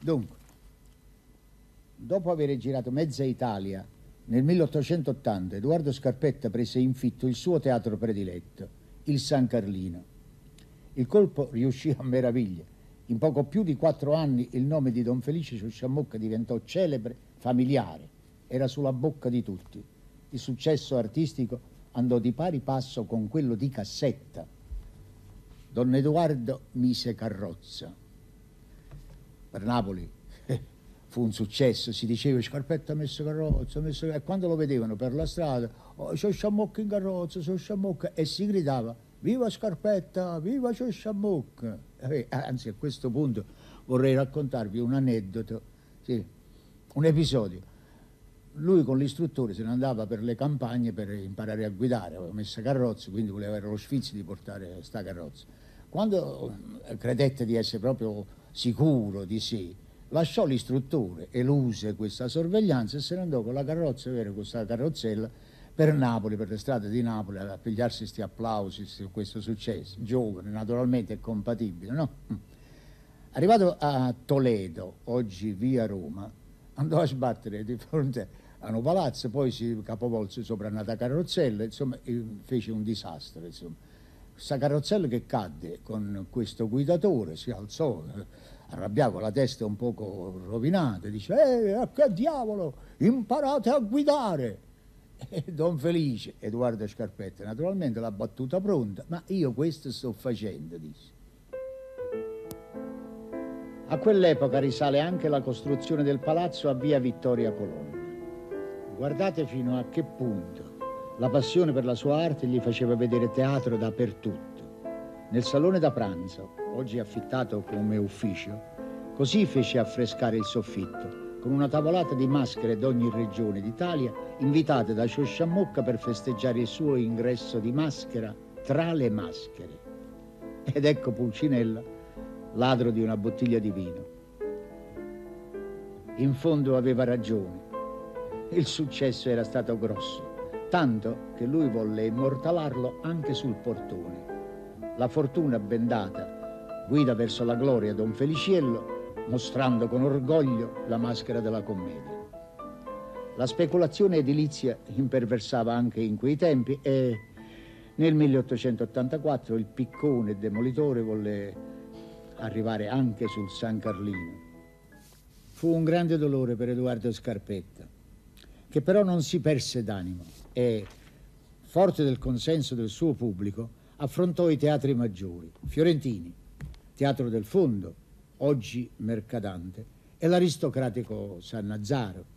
Dunque, dopo aver girato mezza Italia, nel 1880 Edoardo Scarpetta prese in fitto il suo teatro prediletto, il San Carlino. Il colpo riuscì a meraviglia. In poco più di 4 anni il nome di Don Felice Sciosciamocca diventò celebre, familiare, era sulla bocca di tutti. Il successo artistico andò di pari passo con quello di Cassetta. Don Edoardo mise carrozza. Per Napoli fu un successo, si diceva Scarpetta ha messo carrozza, e quando lo vedevano per la strada, oh, Sciosciamocca in carrozza, Sciosciamocca, e si gridava viva Scarpetta, viva Sciosciamocca. Anzi, a questo punto vorrei raccontarvi un aneddoto, sì, un episodio. Lui con l'istruttore se ne andava per le campagne per imparare a guidare, aveva messo carrozza, quindi voleva avere lo sfizio di portare sta carrozza. Quando credette di essere proprio sicuro di sé, lasciò l'istruttore, eluse questa sorveglianza, e se ne andò con la carrozza, con questa carrozzella, per Napoli, per le strade di Napoli, a pigliarsi questi applausi su questo successo. Giovane, naturalmente, è compatibile, no? Arrivato a Toledo, oggi via Roma, andò a sbattere di fronte a un palazzo, poi si capovolse sopra una carrozzella, insomma, fece un disastro, insomma. Questa carrozzella che cadde con questo guidatore, si alzò, arrabbiato, con la testa un poco rovinata, dice che diavolo, imparate a guidare. E Don Felice, Edoardo Scarpetta, naturalmente l'ha battuta pronta, ma io questo sto facendo, disse. A quell'epoca risale anche la costruzione del palazzo a via Vittoria Colonna. Guardate fino a che punto la passione per la sua arte gli faceva vedere teatro dappertutto. Nel salone da pranzo, oggi affittato come ufficio, così fece affrescare il soffitto, con una tavolata di maschere d'ogni regione d'Italia, invitate da Sciosciamocca per festeggiare il suo ingresso di maschera tra le maschere. Ed ecco Pulcinella, ladro di una bottiglia di vino. In fondo aveva ragione. Il successo era stato grosso, tanto che lui volle immortalarlo anche sul portone. La fortuna bendata guida verso la gloria Don Feliciello, mostrando con orgoglio la maschera della commedia. La speculazione edilizia imperversava anche in quei tempi e nel 1884 il piccone demolitore volle arrivare anche sul San Carlino. Fu un grande dolore per Edoardo Scarpetta, che però non si perse d'animo e, forte del consenso del suo pubblico, affrontò i teatri maggiori, fiorentini, Teatro del Fondo, oggi Mercadante, e l'aristocratico Sannazzaro.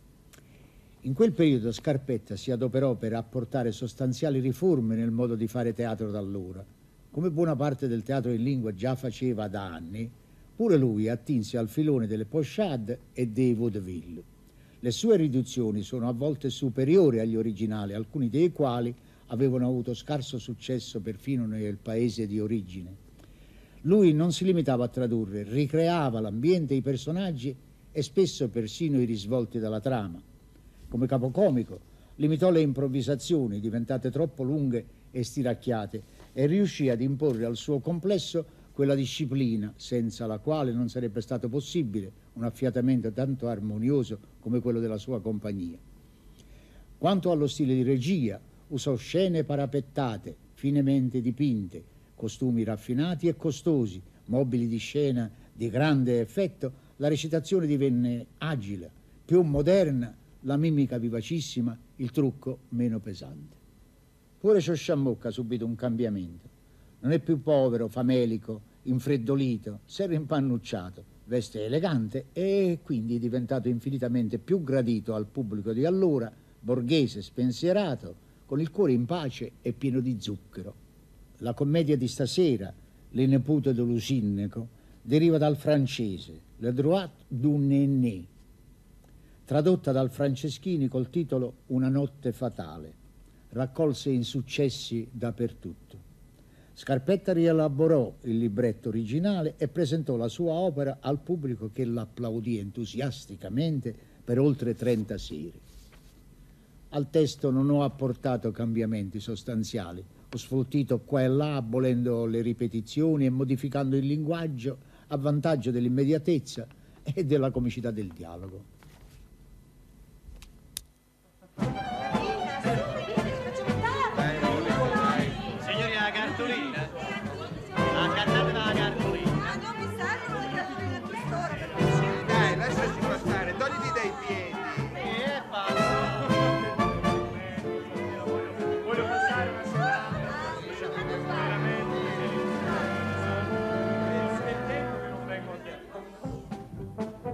In quel periodo Scarpetta si adoperò per apportare sostanziali riforme nel modo di fare teatro d'allora. Come buona parte del teatro in lingua già faceva da anni, pure lui attinse al filone delle pochade e dei vaudeville. Le sue riduzioni sono a volte superiori agli originali, alcuni dei quali avevano avuto scarso successo perfino nel paese di origine. Lui non si limitava a tradurre, ricreava l'ambiente, i personaggi e spesso persino i risvolti della trama. Come capocomico limitò le improvvisazioni, diventate troppo lunghe e stiracchiate, e riuscì ad imporre al suo complesso quella disciplina senza la quale non sarebbe stato possibile un affiatamento tanto armonioso come quello della sua compagnia. Quanto allo stile di regia, usò scene parapettate, finemente dipinte, costumi raffinati e costosi, mobili di scena di grande effetto. La recitazione divenne agile, più moderna, la mimica vivacissima, il trucco meno pesante. Pure Sciosciamocca ha subito un cambiamento. Non è più povero, famelico, infreddolito, si è rimpannucciato, veste elegante e quindi è diventato infinitamente più gradito al pubblico di allora, borghese, spensierato, con il cuore in pace e pieno di zucchero. La commedia di stasera, Le Nepute de Lusinneco, deriva dal francese, Le droit d'un aîné, tradotta dal Franceschini col titolo Una notte fatale. Raccolse insuccessi dappertutto. Scarpetta rielaborò il libretto originale e presentò la sua opera al pubblico, che l'applaudì entusiasticamente per oltre 30 sere. Al testo non ho apportato cambiamenti sostanziali, ho sfoltito qua e là, abolendo le ripetizioni e modificando il linguaggio a vantaggio dell'immediatezza e della comicità del dialogo. Signori, la cartolina? Accattate la cartolina. Non mi serve una cartolina di quest'ora per Dai, lasciaci passare, togliti dai piedi. Che fa? Voglio passare una serata veramente è il tempo che non vengo a te.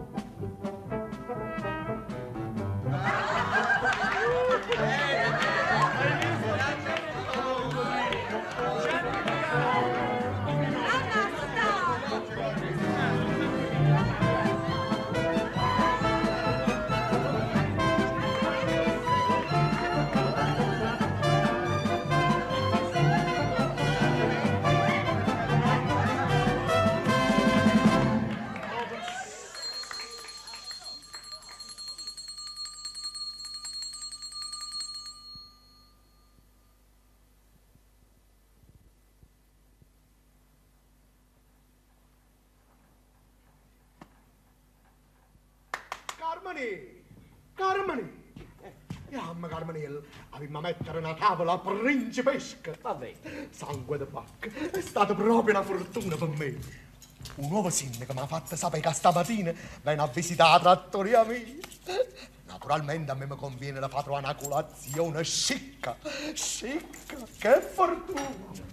Carmine! Mamma Carmine, avevamo a mettere una tavola principesca. Vabbè. Sangue di vacca, è stata proprio una fortuna per me. Un nuovo sindaco mi ha fatto sapere che stamattina viene a visitare la trattoria mia. Naturalmente a me mi conviene da fare una colazione scicca, che fortuna!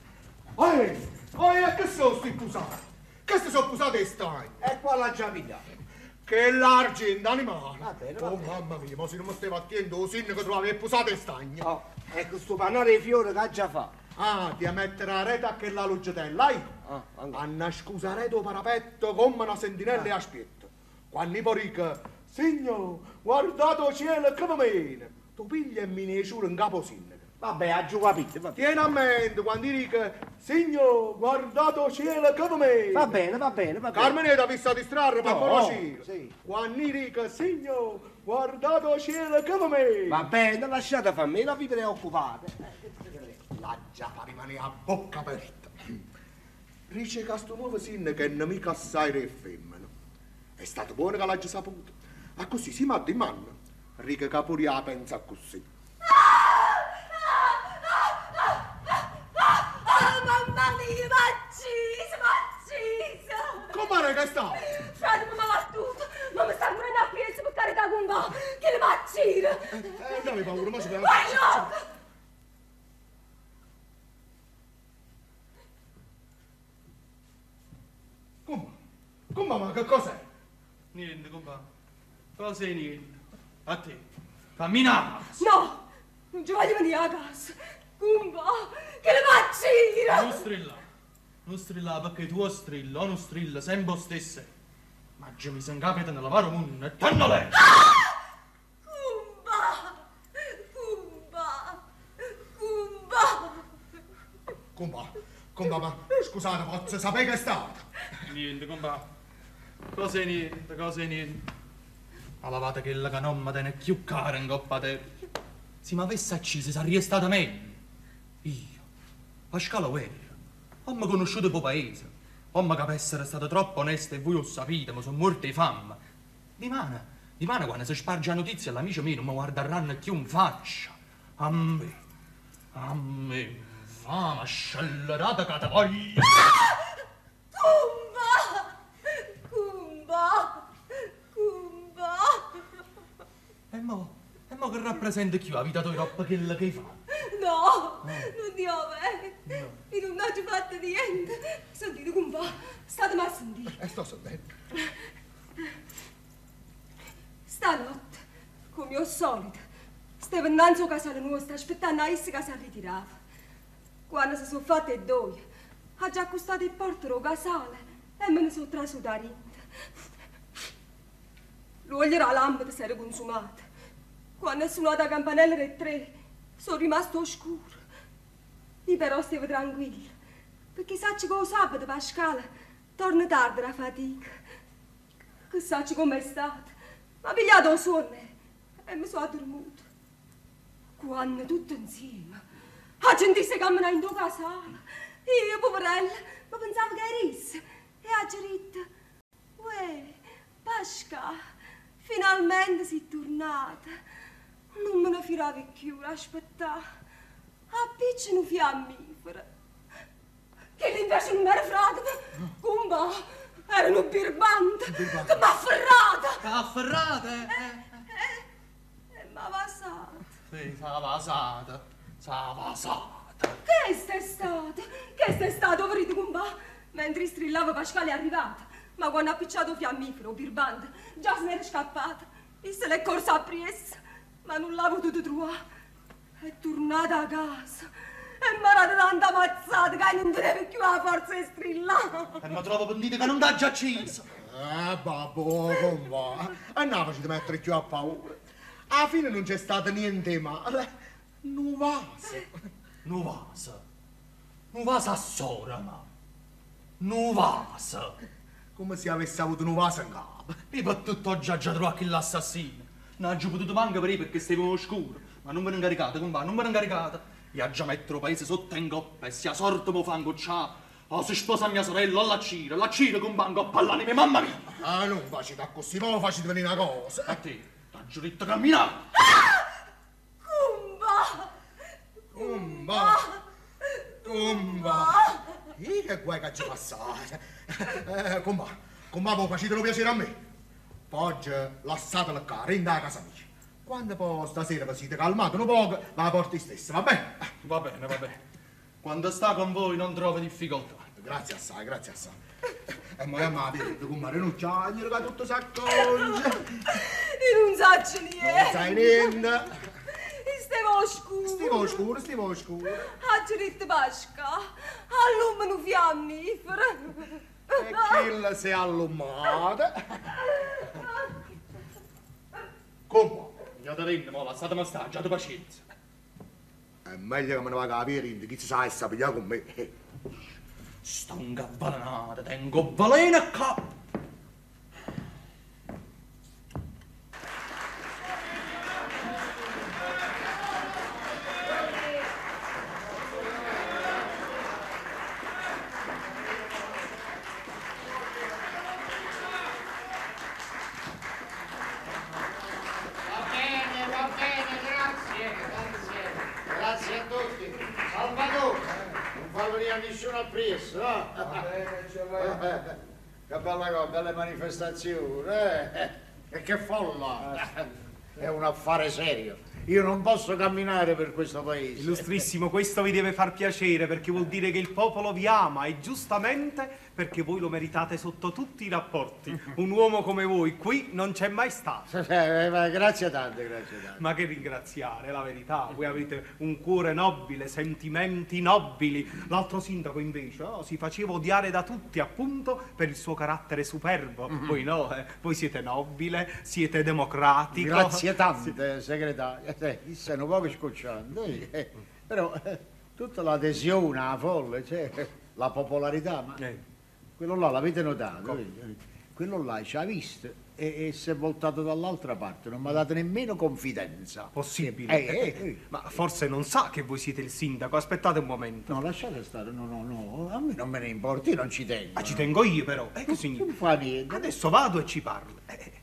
Che sono sti pusati? Che si sono pusati e stai? E qua l'ha già vita. Che l'argento animale! Va bene, Oh mamma mia, ma se non mi stavo attento, lo sindaco trovava le pusate e stagno. Oh, e questo pannare di fiori che ha già fatto. Ah, ti a mettere la rete a che la luccetella, hai? Ah, Anna scusa rete o parapetto come una sentinella e aspetta. Quando poi dica, signor, guardate il cielo che mi viene. Tu piglia e mi ne giuro in capo sindaco. Vabbè, ha giù capito, va bene. Tieni a mente quando dica, signor, guardate il cielo che mi viene. Va bene, va bene, va bene. Carmeneta vi sta distrarre per No, conoscere. sì. Quando dica, signor, guardate il cielo che mi viene. Va bene, lasciate fare me, non vi preoccupate. La giappa rimane a bocca aperta. Dice che sto nuovo sindaco è nemico assai re femmina. È stato buono che l'ha saputo. A così si manda in mano. Riga che pure la pensa così. mamma mia, m'accisa! Com'è che sta? Frate, mi ha battuto, ma mi sta morendo a piedi per buttare da gomba, che le m'accira! Non hai paura, ma si vede. Vai, no! Come, ma che cos'è? Niente, compà. Cosa è niente? A te. Cammina! No, non ci voglio venire a casa. Gumba, che le m'accira! Non strilla. Non strilla perché tu strilla, non strilla, sempre stesse. Ma già mi son capita nella varo mondo e tannole! Gumba, Ma scusate, posso sapere che è stato? Niente, compà. Cosa è niente, cosa è niente. La lavata che la canomma te ne più cara in coppa te. Se mi avesse acceso sarebbe stata meglio. Io, Pasquale Guerra, ho conosciuto il paese. Ho che per essere stato troppo onesto e voi lo sapete, mi sono morto di fame. Di mano quando si sparge la notizia, l'amico mio non mi guarderanno più in faccia. A me, fama scellerata che te voglio. Gumba! E mo che rappresenta più la vita tua troppo quella che hai fatto? No, non ti ove. Io non ho fatto niente. Sentite, Gumba, state a sentire. Sto sentendo. Stanotte, come al solito, stavo innanzi a casale nostra aspettando a essa che si ritirava. Quando si sono fatte due, ha già accostato il portero al casale e me ne sono traso da rinde. L'olio della lampada si era consumata. Quando è suonata la campanella del 3, sono rimasto oscuro. Io però stavo tranquilla, perché sacci che lo sabato Pasquale torna tardi la fatica. Che sacci com'è stato. Mi ha pigliato il sonno e mi sono addormuto. Quando tutto insieme ha sentito camminare in tua sala, io, poverella, ma pensavo che era essa. E ha detto, uè, Pasquale. Finalmente sei tornata. Non me ne firavi più, aspettare. Appicci un fiammifero. Che invece non era frate, comba, era un birbante che m'ha afferrata. Afferrate? E m'ha vasata. Sì, s'ha vasata. S'ha vasata. Che stai stato? Che stai stato, vedete, comba? Mentre strillava Pasquale è arrivata. Ma quando ha appicciato fiammifero, birbante, già se n'era scappata. E se l'è corsa appresso. Ma non l'ha potuto trovare. È tornata a casa. E mi ha dato tanta mazzata che non tenevo più la forza di strillare. E mi trovo pentito che non t'ha già acceso. Babbo, come va? E non facete mettere più a paura. Alla fine non c'è stato niente male. Non vaso. Nu vaso. Nu vaso a sora, ma. Nu vaso. Come se avesse avuto un vaso in capo. Io per tutto già trovato che l'assassino. Non ho già potuto manca per perché stavo oscuro. Ma non ve ne incaricate, compa, non ve ne incaricate. Io già metto il paese sotto in coppa e sia sorto mo fango c'ha. O si sposa mia sorella o la cira compa in coppa all'anima, mamma mia. Ah, non facete così, ma facete venire una cosa. A te, t'ha giurito camminare. Cumba! Comba! Che guai che ci passate? Comba, voi facete lo piacere a me. Oggi lasciate la cara in da casa mia. Quando poi stasera vi siete calmati un poco, la porti stessa, va bene? Va bene, va bene. Quando sta con voi non trova difficoltà. Grazie assai, grazie assai. E mo a dire, come rinunciare, che tutto si accorge. Io non so niente. Non sai niente. Stiamo oscuro. Ha giurito Pasca, allumano fiammifero. E chi si è allumata? Come? Caterina, mo lasciatemi stare, già tu pazienza. È meglio che me ne vada a capire, chi si sa e sa pigliare con me. Sto ingavvalenata, tengo veleno a capo. Grazie a tutti. Salvatore, non fallo dire a nessuno al presso, no? Che bella cosa, belle manifestazioni, E che folla! È un affare serio. Io non posso camminare per questo paese. Illustrissimo, questo vi deve far piacere perché vuol dire che il popolo vi ama e giustamente perché voi lo meritate sotto tutti i rapporti. Un uomo come voi qui non c'è mai stato. Grazie tante, grazie tante. Ma che ringraziare, la verità. Voi avete un cuore nobile, sentimenti nobili. L'altro sindaco invece si faceva odiare da tutti appunto per il suo carattere superbo. Voi no, voi siete nobile, siete democratico. Grazie tante, segretario. Chissà, un po' scocciante. Però tutta l'adesione alla folla, cioè, la popolarità, ma quello là l'avete notato? Quello là ci ha visto e si è voltato dall'altra parte, non mi ha dato nemmeno confidenza. Possibile. Ma forse non sa che voi siete il sindaco, aspettate un momento. No, lasciate stare, no, a me non me ne importa, io non ci tengo. Ma ci tengo io però, che significa? Non fa niente. Adesso vado e ci parlo.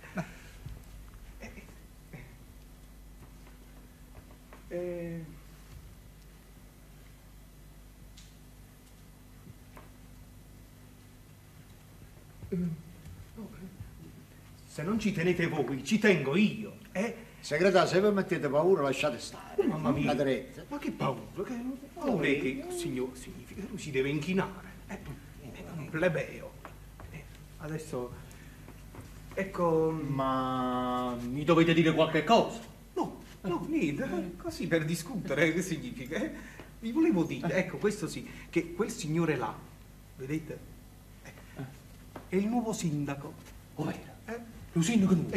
Se non ci tenete voi, ci tengo io, Segretario, se vi mettete paura lasciate stare. Mamma mia. Cadrete. Ma che paura? Paura che signor significa? Lui si deve inchinare. È un plebeo. Adesso, ecco... Ma mi dovete dire qualche cosa? No, niente, così per discutere, che significa? Vi volevo dire, ecco, questo sì, che quel signore là, vedete? È il nuovo sindaco. Ovvero? Lo sindaco nuovo?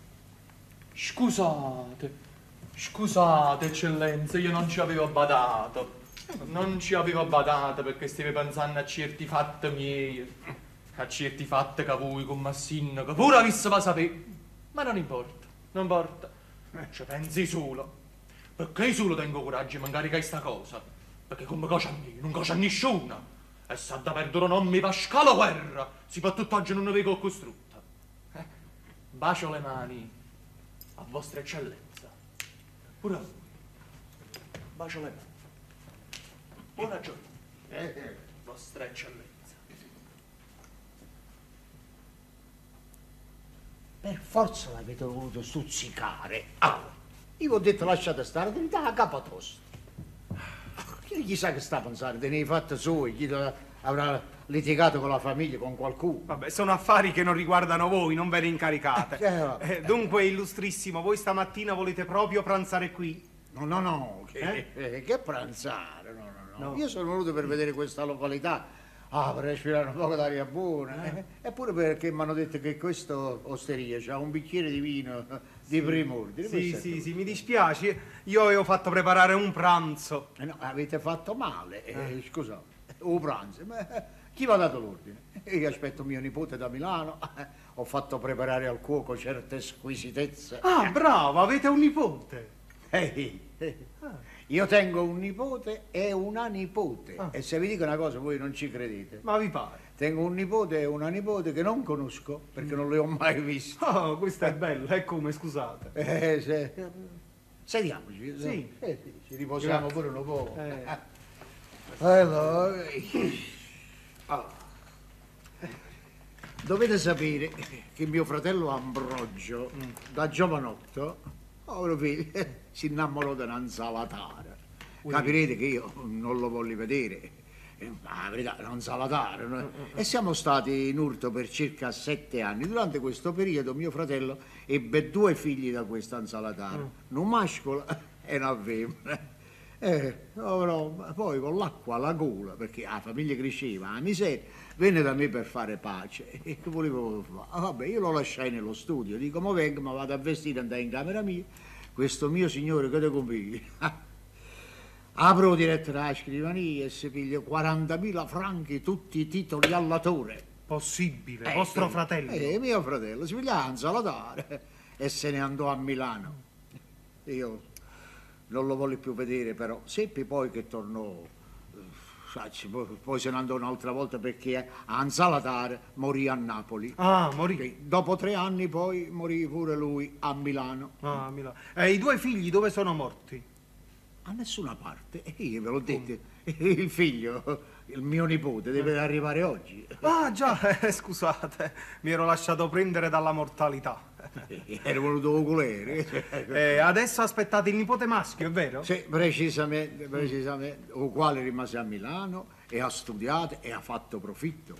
Scusate, eccellenza, io non ci avevo badato. Non ci avevo badato perché stavo pensando a certi fatti miei. A certi fatti che voi come sindaco pure avesse da sapere. Ma non importa, non importa. Ci pensi solo. Perché io solo tengo coraggio di mancare questa cosa. Perché come cosa a me, non cosa a nessuno. E sa da perdere non mi va scala guerra. Si fa tutt'oggi non ne vedo costrutto. Bacio le mani A vostra eccellenza. Pure a voi. Bacio le mani. Buona giornata. Vostra eccellenza. Per forza l'avete voluto stuzzicare. Io vi ho detto lasciate stare, tenete la capa tosta. Chissà che sta a pensare, te ne hai fatte sue, chi avrà litigato con la famiglia, con qualcuno. Vabbè, sono affari che non riguardano voi, non ve ne incaricate. Dunque, illustrissimo, voi stamattina volete proprio pranzare qui? No, che pranzare, no. Io sono venuto per vedere questa località, per respirare un po' d'aria buona, eppure perché mi hanno detto che questa osteria c'ha un bicchiere di vino di primo ordine. Sì, mi dispiace, io avevo fatto preparare un pranzo. No, avete fatto male, scusa, un pranzo, ma chi vi ha dato l'ordine? Io aspetto mio nipote da Milano, ho fatto preparare al cuoco certe squisitezze. Ah, bravo, avete un nipote. Io tengo un nipote e una nipote. E se vi dico una cosa voi non ci credete. Ma vi pare? Tengo un nipote e una nipote che non conosco perché non le ho mai viste. Oh, questo è bello, è come, scusate. Sediamoci. Sì. Ci riposiamo pure un po'. Dovete sapere che mio fratello Ambrogio, da giovanotto, povero figlio, si innamorò di un'insalatara. Capirete che io non lo voglio vedere. La verità, un'insalatara. No? E siamo stati in urto per circa 7 anni. Durante questo periodo mio fratello ebbe 2 figli da questa insalatara, un mascolo e una femmina. Poi con l'acqua alla gola, perché la famiglia cresceva, la miseria, venne da me per fare pace. E che volevo fare? Vabbè, io lo lasciai nello studio, dico, ma vengo, ma vado a vestire, andai in camera mia, questo mio signore che te conviene. Apro diretta la scrivania e si piglia 40.000 franchi, tutti i titoli all'attore. Possibile, vostro fratello? Mio fratello, si piglia l'ansalatara e se ne andò a Milano. Io non lo voglio più vedere, però seppi poi che tornò, poi se ne andò un'altra volta perché a Ansalatare morì a Napoli. Ah, morì. Dopo 3 anni poi morì pure lui a Milano. Ah, a Milano. E i 2 figli dove sono morti? A nessuna parte, io ve l'ho detto, il figlio, il mio nipote, deve arrivare oggi. Ah già, scusate, mi ero lasciato prendere dalla mortalità. Ero voluto oculare. Adesso aspettate il nipote maschio, è vero? Sì, precisamente, il quale rimase a Milano e ha studiato e ha fatto profitto.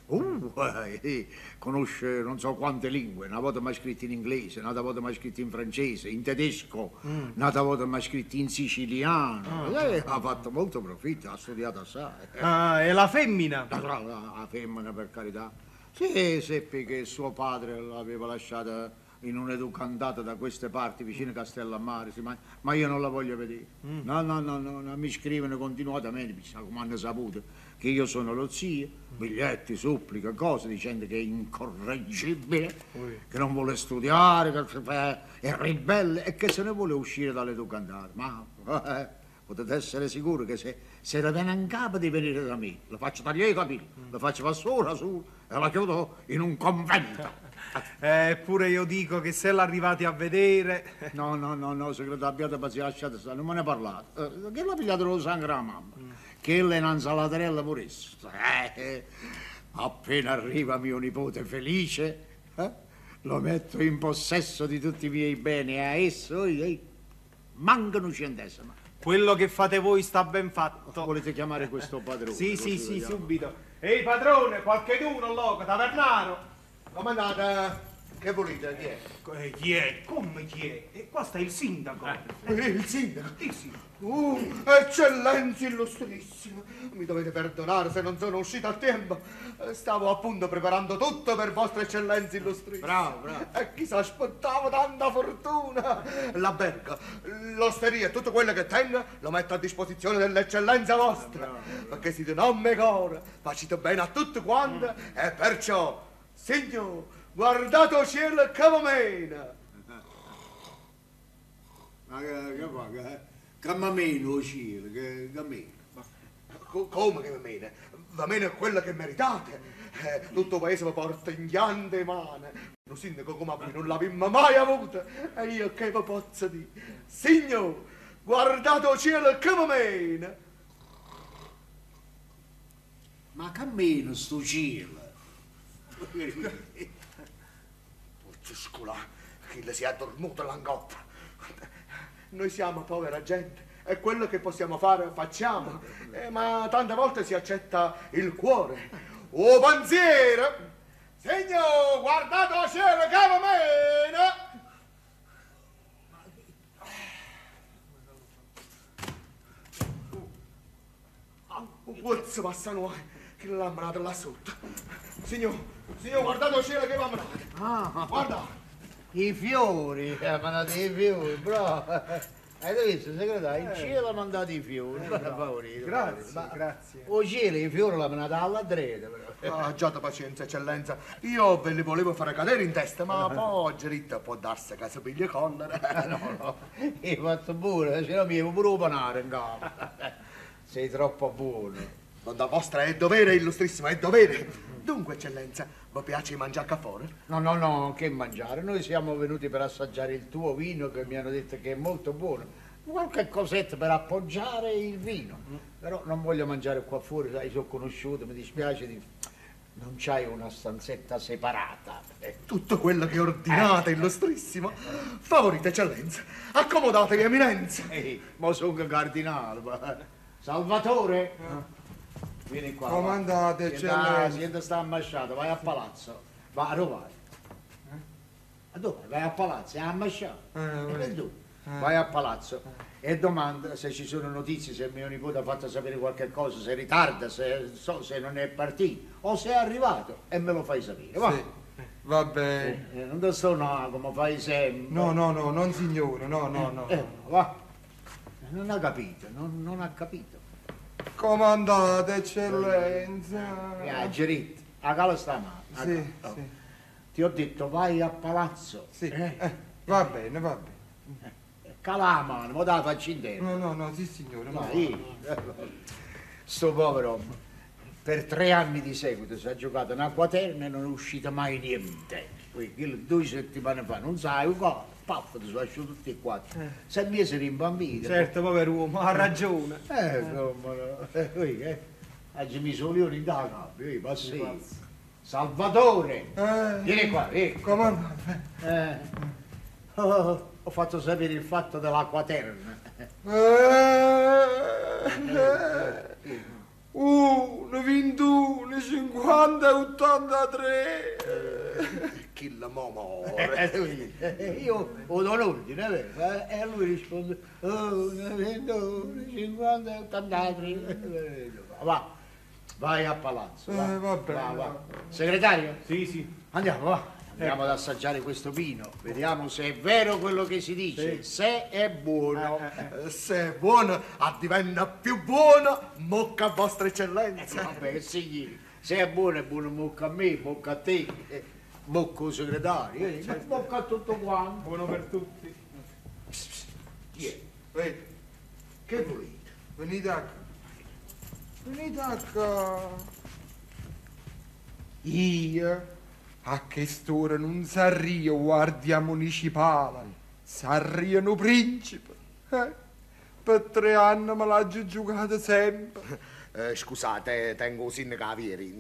Conosce non so quante lingue, una volta mi ha scritto in inglese, un'altra volta mi ha scritto in francese, in tedesco, un'altra volta mi ha scritto in siciliano. Ha fatto molto profitto, ha studiato assai. Ah, e la femmina? La femmina, per carità. Sì, seppi che suo padre l'aveva lasciata in un'educandata da queste parti, vicino a Castellammare, ma io non la voglio vedere. No, mi scrivono continuamente, come hanno saputo, che io sono lo zio, biglietti, suppliche, cose, dicendo che è incorreggibile, che non vuole studiare, che è ribelle e che se ne vuole uscire dall'educandata. Ma potete essere sicuri che se la viene in capo di venire da me, lo faccio tagliare i capelli, lo faccio passare su e la chiudo in un convento. Eppure io dico che se l'arrivate a vedere... No, segreto, abbiate pazienza, lasciate stare, non me ne parlate. Che l'ha pigliato lo sangue la mamma? Che lei è un'insalatarella puressa. Appena arriva mio nipote felice, lo metto in possesso di tutti i miei beni e a esso mancano centesimi. Quello che fate voi sta ben fatto. Volete chiamare questo padrone? Sì, subito. Ehi, padrone, qualcheduno, loco, tavernaro. Comandante, che volete? Chi è? Chi è? Come chi è? E qua sta il sindaco. Il sindaco? Il sindaco. Eccellenza illustrissima, mi dovete perdonare se non sono uscito a tempo. Stavo appunto preparando tutto per vostra eccellenza illustrissima. Bravo. E chi si aspettava tanta fortuna? L'albergo, l'osteria e tutto quello che tengo lo metto a disposizione dell'eccellenza vostra. Perché siete un uomo core, facete bene a tutti quanti e perciò, signor, guardate il cielo che va bene. Ma che fa? Che mi meno cielo, che meno. Come che va bene? Va bene quello che meritate. Tutto il paese vi porta in piante mani. un sindaco come voi non l'abbiamo mai avuto. E io che vi posso dire? Signore, guardate il cielo che mi mena. Ma cammino sto cielo. Pozzo scolà, chi le si è addormuto l'angoppa. Noi siamo povera gente e quello che possiamo fare facciamo. Ma tante volte si accetta il cuore. O pensiero! Signor, guardate il cielo che mi mena! Pozzo passa noi, che l'ha menato là sotto. Signor, guardate il cielo che va menato. Guarda. I fiori, mandate i fiori, bravo. Hai visto, segretario? Il cielo ha mandato i fiori, favorito. Grazie. O cielo i fiori l'ha mandato alla dreta, però. Giada pazienza, eccellenza. Io ve li volevo fare cadere in testa, ma poi Gerita può darsi che si piglia collera. No, hai fatto buono, se no mi avevo pure un panare in capo. Sei troppo buono. Da vostra è dovere, illustrissima, è dovere. Dunque, eccellenza, vi piace mangiare qua fuori? No, che mangiare. Noi siamo venuti per assaggiare il tuo vino che mi hanno detto che è molto buono. Qualche cosetta per appoggiare il vino. Però non voglio mangiare qua fuori, sai, sono conosciuto, mi dispiace di... Non c'hai una stanzetta separata. Tutto quello che ordinate, illustrissimo. Favorite, eccellenza, accomodatevi, eminenza. Ma sono che cardinale. Ma... Salvatore? Vieni qua. Comandate, eccellenza. Siete sta ammasciato, vai a palazzo. Va, a dove vai? A dove? Vai a palazzo, è ammasciato. E tu? Vai a palazzo e domanda se ci sono notizie, se mio nipote ha fatto sapere qualche cosa, se ritarda, se non è partito o se è arrivato e me lo fai sapere. Va, Sì, va bene. non ti sto no, come fai sempre. No, non signore, no. Va. Non ha capito, non ha capito. Comandate, eccellenza. Gerit, a cala sta male. Sì. Ti ho detto vai a palazzo. Sì, va bene. Cala la mano, ma la faccio intera. No, sì signore. No. Sto povero per 3 anni di seguito si è giocato in acquaterna e non è uscito mai niente. Poi 2 settimane fa, non sai, paff, ti sono asciutti tutti e 4. 6 mesi rimbambito. Certo, povero uomo, ha ragione. Oggi mi sono leone in da gabbia, passi. Salvatore, vieni qua, vieni. Comandate. Ho fatto sapere il fatto dell'acquaterna. 1, 21, 50, 83. Chi la muore? Io ho un ordine, vero? E lui risponde 1, 21, 50, 83. Vai a palazzo. Va bene. Va. Segretario? Sì. Andiamo, va. Andiamo ad assaggiare questo vino, vediamo se è vero quello che si dice, se è buono. Se è buono, diventa più buono, mocca a vostra eccellenza. Vabbè, sì, se è buono, mocca a me, mocca a te, mocca al segretario, mocca a tutto quanto. Buono per tutti. Che volete? Venite a qua. Io a quest'ora non sarrio guardia municipale, sarrio no principe. Per 3 anni me l'ha giocato sempre. Scusate, tengo un sindaco ieri.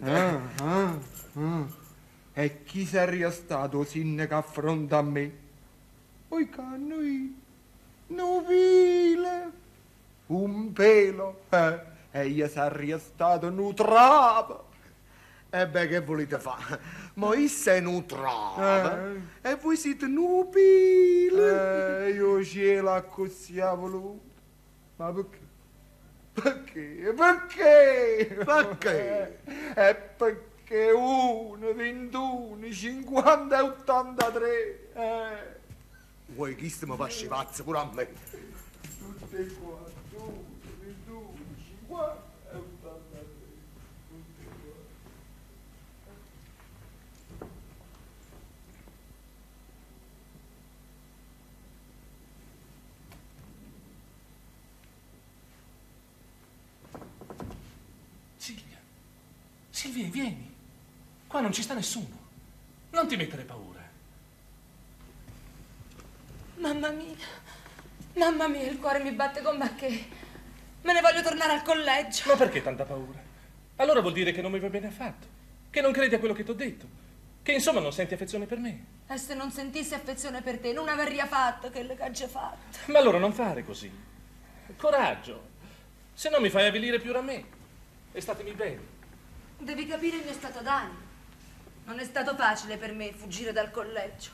E chi sarebbe stato sindaco a fronte a me? Poi noi, nuvile, un pelo, e io sarei stato nutrava. E beh, che volete fare? Ma io sei nutrava e voi siete nubili. Io cielo così a voluto. Ma perché? Perché? È perché 1, 21, 50 e 83. Voi chi stiamo facendo pazzi pure a me? Tutte e 4, 1, 21, 50 e 83. Silvia, vieni. Qua non ci sta nessuno. Non ti mettere paura. Mamma mia, il cuore mi batte con che me ne voglio tornare al collegio. Ma perché tanta paura? Allora vuol dire che non mi va bene affatto, che non credi a quello che ti ho detto, che insomma non senti affezione per me. E se non sentissi affezione per te, non avrei fatto che le cagge fatte. Ma allora non fare così. Coraggio, se no mi fai avvilire più a me. E statemi bene. Devi capire il mio stato d'animo. Non è stato facile per me fuggire dal collegio.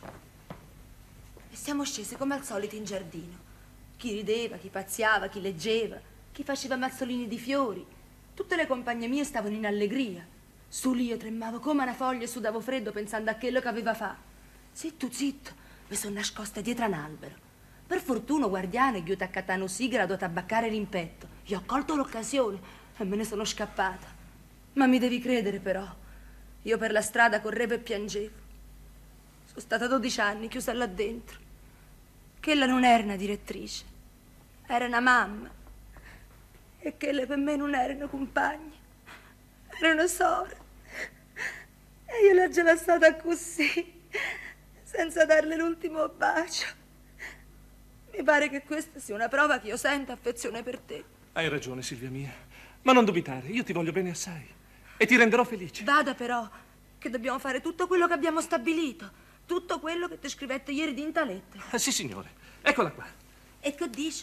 E siamo scesi come al solito in giardino. Chi rideva, chi pazziava, chi leggeva, chi faceva mazzolini di fiori. Tutte le compagne mie stavano in allegria. Solo io tremavo come una foglia e sudavo freddo pensando a quello che aveva fatto. Zitto, zitto, mi sono nascosta dietro un albero. Per fortuna, guardiano, gli ho attaccato un sigaro ad abbaccare l'impetto. Io ho colto l'occasione e me ne sono scappata. Ma mi devi credere, però. Io per la strada correvo e piangevo. Sono stata 12 anni chiusa là dentro. Quella non era una direttrice, era una mamma. E quelle per me non erano compagne, erano sorelle. E io l'ho già lasciata così, senza darle l'ultimo bacio. Mi pare che questa sia una prova che io sento affezione per te. Hai ragione, Silvia mia, ma non dubitare, io ti voglio bene assai e ti renderò felice. Vada però, che dobbiamo fare tutto quello che abbiamo stabilito. Tutto quello che ti scrivette ieri di intaletta. Ah, sì, signore. Eccola qua. E che dice?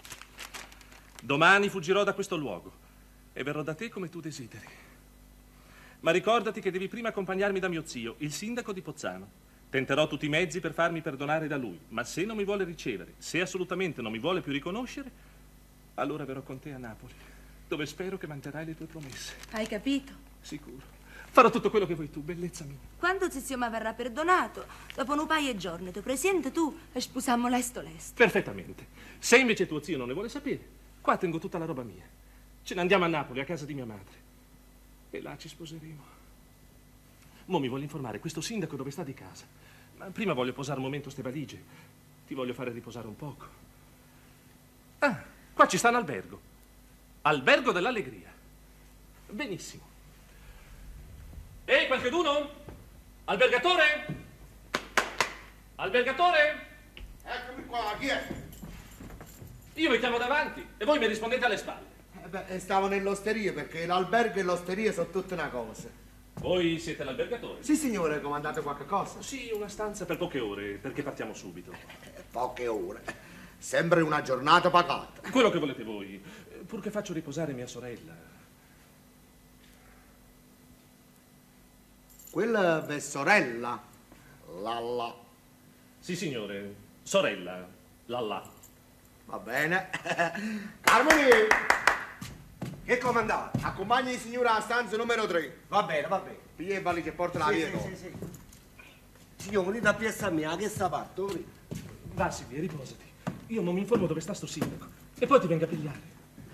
Domani fuggirò da questo luogo e verrò da te come tu desideri. Ma ricordati che devi prima accompagnarmi da mio zio, il sindaco di Pozzano. Tenterò tutti i mezzi per farmi perdonare da lui, ma se non mi vuole ricevere, se assolutamente non mi vuole più riconoscere, allora verrò con te a Napoli, dove spero che manterrai le tue promesse. Hai capito? Sicuro. Farò tutto quello che vuoi tu, bellezza mia. Quando zio mi verrà perdonato, dopo un paio di giorni, ti presenti tu e sposammo lesto. Perfettamente. Se invece tuo zio non ne vuole sapere, qua tengo tutta la roba mia. Ce ne andiamo a Napoli, a casa di mia madre. E là ci sposeremo. Mo mi voglio informare, questo sindaco dove sta di casa. Ma prima voglio posare un momento ste valigie. Ti voglio fare riposare un poco. Ah, qua ci sta un albergo. Albergo dell'Allegria. Benissimo. Ehi, qualcheduno? Albergatore? Albergatore? Eccomi qua, chi è? Io vi chiamo davanti e voi mi rispondete alle spalle. Stavo nell'osteria perché l'albergo e l'osteria sono tutte una cosa. Voi siete l'albergatore? Sì, signore, comandate qualche cosa? Sì, una stanza per poche ore, perché partiamo subito. Poche ore. Sembra una giornata pacata. Quello che volete voi, purché faccio riposare mia sorella. Quella è sorella. Lalla. Sì, signore, sorella, Lalla. Va bene. Carmoni! Che comandate? Accompagni il signore alla stanza numero 3. Va bene, va bene. Piglia i valigie e porta la via. Sì. Signore, venite a piazza mia, che sta parte? Va, Silvia, riposati. Io non mi informo dove sta sto sindaco e poi ti vengo a pigliare.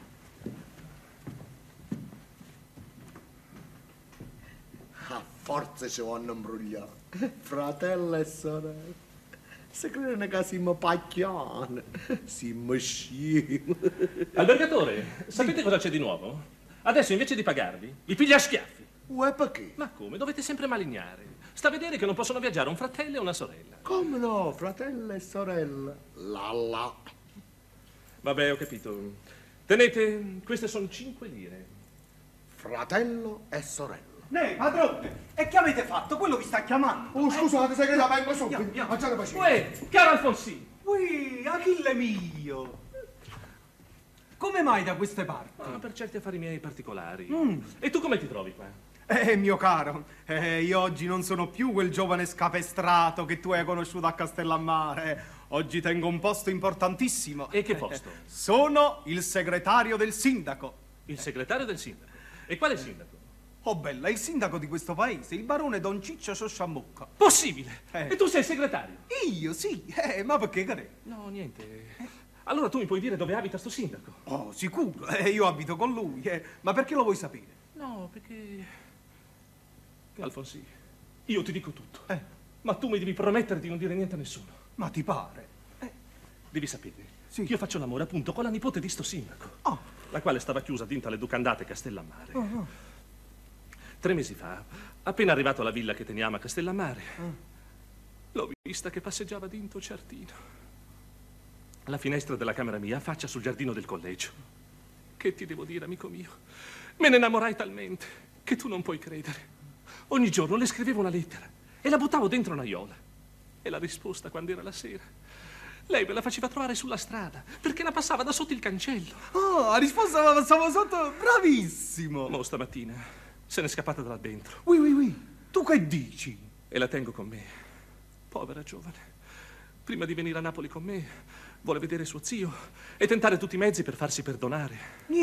A forza ci vanno imbrogliare. Fratello e sorella. Se credono che siamo pacchiane. Siamo scemi. Albergatore, sapete cosa c'è di nuovo? Adesso invece di pagarvi, vi piglia a schiaffi. Uè, perché? Ma come? Dovete sempre malignare. Sta a vedere che non possono viaggiare un fratello e una sorella. Come no, fratello e sorella. Lalla. Vabbè, ho capito. Tenete, queste sono 5 lire. Fratello e sorella. Padrone, e che avete fatto? Quello vi sta chiamando. Oh, scusate, se che la vengo subito. Andiamo. Facciate pazienza. Uè, caro Alfonsino. Ui, Achille mio. Come mai da queste parti? Ah, per certi affari miei particolari. E tu come ti trovi qua? Mio caro, io oggi non sono più quel giovane scapestrato che tu hai conosciuto a Castellammare. Oggi tengo un posto importantissimo. E che posto? Sono il segretario del sindaco. Il segretario del sindaco. E quale sindaco? Oh bella, il sindaco di questo paese, il barone Don Ciccio Sciosciammucca. Possibile! E tu sei il segretario? Io sì, ma perché che? No, niente. Allora tu mi puoi dire dove abita sto sindaco? Oh, sicuro, io abito con lui, ma perché lo vuoi sapere? No, perché... Alfonsì, io ti dico tutto. Ma tu mi devi promettere di non dire niente a nessuno. Ma ti pare? Devi sapere sì. che io faccio l'amore appunto con la nipote di sto sindaco, la quale stava chiusa dinto alle Ducandate Castellammare. 3 mesi fa, appena arrivato alla villa che teniamo a Castellammare, l'ho vista che passeggiava dinto Ciartino. La finestra della camera mia affaccia sul giardino del collegio. Che ti devo dire, amico mio? Me ne innamorai talmente che tu non puoi credere. Ogni giorno le scrivevo una lettera e la buttavo dentro una iola. E la risposta, quando era la sera, lei me la faceva trovare sulla strada, perché la passava da sotto il cancello. Oh, la risposta la passava sotto, bravissimo! Mo stamattina se n'è scappata da là dentro. Oui. Tu che dici? E la tengo con me. Povera giovane. Prima di venire a Napoli con me, vuole vedere suo zio e tentare tutti i mezzi per farsi perdonare.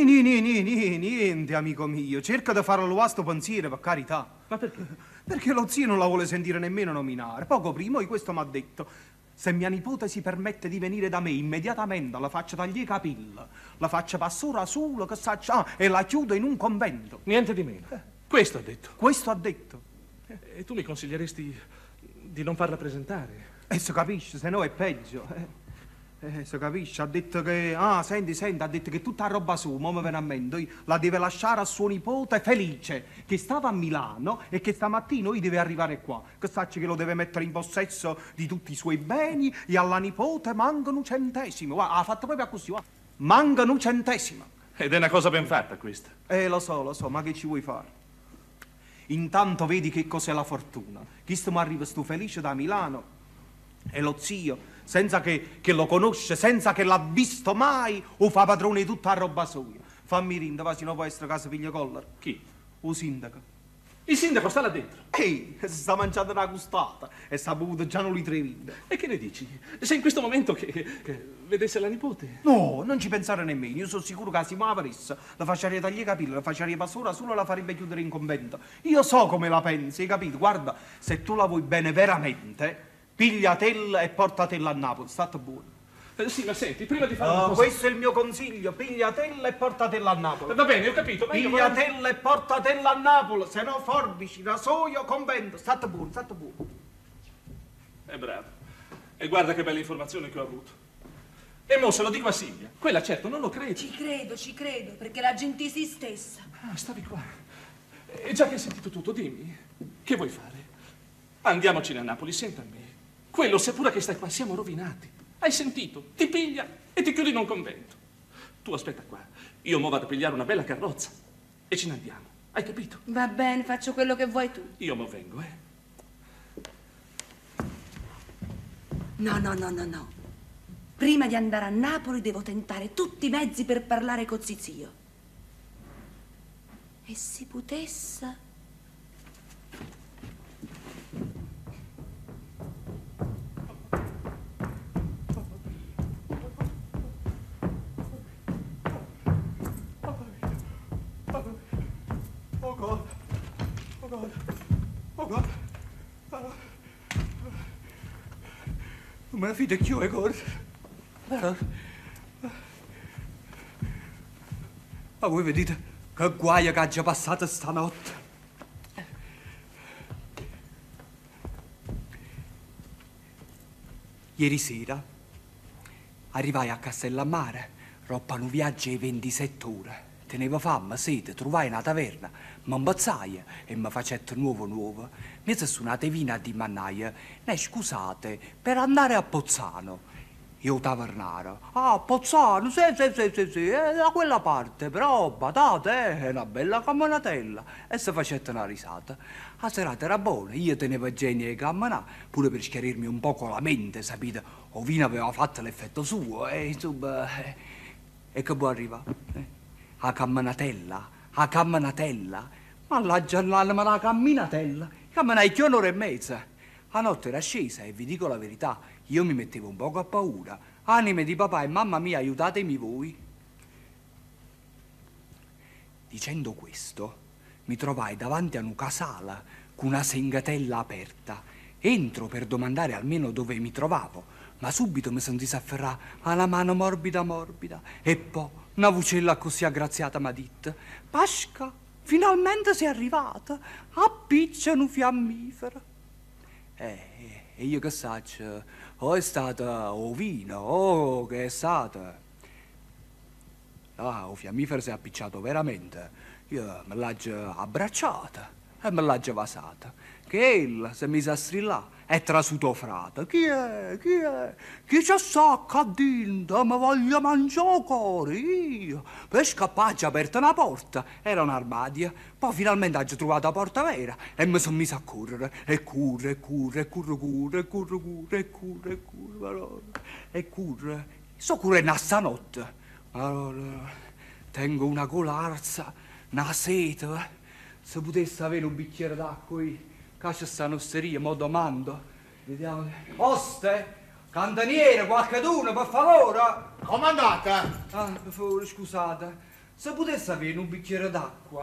Niente, amico mio. Cerca di fare lo sto pensiero, per carità. Ma perché? Perché lo zio non la vuole sentire nemmeno nominare. Poco prima questo mi ha detto: se mia nipote si permette di venire da me immediatamente, la faccio tagliare i capelli, la faccio passare a solo, che saccia, e la chiudo in un convento. Niente di meno. Questo ha detto. Questo ha detto. E tu mi consiglieresti di non farla presentare? E si capisce, se no è peggio. Si capisce, ha detto che... senti, ha detto che tutta roba sua, mo mi viene a mente, la deve lasciare a suo nipote Felice, che stava a Milano e che stamattina deve arrivare qua. Che sacci che lo deve mettere in possesso di tutti i suoi beni e alla nipote mancano un centesimo. Guarda, ha fatto proprio così, guarda. Mancano un centesimo. Ed è una cosa ben fatta questa. Lo so, ma che ci vuoi fare? Intanto vedi che cos'è la fortuna. Chi stiamo arriva sto Felice da Milano e lo zio, senza che lo conosce, senza che l'ha visto mai, o fa padrone di tutta la roba sua. Fammi rinda, va, se no può essere casa figlio collera. Chi? O sindaco. Il sindaco sta là dentro. Ehi, si sta mangiando una gustata e sta bevuto già un litro di vino. E che ne dici? Se in questo momento che vedesse la nipote? No, non ci pensare nemmeno. Io sono sicuro che se mi avresse, la faceria tagliare i capelli, la faceria passare solo, la farebbe chiudere in convento. Io so come la pensi, hai capito? Guarda, se tu la vuoi bene veramente, pigliatella e portatella a Napoli, state buono. Sì, ma senti, prima di fare una cosa... Questo è il mio consiglio, pigliatella e portatella a Napoli. Va bene, ho capito, ma io... Pigliatella e portatella a Napoli, se no forbici, rasoio, convento, state buono. È bravo. E guarda che bella informazione che ho avuto. E mo se lo dico a Silvia. Quella certo non lo crede. Ci credo, perché la gente si stessa. Ah, stavi qua. E già che hai sentito tutto, dimmi, che vuoi fare? Andiamocene a Napoli, senta a me. Quello, seppure che stai qua, siamo rovinati. Hai sentito? Ti piglia e ti chiudi in un convento. Tu aspetta qua. Io mo vado a pigliare una bella carrozza e ce ne andiamo. Hai capito? Va bene, faccio quello che vuoi tu. Io mo vengo, No. Prima di andare a Napoli devo tentare tutti i mezzi per parlare con zio. E si potesse... Non me la fide più, corso. Ma voi vedete che guaio che ha già passato stanotte. Ieri sera arrivai a Castellammare, roppano un viaggio di 27 ore. Tenevo fame, sete, trovai una taverna, mi imbazzai e mi facette nuovo. Mi sono una tevina di mannaia, ne scusate, per andare a Pozzano. Io tavernaro, Pozzano, sì, da quella parte, però, patate, è una bella camminatella. E si facette una risata. La serata era buona, io tenevo genio di camminare, pure per schiarirmi un po' la mente, sapete? O vino aveva fatto l'effetto suo, e insomma, e che può arrivare? A camminatella, ma la giornata, ma la camminatella, camminai che un'ora e mezza. La notte era scesa e vi dico la verità, io mi mettevo un poco a paura. Anime di papà e mamma mia, aiutatemi voi. Dicendo questo, mi trovai davanti a un casale con una sengatella aperta. Entro per domandare almeno dove mi trovavo, ma subito mi sentì afferrare alla mano morbida e poi una vocella così aggraziata m'ha detto: Pasca, finalmente sei arrivata, appiccia un fiammifero. E io che saccio, o è stata o vino, o che è stata. O fiammifero si è appicciato veramente. Io me l'ho abbracciata e me l'ho vasata. Che ella si è mise a strillare è trasuto frate. Chi è? Chi è? Chi c'è sacca dentro? Mi voglio mangiare il cuore, io. Per scappare ci ha aperto una porta, era un armadio. Poi finalmente ho trovato la porta vera e mi sono messo a correre. E curre, sto correndo a stanotte. Allora, tengo una colarza, una sete. Se potesse avere un bicchiere d'acqua qui, che c'è sta osteria, mo domando. Vediamo. Oste, cantaniere, qualcuno, per favore. Comandante! Ah, per favore, scusate. Se potesse avere un bicchiere d'acqua.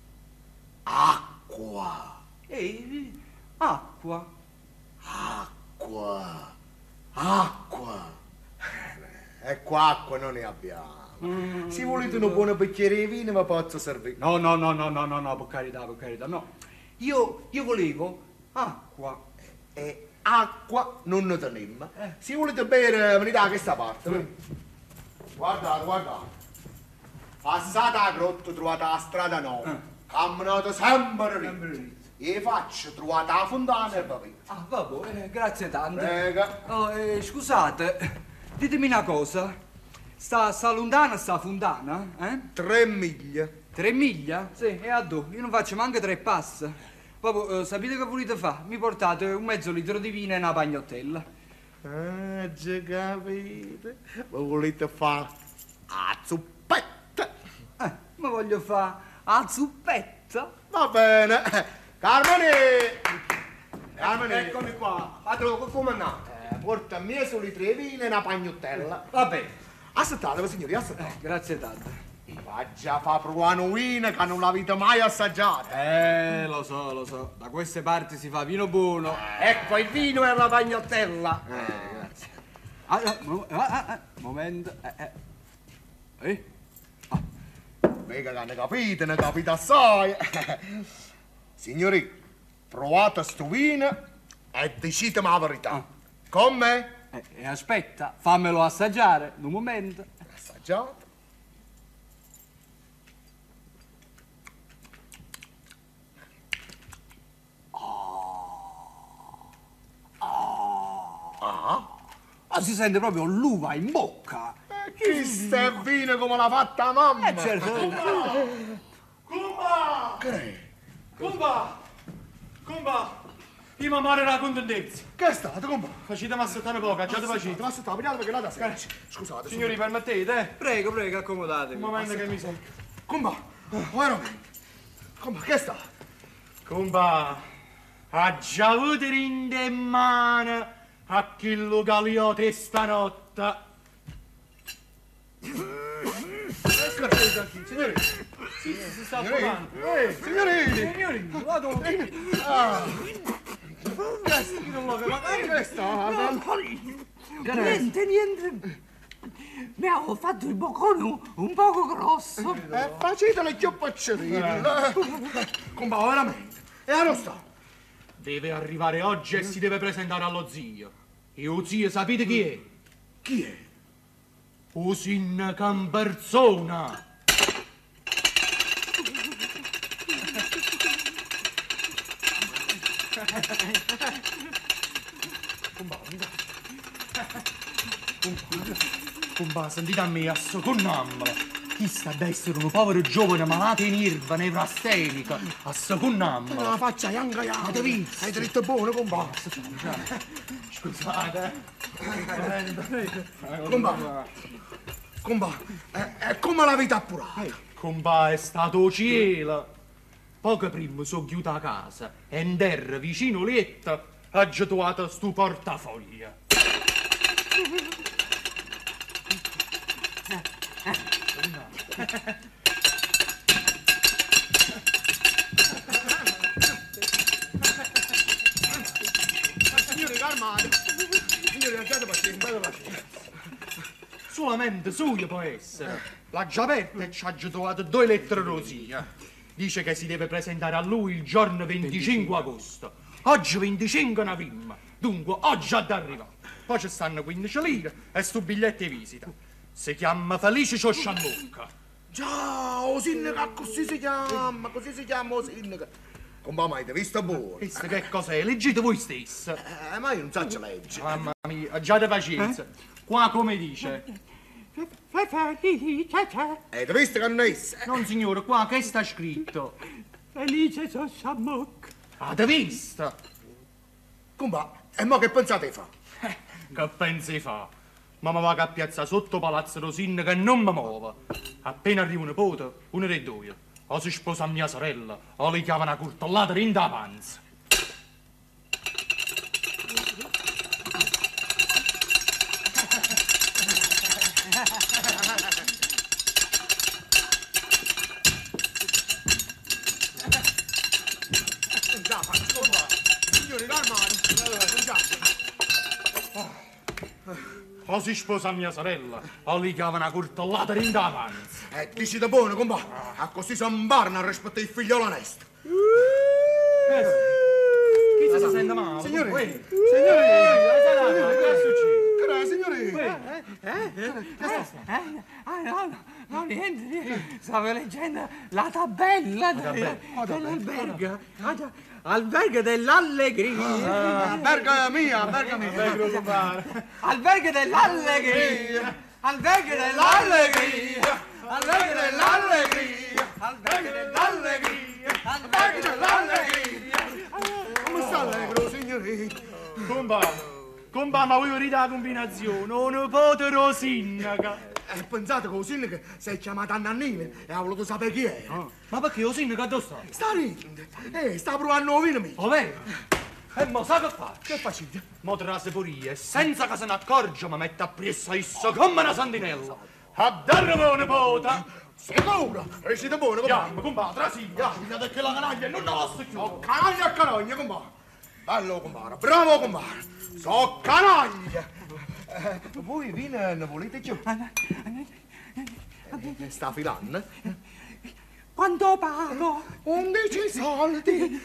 Acqua! Acqua. Acqua! Acqua! Ecco, acqua non ne abbiamo. Se volete un buon bicchiere di vino, ma posso servire. No, per carità, no. Io volevo acqua. Acqua non ne teniamo. Se volete bere, venite da questa parte. Guardate. Passate la grotta, trovate la strada nuova. Camminate sempre lì. E faccio, trovate la fontana e va via. Ah, vabbè, grazie tante. Prego. Oh, scusate, ditemi una cosa. Sta lontana sta fontana? 3 miglia. 3 miglia? Sì, e a dove? Io non faccio manco 3 passi. Proprio, sapete che volete fare? Mi portate un mezzo litro di vino e una pagnottella. Ah, già capite. Ma volete fare a zuppetta? Ma voglio fare a zuppetta. Va bene. Carmine! Eccomi qua. Padrone, comandante. Portami solo i 3 vini e una pagnottella. Va bene. Aspettate, signori, aspettate. Grazie tante. Va già fa provare un vino che non l'avete mai assaggiato. Lo so. Da queste parti si fa vino buono. Ecco il vino e la pagnottella. Grazie. Momento. Mica che ne capite assai. Signori, provate sto vino e decidetemi la verità. Con me? E aspetta, fammelo assaggiare, un momento. Assaggiate. Si sente proprio l'uva in bocca. Chi sta il vino come l'ha fatta mamma? Certo. Comba! Io mi amare la contendenza. Che è stato, compa? Facetemi aspettare poco, già te facete. Ma aspettate, vediamo perché l'ha da Scusate. Signori, permettete? Prego, accomodatevi. Un momento che mi secco. Compa, veramente. Compa, che è stato? Comba, ha già avuto in mano a chi lo galiotto stanotte. Signori, si sta affogando. Signori, vado. Niente. Mi avevo fatto il boccone un poco grosso. Facete le chioppaccioline. Compa, veramente. E a sta? Deve arrivare oggi e si deve presentare allo zio. E lo zio sapete chi è? Chi è? Usin Camperzona. Comba, sentite a me, a soconnammola. Chi sta ad essere un povero giovane malato in irva, nevrastenica, a soconnammola. La faccia yanga. Hai dritto buono, compa. Scusate. Compa, è come la vita appurata. Comba, è stato cielo. Poco prima sono chiusa a casa e in terra vicino letto ha trovato sto portafoglio. Signori, calmate. Signori, lasciate pazienza. Solamente suo può essere. L'ha già aperta e ci ha già trovato 2 lettere rosie. Dice che si deve presentare a lui il giorno 25 agosto. Oggi 25 Navim. Dunque, oggi ad arrivare. Poi ci stanno 15 lire e sto biglietto di visita. Si chiama Felice Ciosciambocca. Già, o sindaco, così si chiama o sindaco. Compa, ma avete visto buono? Questo che cos'è? Leggete voi stesso. Ma io non so leggere. Mamma mia, già di pazienza. Qua come dice? Avete visto che non è? Non signore, qua che sta scritto? Felice so Sciamocca. Avete visto? Compa, e mo che pensate fa? Che pensi fa? Ma mi va a piazza sotto Palazzo Rosin che non mi muovo. Appena arriva un nipote, uno dei due, o si sposa mia sorella, o gli chiama una curtollata in da panza. Signori, calmate. O si sposa mia sorella, o gli chiama una curtollata in da panza. Dici da buono, compa. A così si imparano a rispettare il figliolo onesto. Chi si sente male? Signori, Signori, No, niente. Stavo leggendo la tabella dell'albergo. Albergo dell'allegria. Alberga mia. Albergo dell'allegria. Albergo dell'allegria. Albergo dell'allegria. Albergo dell'allegria. Albergo dell'allegria. Come sta allegro, signori? Compa, ma voi vedete la combinazione? Un nipote Rosinnaca. Pensate che lo sindaco si è chiamato Annannini e ha voluto sapere chi è. Ma perché Rosinnaca dove sta? Sta ridendo. sta provando un vino mio. Oh, vero? E mo sa che fa? Che facete? Mo tra la seporia, senza che se ne accorge, mi mette a presso isso come una santinella. A darmi un nipote! Sicuro? Siete buono, compa? Compa, trasiglia, figliate che la canaglia non la posso chiudere. Canaglia a canaglia, compa. Bello, compare. Bravo, compare. So canaglia. Voi vino ne volete giù? Sta filando? Quanto pago? 11 soldi.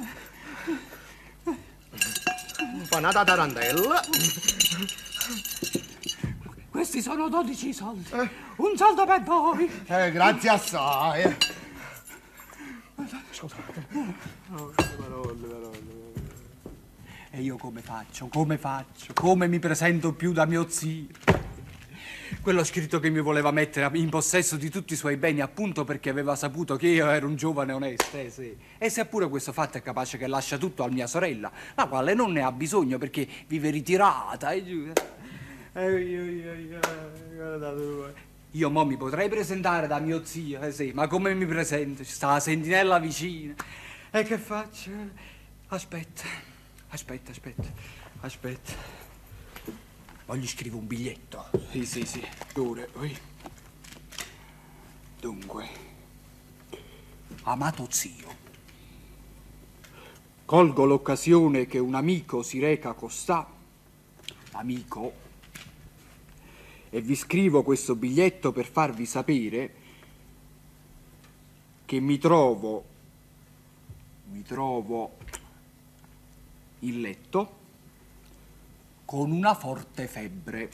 Panata tarantella. Questi sono 12 soldi. Un soldo per voi. Grazie assai. Scusate. E io come faccio? Come mi presento più da mio zio? Quello scritto che mi voleva mettere in possesso di tutti i suoi beni appunto perché aveva saputo che io ero un giovane onesto, sì. E seppure questo fatto è capace che lascia tutto a mia sorella, la quale non ne ha bisogno perché vive ritirata e giù. Io mo mi potrei presentare da mio zio, sì, ma come mi presento? Ci sta la sentinella vicina. E che faccio? Aspetta. Ma gli scrivo un biglietto. Sì. Pure. Dunque. Amato zio. Colgo l'occasione che un amico si reca costà. Amico. E vi scrivo questo biglietto per farvi sapere che mi trovo in letto con una forte febbre.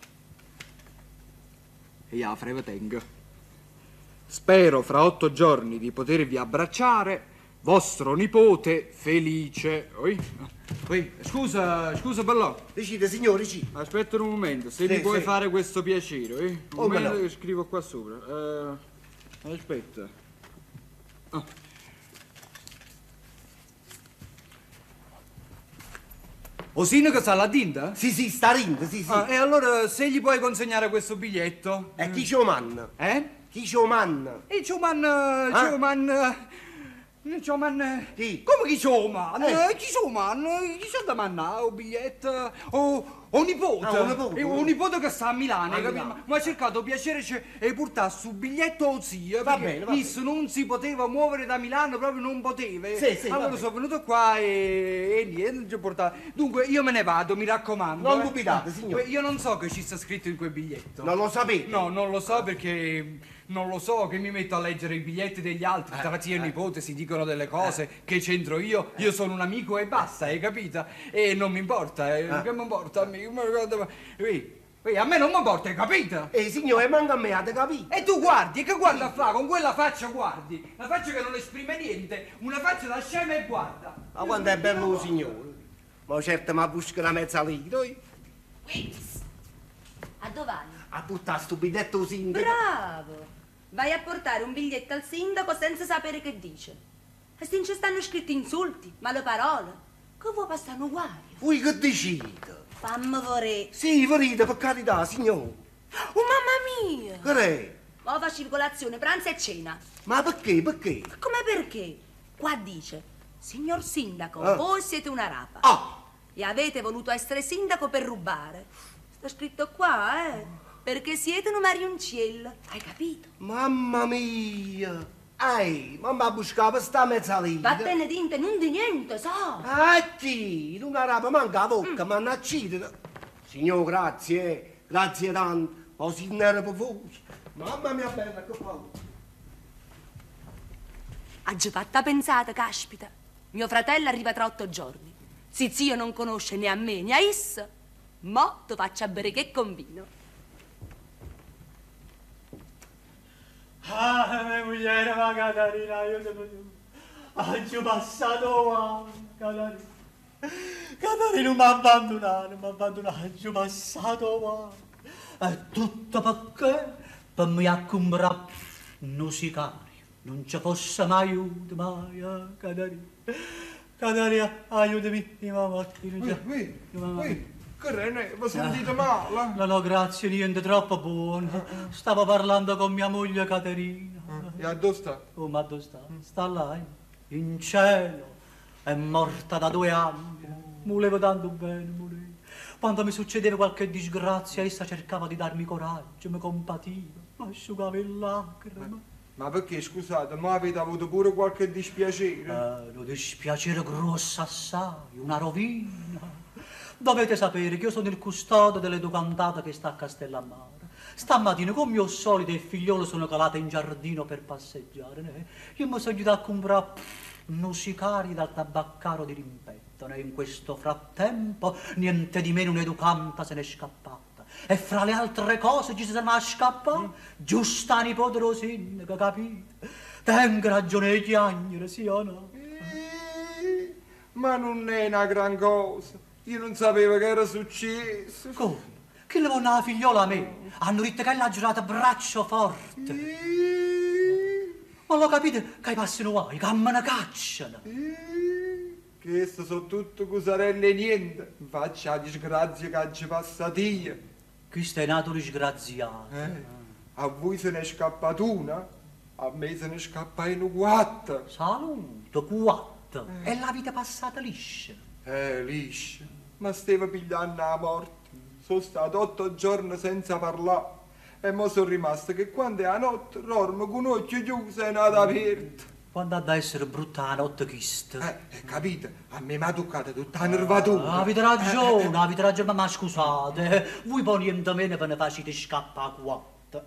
E io la tengo. Spero fra 8 giorni di potervi abbracciare, vostro nipote felice. Scusa Bellò. Decide, signori, sì. Aspetta un momento, se mi puoi fare questo piacere, Un momento che scrivo qua sopra. Aspetta. O sindaco sta là dinta? Sì, sta rindo, sì. E allora se gli puoi consegnare questo biglietto? E chi c'è un man? Chi c'è un man? Il Ciuman... Chi? Come chi c'è un man? Chi c'è un man? Chi c'è da mannare un biglietto? O nipote. Un nipote che sta a Milano, capito? Ma ha cercato piacere e portare su biglietto o zio. Va bene. Non si poteva muovere da Milano, proprio non poteva. Sì. Allora sono venuto qua e niente, ci ho portato. Dunque io me ne vado, mi raccomando. Non dubitate, signore. Io non so che ci sta scritto in quel biglietto. Non lo sapete? No, non lo so perché... Non lo so, che mi metto a leggere i biglietti degli altri, tra zio e nipote si dicono delle cose, che c'entro io sono un amico e basta, hai capito? E non mi importa, che mi importa a me? A me non mi importa, hai capito? Signore, manca a me, avete capito? E tu guardi, che guarda a fare? Con quella faccia guardi. Una faccia che non esprime niente, una faccia da scema e guarda. Ma quanto è bello il signore. Ma certo mi busca una mezza lira. A dove vai? A buttare stupidetto sindaco. Bravo! Vai a portare un biglietto al sindaco senza sapere che dice. E se ci stanno scritti insulti, male parole, che vuoi passare un guaio? Voi che decide? Fammi vorrei. Sì, vorrete, per carità, signore. Oh, mamma mia! Che è? Ova circolazione, pranzo e cena. Ma perché, perché? Come perché? Qua dice, signor sindaco, voi siete una rapa. E avete voluto essere sindaco per rubare. Sta scritto qua, perché siete un marioncello. Hai capito? Mamma mia! Mamma buscava sta mezza lira. Vattene dinte, non di niente, so. Chi? Una rapa manca la bocca, ma non accide. Signor, grazie, grazie tanto. Ho si nervo voce. Mamma mia bella, che paura. Ha già fatta pensata, caspita. Mio fratello arriva tra 8 giorni. Zio non conosce né a me né a essa. Mo' ti faccio a bere che combino. Mia moglie, ma Caterina, io te lo dico. Oggi passato, Caterina. Caterina non mi ha abbandonato, oggi passato, è tutto perché per me a comprare un sicario. Non ci fosse mai aiuto, mai, Caterina. Caterina, aiutami, mamma. Che René, vi sentite male? No, grazie, niente, troppo buono. Stavo parlando con mia moglie Caterina. E a dove sta? Oh, ma dove sta? Sta là, in cielo. È morta da 2 anni. Volevo tanto bene, volevo. Quando mi succedeva qualche disgrazia, essa cercava di darmi coraggio, mi compativa, mi asciugava le lacrime. Ma perché, scusate, ma avete avuto pure qualche dispiacere? Un dispiacere grosso assai, una rovina. Dovete sapere che io sono il custode dell'educandata che sta a Castellammare. Stamattina con mio solito e il figliolo sono calate in giardino per passeggiare. Io mi sono aiutato a comprare nosicari dal tabaccaro di rimpetto. In questo frattempo niente di meno un'educanta se n'è scappata. E fra le altre cose ci si sono scappati giusta nipote Rosinga, capite? Tengo ragione di chiagnere, sì o no? Ma non è una gran cosa. Io non sapevo che era successo. Come? Che le vanno la figliola a me? Hanno detto che l'ha giurata braccio forte. Ma lo capite che i passino guai, che me ne cacciano. Queste sono tutte cosarelle e niente. Faccia la disgrazia che ci passa via. Questo è nato disgraziato. A voi se ne è scappata una, a me se ne scappa in 4. Salute, 4. E la vita passata liscia. Liscia. Ma stava pigliando la morte. Sono stato 8 giorni senza parlare. E mo sono rimasto che quando è la notte dormo con un occhio chiuso e nato aperto. Quando ha da essere brutta la notte chista. Capite? A me mi ha toccato tutta la nervatura. Avete ragione, ma scusate. Voi poi niente meno ve ne facete scappare 4.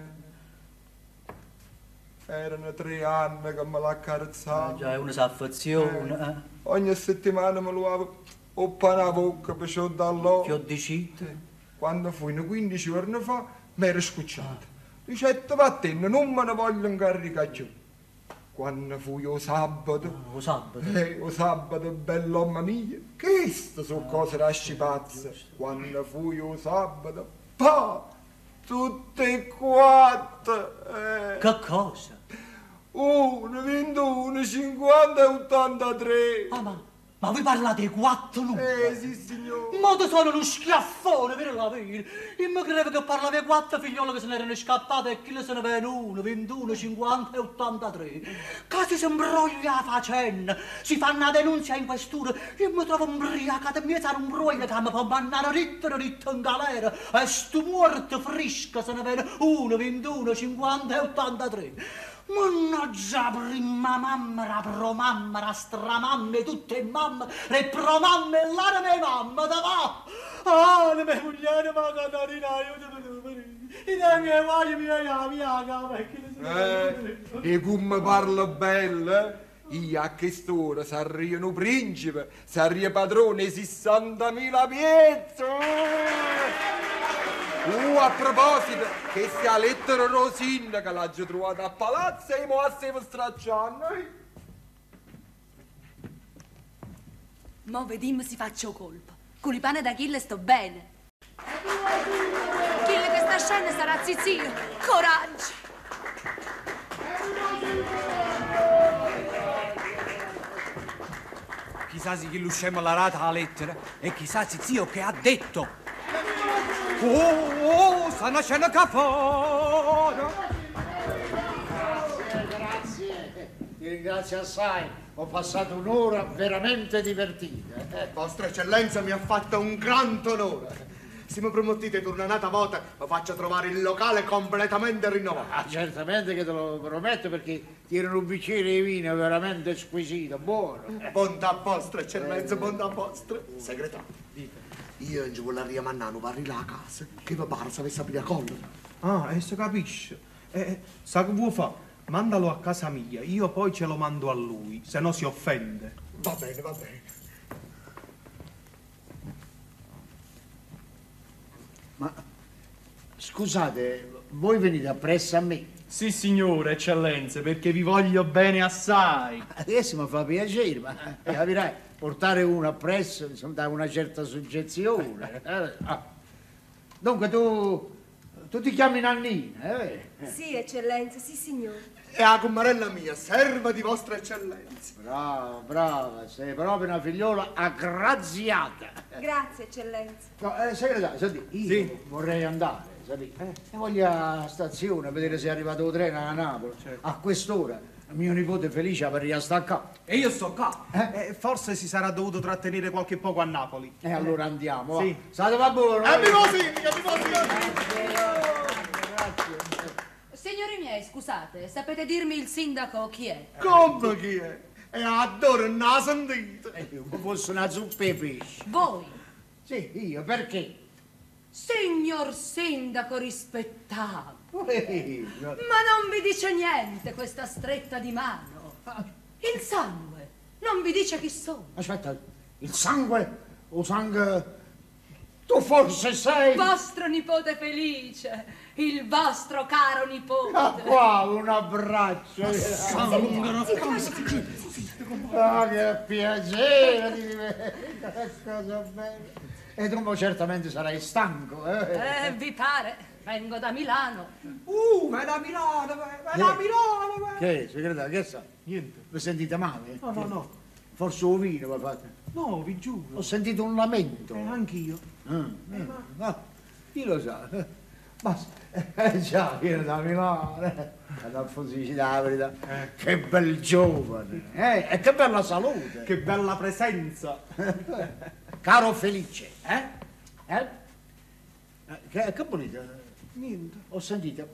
Erano 3 anni che me l'ha accarezzata. Già, è una s'affezione. Ogni settimana me lo avevo o pana bocca per ciò da là. Che ho deciso? Quando fui 15 giorni fa, mi ero scucciato. Dice, vattene, non me ne voglio incaricare più. Quando fui o sabato. O sabato? O sabato, bell'omma mia. Queste sono cose rasci pazze. Quando fui o sabato, tutte e 4. Che cosa? 1, 21, 50 e 83. Ma voi parlate di 4 numeri? Sì, signore. Ma tu sono uno schiaffone, per la verità. Io mi credevo che parlavi di 4 figlioli che se ne erano scappate e chi ne se ne vengono 1, 21, 50 e 83. Casi si imbroglia la faccenda, si fanno una denunzia in questura, io mi trovo imbriacata e mi sa un broglio che mi può mandare ritto in galera e sto morto fresco se ne vengono 1, 21, 50 e 83. Mannaggia prima mamma, la promamma, la stramamma, tutte mamme, le promamme e l'arme mamma, da va! Le mie moglie, ma Caterina, io te lo devo i miei guai, mia cava, E come parla bella, io a quest'ora sarei un principe, sarei padrone di 60.000 pietre! A proposito, che sia lettera Rosina che l'ha trovata a palazzo e mo a stiamo stracciando. Mo vediamo si faccia colpo. Con i pane d'Achille sto bene. Achille, questa scena sarà zizzio. Coraggio. Chissà se chi l'uscemo la rata la lettera e chissà se zio che ha detto. Oh, sta una scena caffè. Grazie, ti ringrazio assai. Ho passato un'ora veramente divertita. Vostra Eccellenza mi ha fatto un gran onore. Se mi promettete un'altra volta, vi faccio trovare il locale completamente rinnovato. Ah, certamente che te lo prometto perché tirano un bicchiere di vino veramente squisito, buono. Bontà vostra, Eccellenza, bontà vostra. Segretario, io non ci voglio riamannare, parli là a casa, che vi pare se avesse aprire a collo. Ah, e si capisce. Sa che vuoi fare? Mandalo a casa mia, io poi ce lo mando a lui, se no si offende. Va bene, va bene. Ma scusate, voi venite appresso a me? Sì, signore, eccellenze, perché vi voglio bene assai. Adesso mi fa piacere, ma capirai, portare uno appresso insomma, dà una certa soggezione. Dunque tu ti chiami Nannina, eh? Sì, eccellenza, sì, signore. E la commarella mia, serva di vostra Eccellenza. Brava, brava, sei proprio una figliola aggraziata. Grazie, eccellenza. No, segretario, senti, io vorrei andare, sai? E voglio a stazione a vedere se è arrivato il treno a Napoli. Certo. A quest'ora mio nipote Felice per sta qua. E io sto qua. Forse si sarà dovuto trattenere qualche poco a Napoli. E allora andiamo, Sì. va. State va buono. Grazie. Signori miei, scusate, sapete dirmi il sindaco chi è? Come chi è? E adoro non la sentite. Fosse una zuppa e pesce. Voi, Sì, io, perché? signor sindaco rispettato. Ma Ma non vi dice niente questa stretta di mano. Il sangue non vi dice chi sono. aspetta, il sangue, o sangue... Tu forse sei... Vostro nipote Felice, il vostro caro nipote. Ah, qua, un abbraccio. Ah, che piacere di vedere, cosa bella. E tu certamente sarai stanco, eh? Vi pare? Vengo da Milano. Ma è da Milano, ma è da Milano. Che, segretario, che sa? Niente. Vi sentite male? No, no, no. Forse un vino vi fate? No, vi giuro. Ho sentito un lamento. Anch'io. Ma chi lo sa? Basta. Già, viene da Milano. Ad Alfonsini, la verità. Che bel giovane. E che bella salute. Che bella presenza. Caro Felice. Che bonito. Niente. Ho sentito.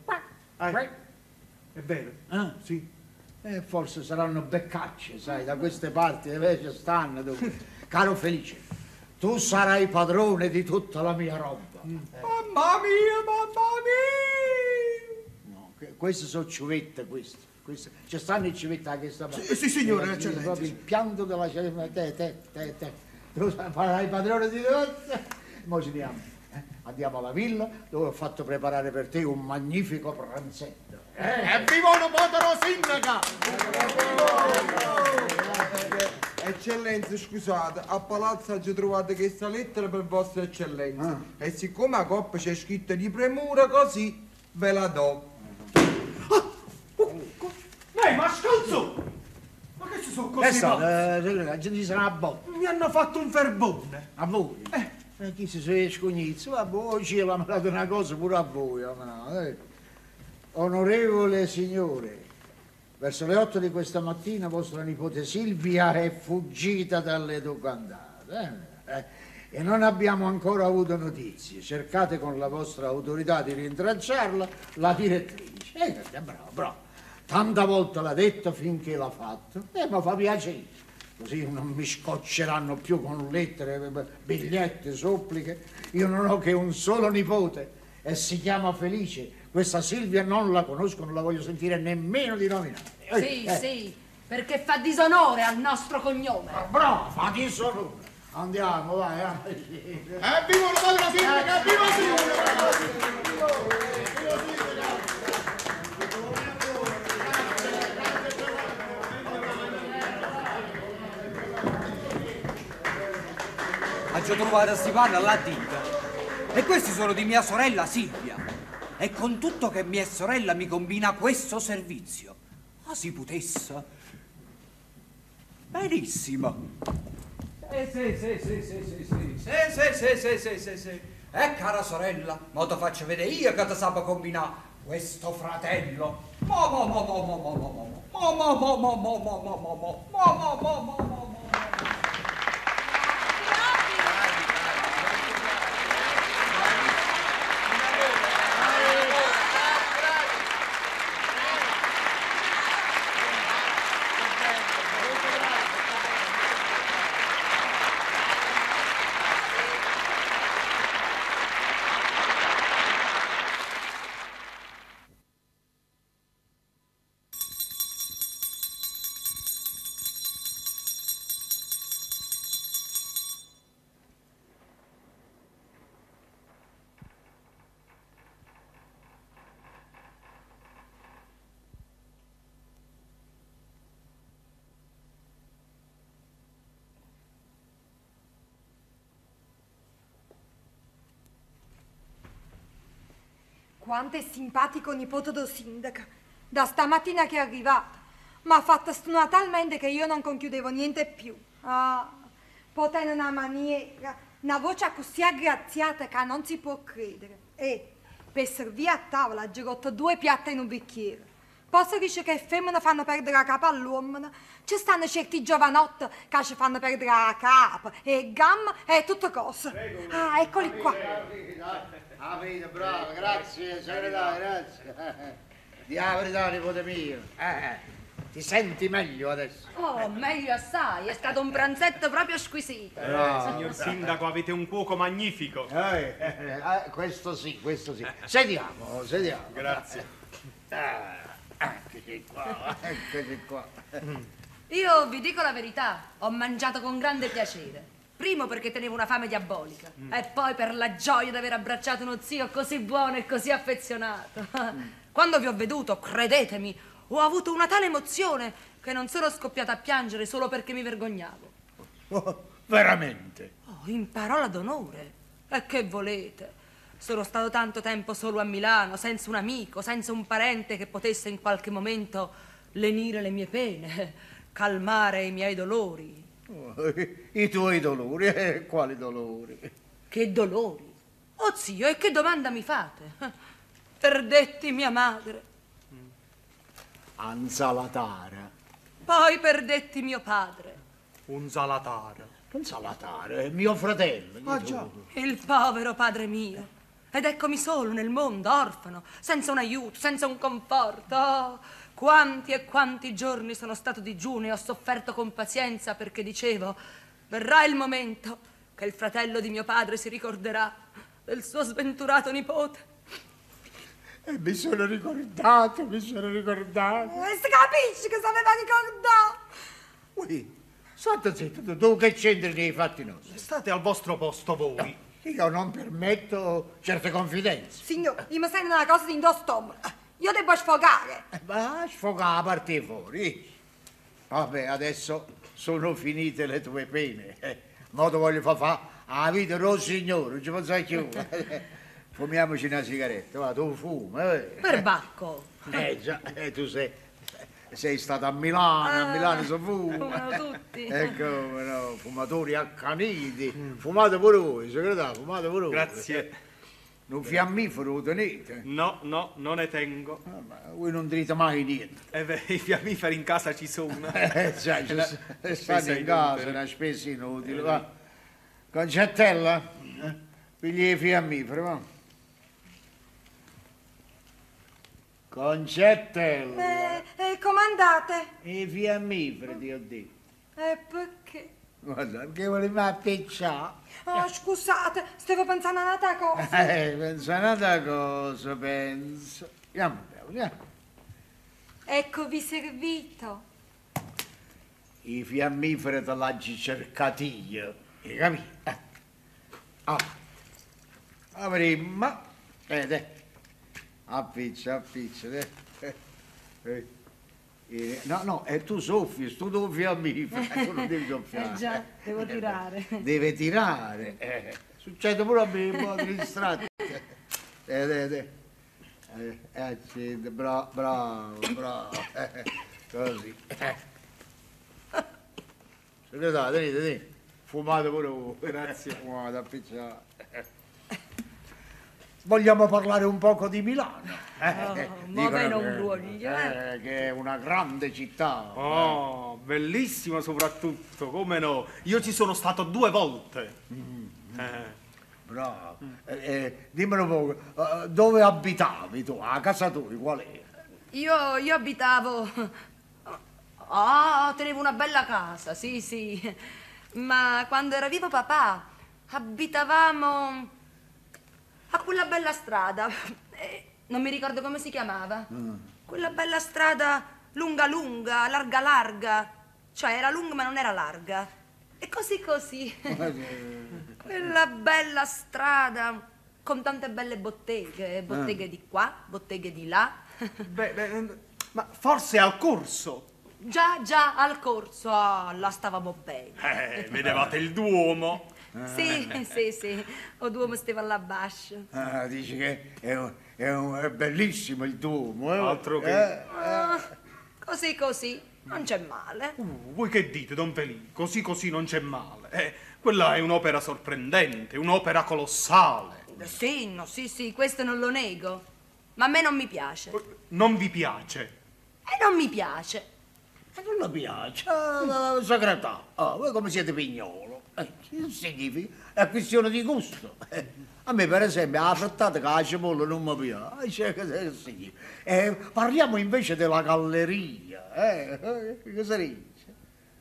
È vero? Ah. Sì. Forse saranno beccacce, sai, da queste parti invece stanno. Caro Felice, tu sarai padrone di tutta la mia roba. Mamma mia, mamma mia. No, queste sono ciuvette, queste. Ci stanno i ciuvette a questa parte. Sì, signore, È eccellenza. proprio il pianto della te. Tu sarai padrone di tutte. Mo ci andiamo. Andiamo alla villa dove ho fatto preparare per te un magnifico pranzetto. E viva un potero sindaca! Eccellenza, scusate, a palazzo ho trovato questa lettera per vostra eccellenza. E siccome a coppa c'è scritto di premura, così ve la do. Ma scalzo! Ma che ci sono così pazzi? La gente sarà a botta. Mi hanno fatto un verbone. A voi? Chi si scognizza? Vabbè, oggi l'ha mandato una cosa pure a voi. Onorevole signore, verso le 8 di questa mattina vostra nipote Silvia è fuggita dall'educandata e non abbiamo ancora avuto notizie. Cercate con la vostra autorità di rintracciarla, la direttrice. Bravo. Tanta volta l'ha detto finché l'ha fatto. Mi fa piacere. Così non mi scocceranno più con lettere, biglietti, suppliche. Io non ho che un solo nipote e si chiama Felice. Questa Silvia non la conosco, non la voglio sentire nemmeno di nominare. Sì, perché fa disonore al nostro cognome. Bravo, fa disonore. Andiamo, vai. E viva un potero sindaca, viva Silvia! trovato sti panni alla ditta. E questi sono di mia sorella Silvia. E con tutto che mia sorella mi combina questo servizio. Ma si potesse? Benissimo. Sì. E cara sorella, ma ti faccio vedere io che ti sapevo combinare questo fratello. Quanto è simpatico nipote del sindaco. Da stamattina che è arrivato. Mi ha fatto stunare talmente che io non conchiudevo niente più. Ah, poi tiene una maniera, una voce così aggraziata che non si può credere. E per servire a tavola ha girotto 2 piatti in un bicchiere. Poi si dice che le femmine fanno perdere la capa all'uomo. Ci stanno certi giovanotti che ci fanno perdere la capa e gamma e tutte cose. Prego, ah, eccoli qua. Ah, vedi, bravo, grazie, segretario, grazie. Di la verità, nipote mio. Ti senti meglio adesso? Oh, meglio assai, è stato un pranzetto proprio squisito. Signor Sindaco, avete un cuoco magnifico. Questo sì. Sediamo. Grazie. Eccoci qua. Io vi dico la verità, ho mangiato con grande piacere. Primo perché tenevo una fame diabolica e poi per la gioia di aver abbracciato uno zio così buono e così affezionato. Quando vi ho veduto, credetemi, ho avuto una tale emozione che non sono scoppiata a piangere solo perché mi vergognavo. Oh, veramente? Oh, in parola d'onore. E che volete? Sono stato tanto tempo solo a Milano, senza un amico, senza un parente che potesse in qualche momento lenire le mie pene, calmare i miei dolori. Oh, i tuoi dolori? Quali dolori? Che dolori? Oh zio, e che domanda mi fate? Perdetti mia madre. Anzalatara. Poi perdetti mio padre. Un zalataro. Un salatare, mio fratello. Ah, già. Il povero padre mio. Ed eccomi solo nel mondo, orfano, senza un aiuto, senza un conforto. Oh, quanti e quanti giorni sono stato digiuno e ho sofferto con pazienza perché dicevo, verrà il momento che il fratello di mio padre si ricorderà del suo sventurato nipote. E mi sono ricordato. E si capisce che sapeva ricordare. Ui, state zitto, tu che c'entri nei fatti nostri? State al vostro posto voi. Io non permetto certe confidenze. Signore, io mi sento una cosa di indosso stomaco. Io devo sfogare. Ma sfogare a partire fuori. Vabbè, adesso sono finite le tue pene. Mo' ti voglio fare la vita rossignore, non ci posso più. Fumiamoci una sigaretta, va, tu fuma. Perbacco. Già, tu sei stata a Milano si fuma. Fumano tutti. Come no, fumatori accaniti. Fumate pure voi, segretario, fumate pure voi. Grazie. Un fiammifero lo tenete? No, non ne tengo. Ma voi non dite mai niente. I fiammiferi in casa ci sono. Già, state in casa, una spesa inutile, va. Concettella, pigli i fiammiferi, va. Concettella. Come andate? I fiammiferi, ti ho detto. E perché? Guarda, perché volevo appicciare. Oh, scusate, stavo pensando a un'altra cosa. Pensa a un'altra cosa, penso. Andiamo. Eccovi servito. I fiammiferi te l'hai cercati io, hai capito? La prima, appiccia, No, e tu soffi, stu doffi a me, tu non devi soffiare. Già, devo tirare. Deve tirare. Succede pure a me, un po' di distratto. Bravo. Così. Segretario, tenete. Fumate pure voi. Grazie. Fumate, appicciate. Vogliamo parlare un poco di Milano. Ma bene un ruolino, che è una grande città. Oh, bellissima soprattutto, come no? Io ci sono stato 2 volte. Bravo. Dimmelo poco, dove abitavi tu? A casa tua, qual era? Io abitavo... tenevo una bella casa, sì. Ma quando era vivo papà, abitavamo a quella bella strada. Non mi ricordo come si chiamava. Quella bella strada lunga, larga. Cioè era lunga ma non era larga. E così. Quella bella strada con tante belle botteghe. Botteghe di qua, botteghe di là. Ma forse al corso. Già, al corso. Là stavamo bene. Vedevate il Duomo. Sì. O Duomo stava là bascio. Dici che è bellissimo il Duomo, Altro che... Così. Non c'è male. Voi che dite, Don Pelì? Così non c'è male. Quella è un'opera sorprendente, un'opera colossale. Sì, questo non lo nego. Ma a me non mi piace. Non vi piace? Non mi piace. Non le piace, segretario. Voi come siete pignolo? Che significa? È questione di gusto. A me, per esempio, la frittata con la cipolla non mi piace. Che significa? Parliamo invece della galleria. Cosa dice?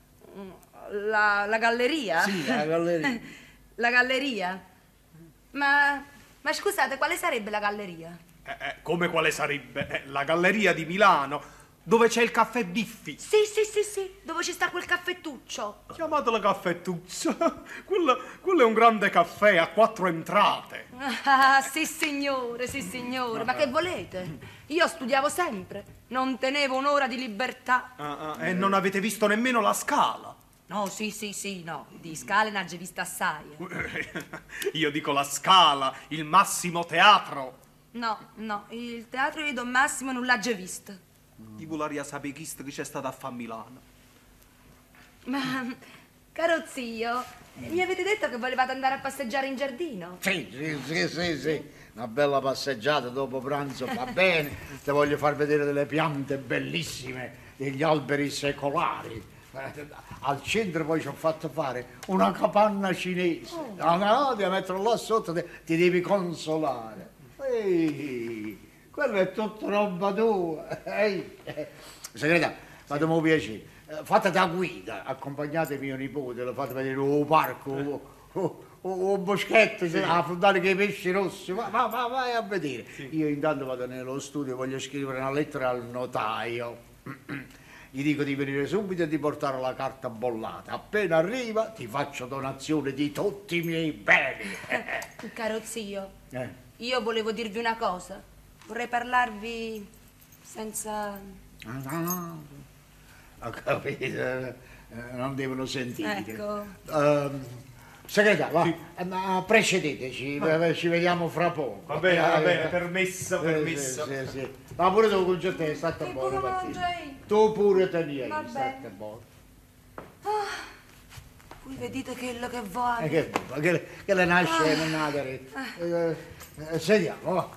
La galleria? Sì, la galleria. La galleria? Ma scusate, quale sarebbe la galleria? Come quale sarebbe? La galleria di Milano, dove c'è il caffè Biffi. Sì, dove ci sta quel caffettuccio. Chiamatelo caffettuccio. Quello è un grande caffè a 4 entrate. Sì, signore. Ma che volete? Io studiavo sempre, non tenevo un'ora di libertà. E non avete visto nemmeno la Scala? No, sì, no. Di scale ne ho già vista assai. Io dico la Scala, il massimo teatro. No, il teatro di Don Massimo non l'ha già visto. Chi volaria sapere chi c'è stato a fare a Milano? Ma, caro zio, mi avete detto che volevate andare a passeggiare in giardino? Sì. Una bella passeggiata dopo pranzo va bene. Ti voglio far vedere delle piante bellissime, degli alberi secolari. Al centro poi ci ho fatto fare una capanna cinese. No, devi metterlo là sotto, ti devi consolare. Quello è tutta roba tua. Segretario, fatemi un piacere. Fate da guida, accompagnate mio nipote, lo fate vedere un parco, un boschetto, a affrontare che i pesci rossi. Vai a vedere. Sì. Io intanto vado nello studio, voglio scrivere una lettera al notaio. Gli dico di venire subito e di portare la carta bollata. Appena arriva ti faccio donazione di tutti i miei beni. Caro zio, io volevo dirvi una cosa. Vorrei parlarvi senza... No, ho capito, non devono sentire. Ecco. Segretario, va, precedeteci, ci vediamo fra poco. Va bene, permesso. Sì. Ma pure tu con te, state buono. Tu pure te ne hai, state buono. Voi vedete quello che vuole. Che le nasce non nadere. Sediamo.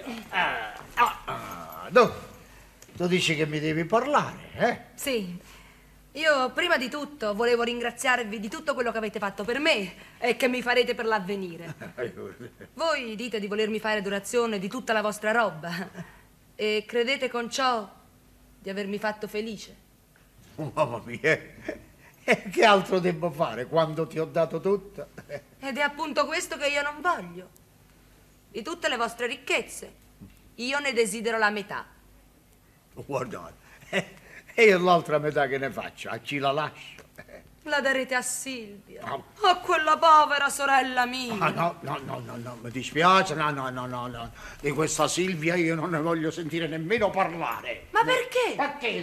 Tu dici che mi devi parlare, Sì. Io prima di tutto volevo ringraziarvi di tutto quello che avete fatto per me e che mi farete per l'avvenire. Voi dite di volermi fare donazione di tutta la vostra roba e credete con ciò di avermi fatto felice. Mamma mia, che altro devo fare quando ti ho dato tutto? Ed è appunto questo che io non voglio. Di tutte le vostre ricchezze, io ne desidero la metà. Guardate, e io l'altra metà che ne faccio? A chi la lascio? La darete a Silvia, a quella povera sorella mia. No, mi dispiace, no. Di questa Silvia io non ne voglio sentire nemmeno parlare. Ma perché?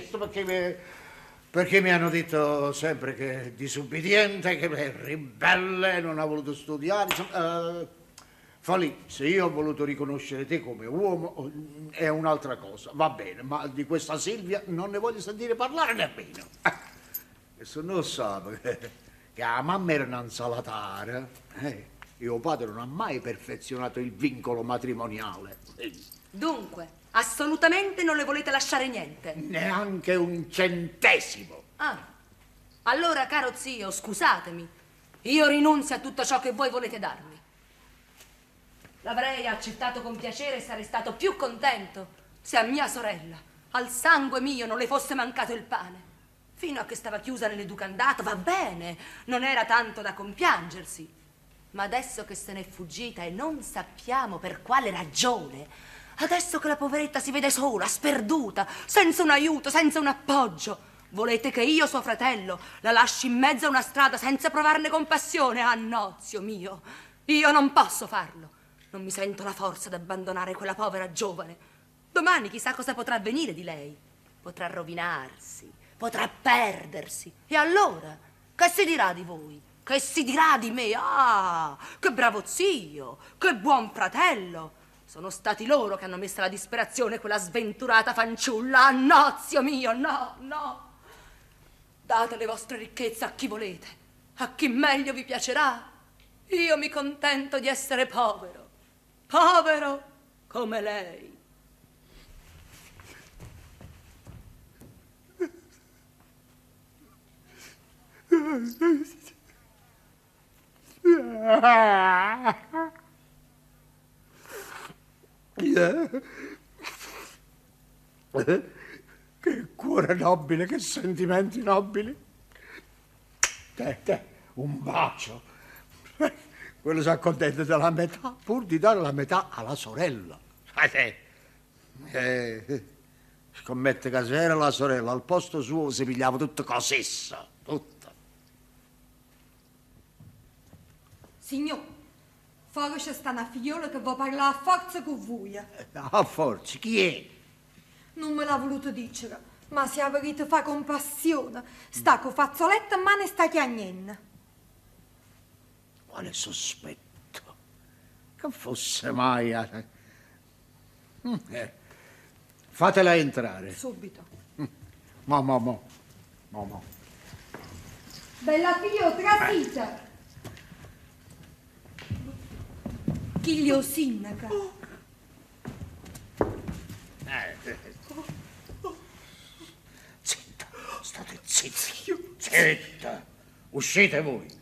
Perché mi hanno detto sempre che è disubbidiente, che è ribelle, non ha voluto studiare. Insomma, Falì, se io ho voluto riconoscere te come uomo è un'altra cosa, va bene, ma di questa Silvia non ne voglio sentire parlare nemmeno. E se non sa che la mamma era un'insalatara, e il padre non ha mai perfezionato il vincolo matrimoniale. Dunque, assolutamente non le volete lasciare niente? Neanche un centesimo. Ah, allora, caro zio, scusatemi, io rinunzio a tutto ciò che voi volete darmi. L'avrei accettato con piacere e sarei stato più contento se a mia sorella, al sangue mio, non le fosse mancato il pane. Fino a che stava chiusa nell'educandato, va bene, non era tanto da compiangersi. Ma adesso che se n'è fuggita e non sappiamo per quale ragione, adesso che la poveretta si vede sola, sperduta, senza un aiuto, senza un appoggio, volete che io, suo fratello, la lasci in mezzo a una strada senza provarne compassione? Ah no, zio mio, io non posso farlo. Non mi sento la forza di abbandonare quella povera giovane. Domani chissà cosa potrà avvenire di lei. Potrà rovinarsi, potrà perdersi. E allora, che si dirà di voi? Che si dirà di me? Ah, che bravo zio, che buon fratello. Sono stati loro che hanno messo alla disperazione quella sventurata fanciulla. Ah, no, zio mio, no. Date le vostre ricchezze a chi volete, a chi meglio vi piacerà. Io mi contento di essere povero come lei. Che cuore nobile, che sentimenti nobili. Te, un bacio. Quello si accontenta della metà, pur di dare la metà alla sorella. Scommette che se era la sorella, al posto suo si pigliava tutta cosessa, tutta. Signor, fuori c'è sta una figliola che vuole parlare a forza con voi. A forza, chi è? Non me l'ha voluto dire, ma se avrete fa compassione, sta con fazzoletto in mano e sta chiagnendo. Quale sospetto? Che fosse mai... Fatela entrare. Subito. Mo. Bella figlio, trasita. Chiglio sindaca. Zitta, state zitti. Zitta. Uscite voi.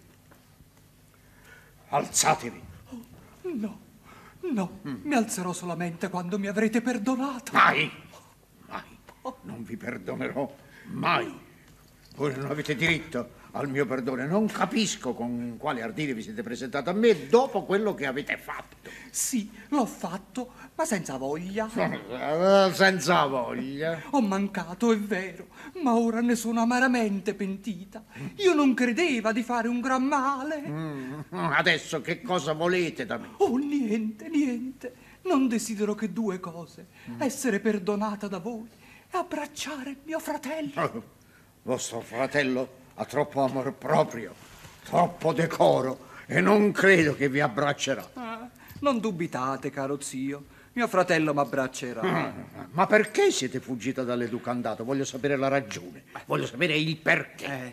Alzatevi. No, mi alzerò solamente quando mi avrete perdonato. Mai. Non vi perdonerò mai. Voi non avete diritto al mio perdono. Non capisco con quale ardire vi siete presentato a me dopo quello che avete fatto. Sì, l'ho fatto, ma senza voglia. Senza voglia. Ho mancato, è vero, ma ora ne sono amaramente pentita. Io non credeva di fare un gran male. Adesso che cosa volete da me? Oh, niente. Non desidero che due cose. Essere perdonata da voi e abbracciare mio fratello. Vostro fratello ha troppo amor proprio, troppo decoro e non credo che vi abbraccerà. Non dubitate, caro zio, mio fratello mi abbraccerà. Ma perché siete fuggita dall'educandato? Voglio sapere la ragione, voglio sapere il perché.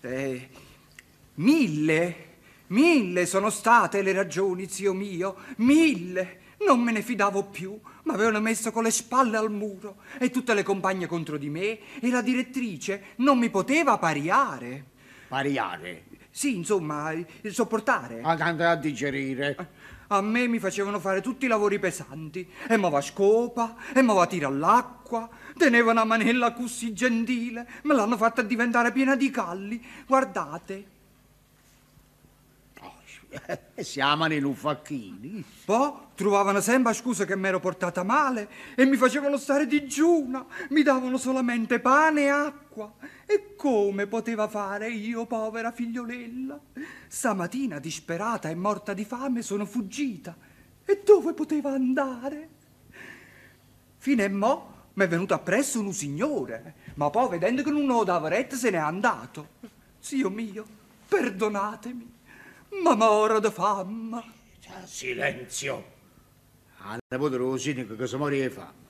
Mille sono state le ragioni, zio mio, 1000. Non me ne fidavo più, mi avevano messo con le spalle al muro e tutte le compagne contro di me e la direttrice non mi poteva pariare. Pariare? Sì, insomma, sopportare. Andare a digerire. A me mi facevano fare tutti i lavori pesanti e mo va scopa e mo va tira all'acqua. Teneva una manella così gentile, me l'hanno fatta diventare piena di calli. Guardate. Si amano in un facchini. Poi trovavano sempre scusa che mi ero portata male e mi facevano stare digiuna. Mi davano solamente pane e acqua. E come poteva fare io, povera figliolella? Stamattina, disperata e morta di fame, sono fuggita. E dove poteva andare? Fino a mo' mi è venuto appresso un signore, ma poi vedendo che non lo dava retta se n'è andato. Zio mio, perdonatemi, ma moro di fame. Silenzio. Alle poderosine che cosa morì di fame.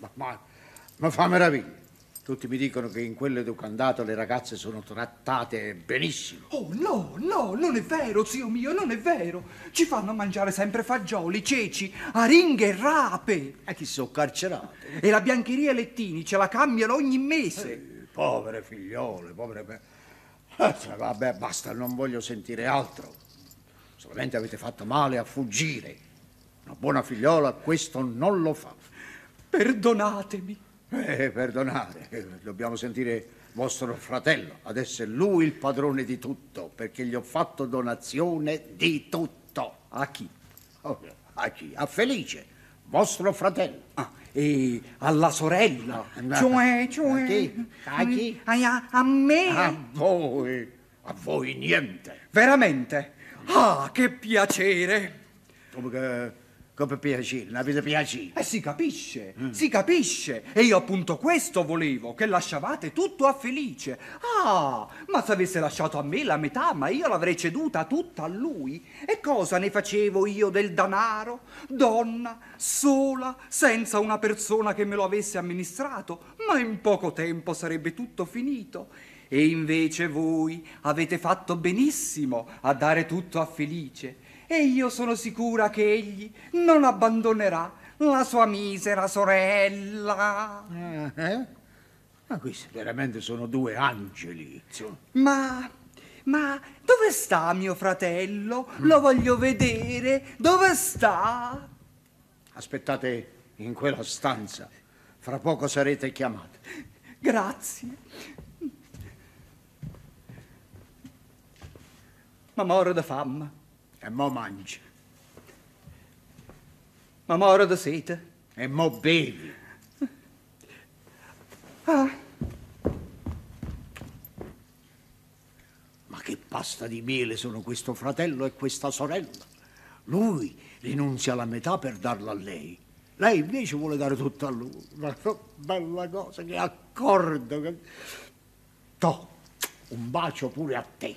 Ma fa meraviglia. Tutti mi dicono che in quelle educandato le ragazze sono trattate benissimo. Oh no, non è vero, zio mio, non è vero. Ci fanno mangiare sempre fagioli, ceci, aringhe e rape. E chi sono carcerate? E la biancheria e lettini ce la cambiano ogni mese. Povere figliole, povere... vabbè, basta, non voglio sentire altro. Solamente avete fatto male a fuggire. Una buona figliola questo non lo fa. Perdonatemi. Perdonare, dobbiamo sentire vostro fratello. Adesso è lui il padrone di tutto, perché gli ho fatto donazione di tutto. A chi? A chi? A Felice, vostro fratello. E alla sorella? Cioè? A chi? A chi? A me? A voi niente. Veramente? Ah, che piacere. Come piacere, non avete piacere? Si capisce. E io appunto questo volevo, che lasciavate tutto a Felice. Ah, ma se avesse lasciato a me la metà, ma io l'avrei ceduta tutta a lui. E cosa ne facevo io del danaro? Donna, sola, senza una persona che me lo avesse amministrato, ma in poco tempo sarebbe tutto finito. E invece voi avete fatto benissimo a dare tutto a Felice. E io sono sicura che egli non abbandonerà la sua misera sorella. Ma questi veramente sono due angeli. Ma dove sta mio fratello? Lo voglio vedere. Dove sta? Aspettate in quella stanza. Fra poco sarete chiamati. Grazie. Ma moro da fame. E mo mangi. Ma moro da sete. E mo bevi. Ma che pasta di miele sono questo fratello e questa sorella. Lui rinunzia alla metà per darla a lei. Lei invece vuole dare tutto a lui. Ma bella cosa, che accordo. Toh, un bacio pure a te.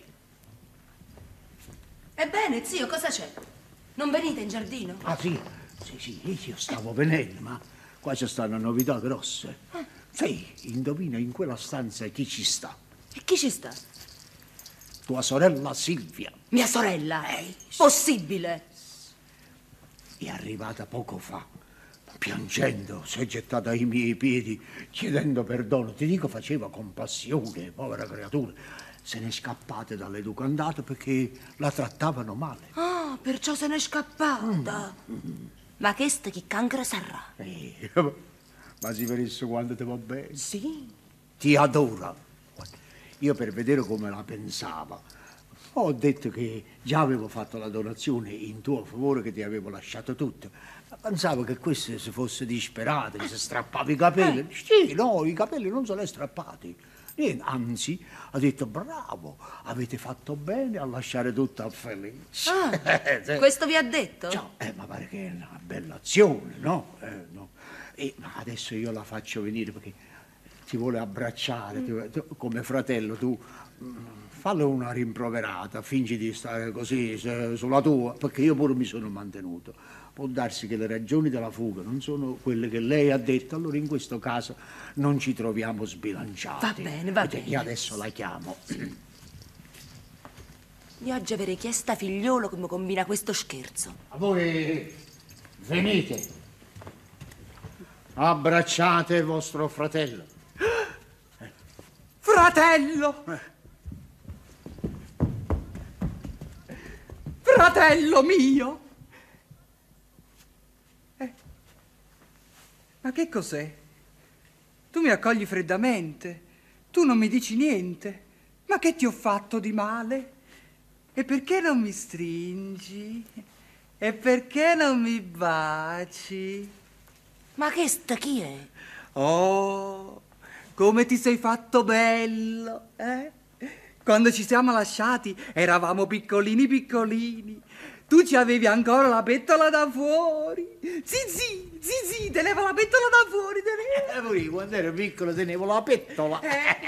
Ebbene, zio, cosa c'è? Non venite in giardino? Sì, io stavo venendo, ma qua ci stanno novità grosse. Sì, indovina in quella stanza chi ci sta. E chi ci sta? Tua sorella Silvia. Mia sorella? Possibile? È arrivata poco fa. Piangendo, si è gettata ai miei piedi, chiedendo perdono. Ti dico, faceva compassione, povera creatura. Se n'è scappate dall'educandato perché la trattavano male. Ah, perciò se n'è scappata. Ma che cancro sarà? Ma si venisse quando ti va bene. Sì. Ti adora. Io per vedere come la pensava, ho detto che già avevo fatto la donazione in tuo favore, che ti avevo lasciato tutto. Ma pensavo che questo si fosse disperato, che si strappava i capelli. Sì, no, i capelli non se li ha strappati. E anzi, ha detto, bravo, avete fatto bene a lasciare tutto a Felice. Questo vi ha detto? Ma pare che è una bella azione, no? No. Ma adesso io la faccio venire perché ti vuole abbracciare, come fratello tu. Fallo una rimproverata, fingi di stare così sulla tua, perché io pure mi sono mantenuto. Può darsi che le ragioni della fuga non sono quelle che lei ha detto, allora in questo caso non ci troviamo sbilanciati. Va bene. Io adesso la chiamo. Io oggi avrei chiesto a figliolo come combina questo scherzo. A voi venite, abbracciate vostro fratello. Fratello! Fratello mio! Ma che cos'è? Tu mi accogli freddamente, tu non mi dici niente. Ma che ti ho fatto di male? E perché non mi stringi? E perché non mi baci? Ma che sta chi è? Oh, come ti sei fatto bello, eh? Quando ci siamo lasciati eravamo piccolini piccolini. Tu ci avevi ancora la pettola da fuori. Zizi, teneva la pettola da fuori. Pure io, quando ero piccolo tenevo la pettola.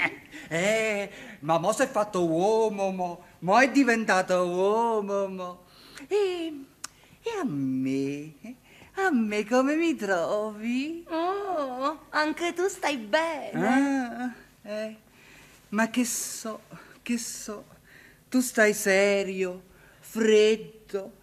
Ma mo si è fatto uomo, mo è diventato uomo, mo. E a me come mi trovi? Oh, anche tu stai bene. Ma che so, tu stai serio, freddo.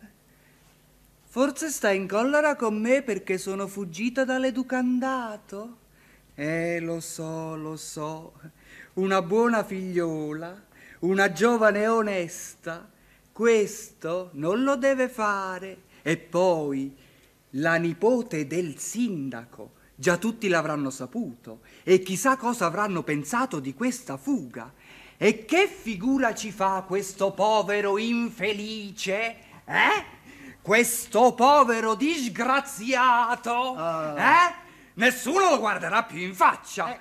Forse stai in collera con me perché sono fuggita dall'educandato? Lo so. Una buona figliola, una giovane e onesta, questo non lo deve fare. E poi la nipote del sindaco, già tutti l'avranno saputo, e chissà cosa avranno pensato di questa fuga. E che figura ci fa questo povero infelice? Questo povero disgraziato? Nessuno lo guarderà più in faccia.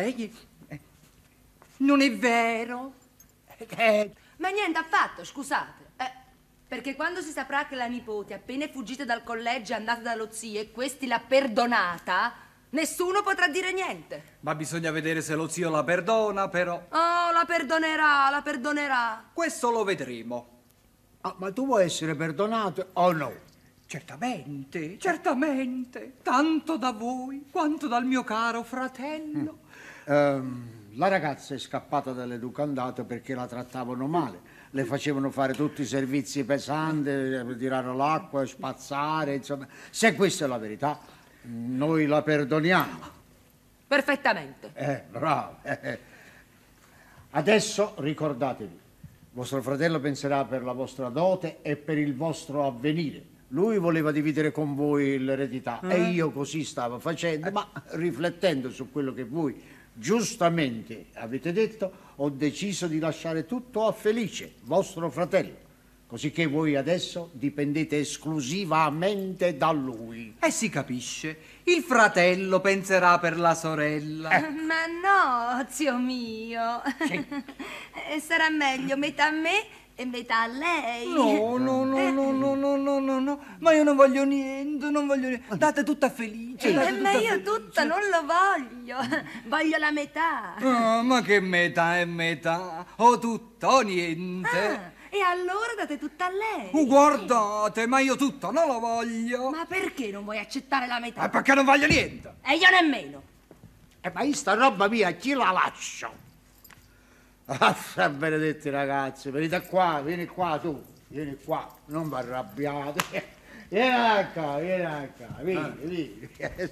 Non è vero? Ma niente affatto, scusate. Perché quando si saprà che la nipote, appena è fuggita dal collegio, è andata dallo zio e questi l'ha perdonata, nessuno potrà dire niente. Ma bisogna vedere se lo zio la perdona, però. Oh, la perdonerà. Questo lo vedremo. Ma tu vuoi essere perdonato o no? Certamente. Tanto da voi quanto dal mio caro fratello. La ragazza è scappata dall'educandato perché la trattavano male. Le facevano fare tutti i servizi pesanti, tirare l'acqua, spazzare, insomma. Se questa è la verità, noi la perdoniamo. Perfettamente. Bravo. Adesso ricordatevi, vostro fratello penserà per la vostra dote e per il vostro avvenire. Lui voleva dividere con voi l'eredità e io così stavo facendo, ma riflettendo su quello che voi giustamente avete detto, ho deciso di lasciare tutto a Felice, vostro fratello, così che voi adesso dipendete esclusivamente da lui. Si capisce, il fratello penserà per la sorella. Ma no, zio mio. Sarà meglio metà a me e metà a lei. No, ma io non voglio niente. Date tutta a Felice. Ma io tutta non lo voglio. Voglio la metà. Ma che metà è metà? O tutto o niente. E allora date tutta a lei. Guardate, ma io tutto non lo voglio. Ma perché non vuoi accettare la metà? Perché non voglio niente. E io nemmeno. Ma io sta roba mia chi la lascio? Benedetti ragazzi, venite qua, vieni qua tu, vieni qua, non vi arrabbiate. Vieni qua, vieni.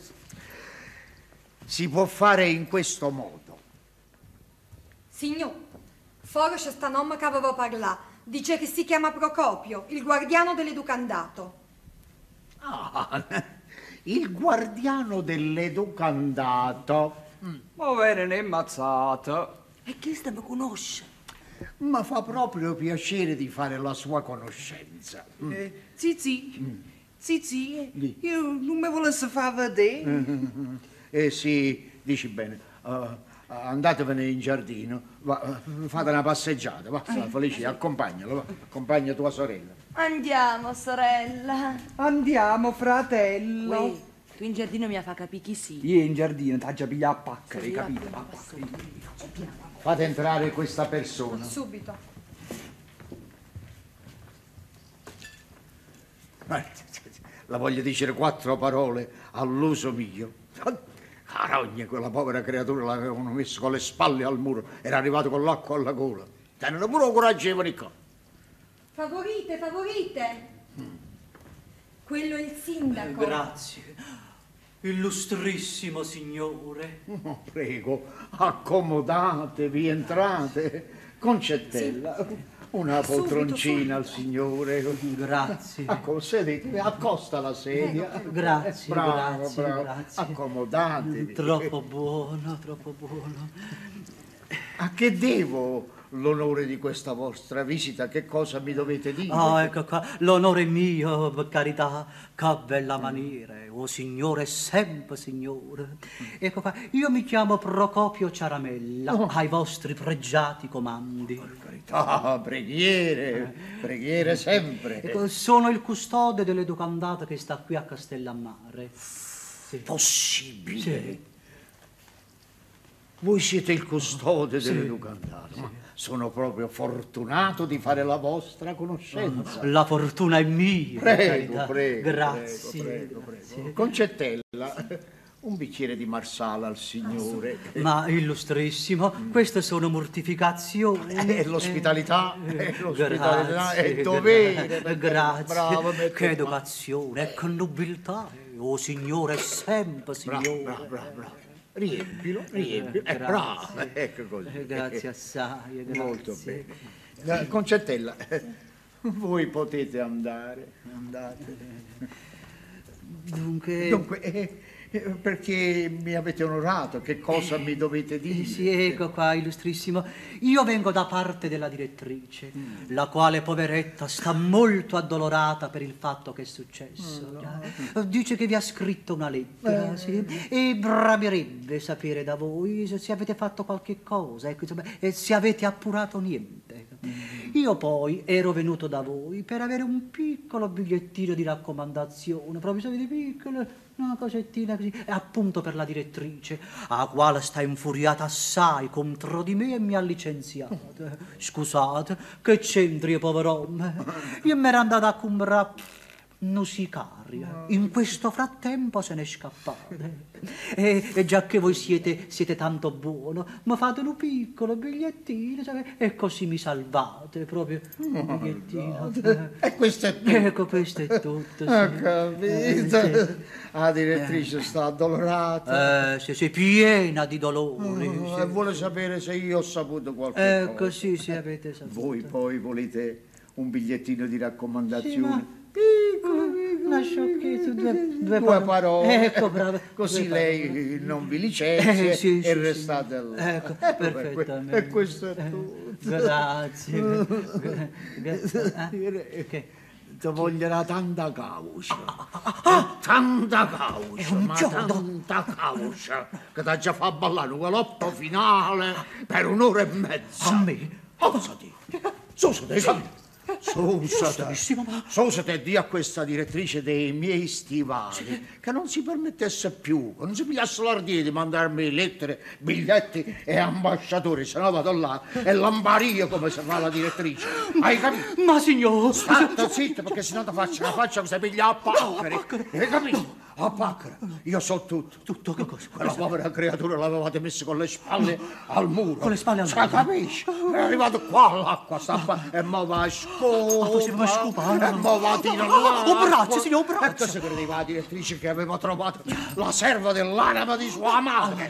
Si può fare in questo modo. Signor, fuori c'è sta nonna che avevo parlato. Dice che si chiama Procopio, il guardiano dell'educandato. Il guardiano dell'educandato. Ma bene, ne è mazzato. E chi sta mi conosce? Ma fa proprio piacere di fare la sua conoscenza. Zizi, io non mi volessi far vedere. Sì, dici bene. Andatevene in giardino, fate una passeggiata, va, Felice, accompagnalo, va. Accompagna tua sorella. Andiamo, sorella. Andiamo, fratello. Uè, tu in giardino mi fa capire chi sì. Io in giardino t'ha già pigliato a paccare, Sì, capito? Fate entrare questa persona. Subito. La voglio dire 4 parole all'uso mio. Carogna, quella povera creatura l'avevano messo con le spalle al muro, era arrivato con l'acqua alla gola. Tengono pure un coraggio di venire qua. Favorite. Quello è il sindaco. Grazie, illustrissimo signore. Prego, accomodatevi, entrate. Concettella, una poltroncina al signore. Grazie. Sedetevi, accosta la sedia. Grazie, bravo. grazie. Accomodatevi. Troppo buono. A che devo l'onore di questa vostra visita, che cosa mi dovete dire? Ah, ecco qua, l'onore è mio, per carità, che bella maniera, oh signore, sempre signore. Ecco qua, io mi chiamo Procopio Ciaramella, ai vostri pregiati comandi. Ah, preghiere, preghiere sempre. Ecco, sono il custode dell'educandata che sta qui a Castellammare. Sì. Possibile? Sì. Voi siete il custode Sì. dell'educandato. Ma sono proprio fortunato di fare la vostra conoscenza. La fortuna è mia. Prego, carità. prego. Grazie. Prego. Sì. Concettella, un bicchiere di marsala al signore. Ma illustrissimo, queste sono mortificazioni. L'ospitalità, l'ospitalità Grazie, è dovere. Grazie. Bravo, che educazione, che nobiltà. Oh signore, sempre signore. Bravo. Riempilo. Bravo, ecco così. Grazie assai, grazie. Molto bene. Concettella, voi potete andare. Andate. Dunque, perché mi avete onorato, che cosa mi dovete dire? Sì, ecco qua, illustrissimo. Io vengo da parte della direttrice, la quale, poveretta, sta molto addolorata per il fatto che è successo. Dice che vi ha scritto una lettera, sì, e bramerebbe sapere da voi se avete fatto qualche cosa, ecco, insomma, e se avete appurato niente. Io poi ero venuto da voi per avere un piccolo bigliettino di raccomandazione, proprio sapete, piccolo, una cosettina così, e appunto per la direttrice, la quale sta infuriata assai contro di me e mi ha licenziato. Scusate, che c'entri, pover'uomo? Io mi ero andata a comprare nusicaria. In questo frattempo se n'è scappata. E già che voi siete tanto buono, mi fate un piccolo bigliettino, e così mi salvate, proprio un bigliettino. E questo è tutto. Ecco, questo è tutto. Sì. Ho capito. Sì. La direttrice sta addolorata. Sei piena di dolori. E vuole sapere se io ho saputo qualcosa. Ecco, sì, avete saputo. Voi poi volete un bigliettino di raccomandazione? Una sciocchezza, due parole. Ecco, bravo. Così lei non vi licenzia sì, e restate là. Ecco, perfettamente. E questo è tutto. Grazie. Che? Ti voglierà tanta causa. Tanta causa, ma tanta causa. Che ti ha già fatto ballare un galoppo finale per un'ora e mezza. A me? Osati. Susate. Susate e di a questa direttrice dei miei stivali che non si permettesse più, che non si pigliasse l'ardire di mandarmi lettere, biglietti e ambasciatori, se no vado là e lambario come se fa la direttrice. Hai capito? Ma signor! State zitto, perché sennò ti faccio una faccia che si piglia a pacchere. Hai capito? A pacchere. Io so tutto. Tutto che cosa? Quella povera creatura l'avevate messa con le spalle al muro. Con le spalle al muro? Capisci? È arrivato qua l'acqua, sta qua, e mo va a scopa. E mo va a tirare l'acqua. Un braccio, signor, un braccio. E cosa credeva la direttrice che aveva trovato la serva dell'anima di sua madre?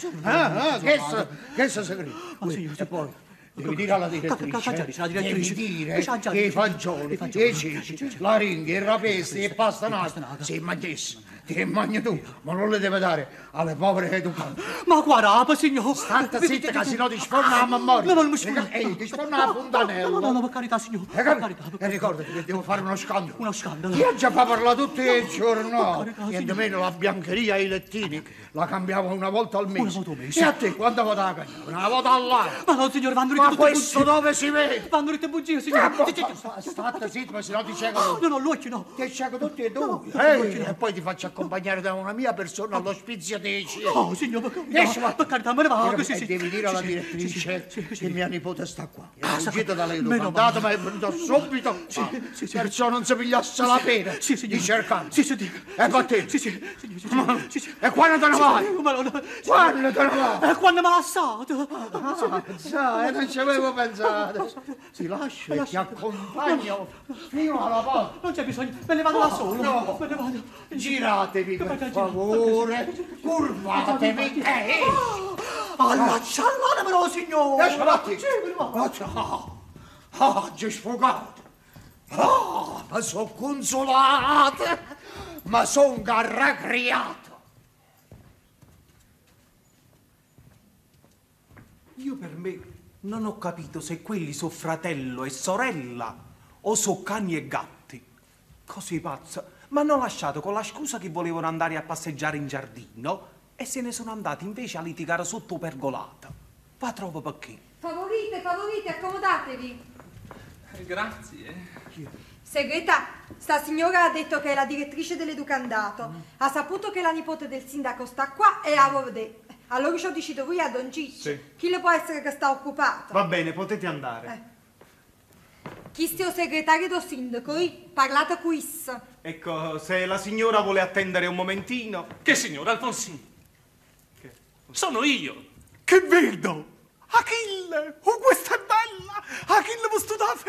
Che si crede? E poi devi dire alla direttrice, devi dire che i fagioli, i ceci, la ringhe, il rapesti e il pastanato si mangiasse. Ti mangi tu, ma non le deve dare alle povere educate. Ma guarda, signor! State zitta, che sennò ti sforna a memoria. No, non mi sforna. Ti sforna la fontanella. No, per carità, signor. E ricordati che devo fare uno scandalo. Uno scandalo? Io già fa parlare tutti i giorni. Niente meno la biancheria e i lettini la cambiamo una volta al mese. Una volta al mese? E a te quando vado a cambiare? Una volta all'anno. Ma no, signor, vanno Ma questo dove si vede? Vanno tutte bugie, signor. State zitto, ma sennò ti cieco. No, l'occhio no. Ti cieco tutti e due. E poi ti faccio accompagnare da una mia persona all'ospizio dei cieli. Oh, signor, per carità, me ne va. E devi dire alla direttrice che mia nipote sta qua. È fuggita da lei l'ufandato, ma è venuta subito. Perciò non si pigliasse la pena di cercare. E battete. E quando te ne vai? Quando te ne vai? E quando me l'ha assato? Sai, non ci avevo pensato. Ti lascio e ti accompagno fino alla porta. Non c'è bisogno, me ne vado da solo. No, me ne vado. Giratevi per favore, curvatevi. Allacciatemelo, signore. Lasciati. Sì, me ne vado. Oggi sfogato. Ma sono consolato, ma sono carracriato. Io per me Non ho capito se quelli sono fratello e sorella o so cani e gatti. Così pazza. Ma hanno lasciato con la scusa che volevano andare a passeggiare in giardino e se ne sono andati invece a litigare sotto pergolata. Va troppo perché? Favorite, accomodatevi. Grazie. Segreta, sta signora ha detto che è la direttrice dell'educandato. Ha saputo che la nipote del sindaco sta qua e la vuole vedere. Allora ci ho deciso voi a Don Ciccio. Sì. Chi le può essere che sta occupato? Va bene, potete andare. Chi sia il segretario del sindaco? Parlate qui. Ecco, se la signora vuole attendere un momentino. Che signora Alfonsini? Che? Sono io. Che vedo! Achille! Oh, questa è bella! Achille vestito da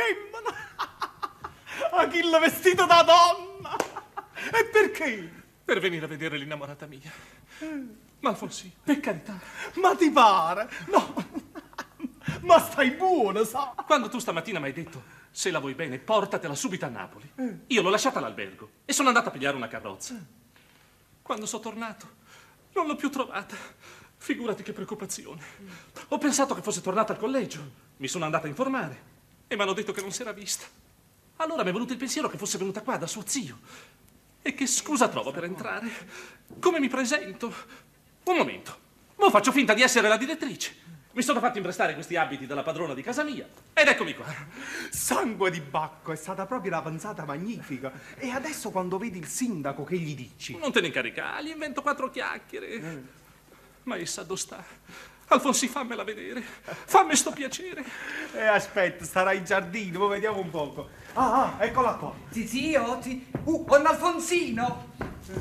femmina! Achille vestito da donna! E perché? Per venire a vedere l'innamorata mia. Ma Alfonsini, per carità. Ma ti pare? No! Ma stai buono, sa? Quando tu stamattina mi hai detto, se la vuoi bene, portatela subito a Napoli. Io l'ho lasciata all'albergo e sono andata a pigliare una carrozza. Quando sono tornato, non l'ho più trovata. Figurati che preoccupazione. Ho pensato che fosse tornata al collegio. Mi sono andata a informare e mi hanno detto che non si era vista. Allora mi è venuto il pensiero che fosse venuta qua da suo zio. E che scusa trovo per entrare? Come mi presento? Un momento. Mo faccio finta di essere la direttrice. Mi sono fatto imprestare questi abiti dalla padrona di casa mia ed eccomi qua. Sangue di Bacco, è stata proprio una pensata magnifica. E adesso quando vedi il sindaco, che gli dici? Non te ne incaricare, gli invento 4 chiacchiere. Ma essa dove sta? Alfonsi, fammela vedere. Fammi sto piacere. Aspetta, starà in giardino, poi vediamo un poco. Eccola qua. Zio, Don Alfonsino.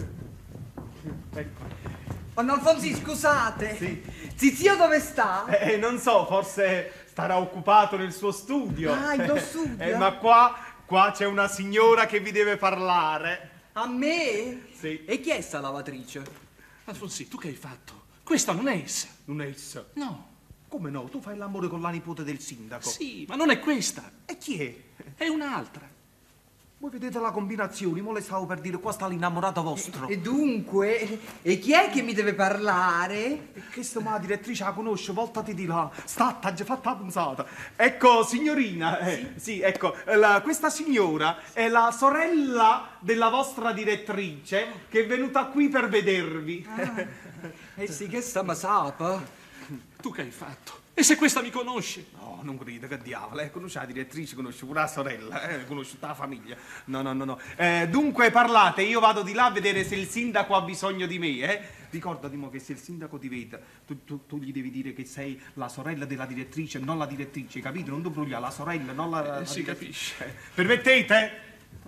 Ecco. Don Alfonsino, scusate. Sì. Zio dove sta? Non so, forse starà occupato nel suo studio. Ah, il tuo studio? Ma qua c'è una signora che vi deve parlare. A me? Sì. E chi è sta lavatrice? Alfonsi, tu che hai fatto? Questa non è essa. Non è essa? No. Come no? Tu fai l'amore con la nipote del sindaco. Sì, ma non è questa. E chi è? È un'altra. Voi vedete la combinazione, mo le stavo per dire, qua sta l'innamorato vostro. E dunque, e chi è che mi deve parlare? E che sta ma la direttrice la conosce, voltati di là. Sta già fatta la pensata. Ecco, signorina, sì, ecco, questa signora è la sorella della vostra direttrice che è venuta qui per vedervi. Sì, che sta ma sapa? Tu che hai fatto? E se questa mi conosce? No, non credo, che diavolo, conosce la direttrice, conosce pure la sorella, conosce tutta la famiglia. No. Dunque parlate, io vado di là a vedere se il sindaco ha bisogno di me, Ricordati mo che se il sindaco ti vede, tu gli devi dire che sei la sorella della direttrice, non la direttrice, capito? Non tu bruglia, la sorella, non la Si capisce. Permettete?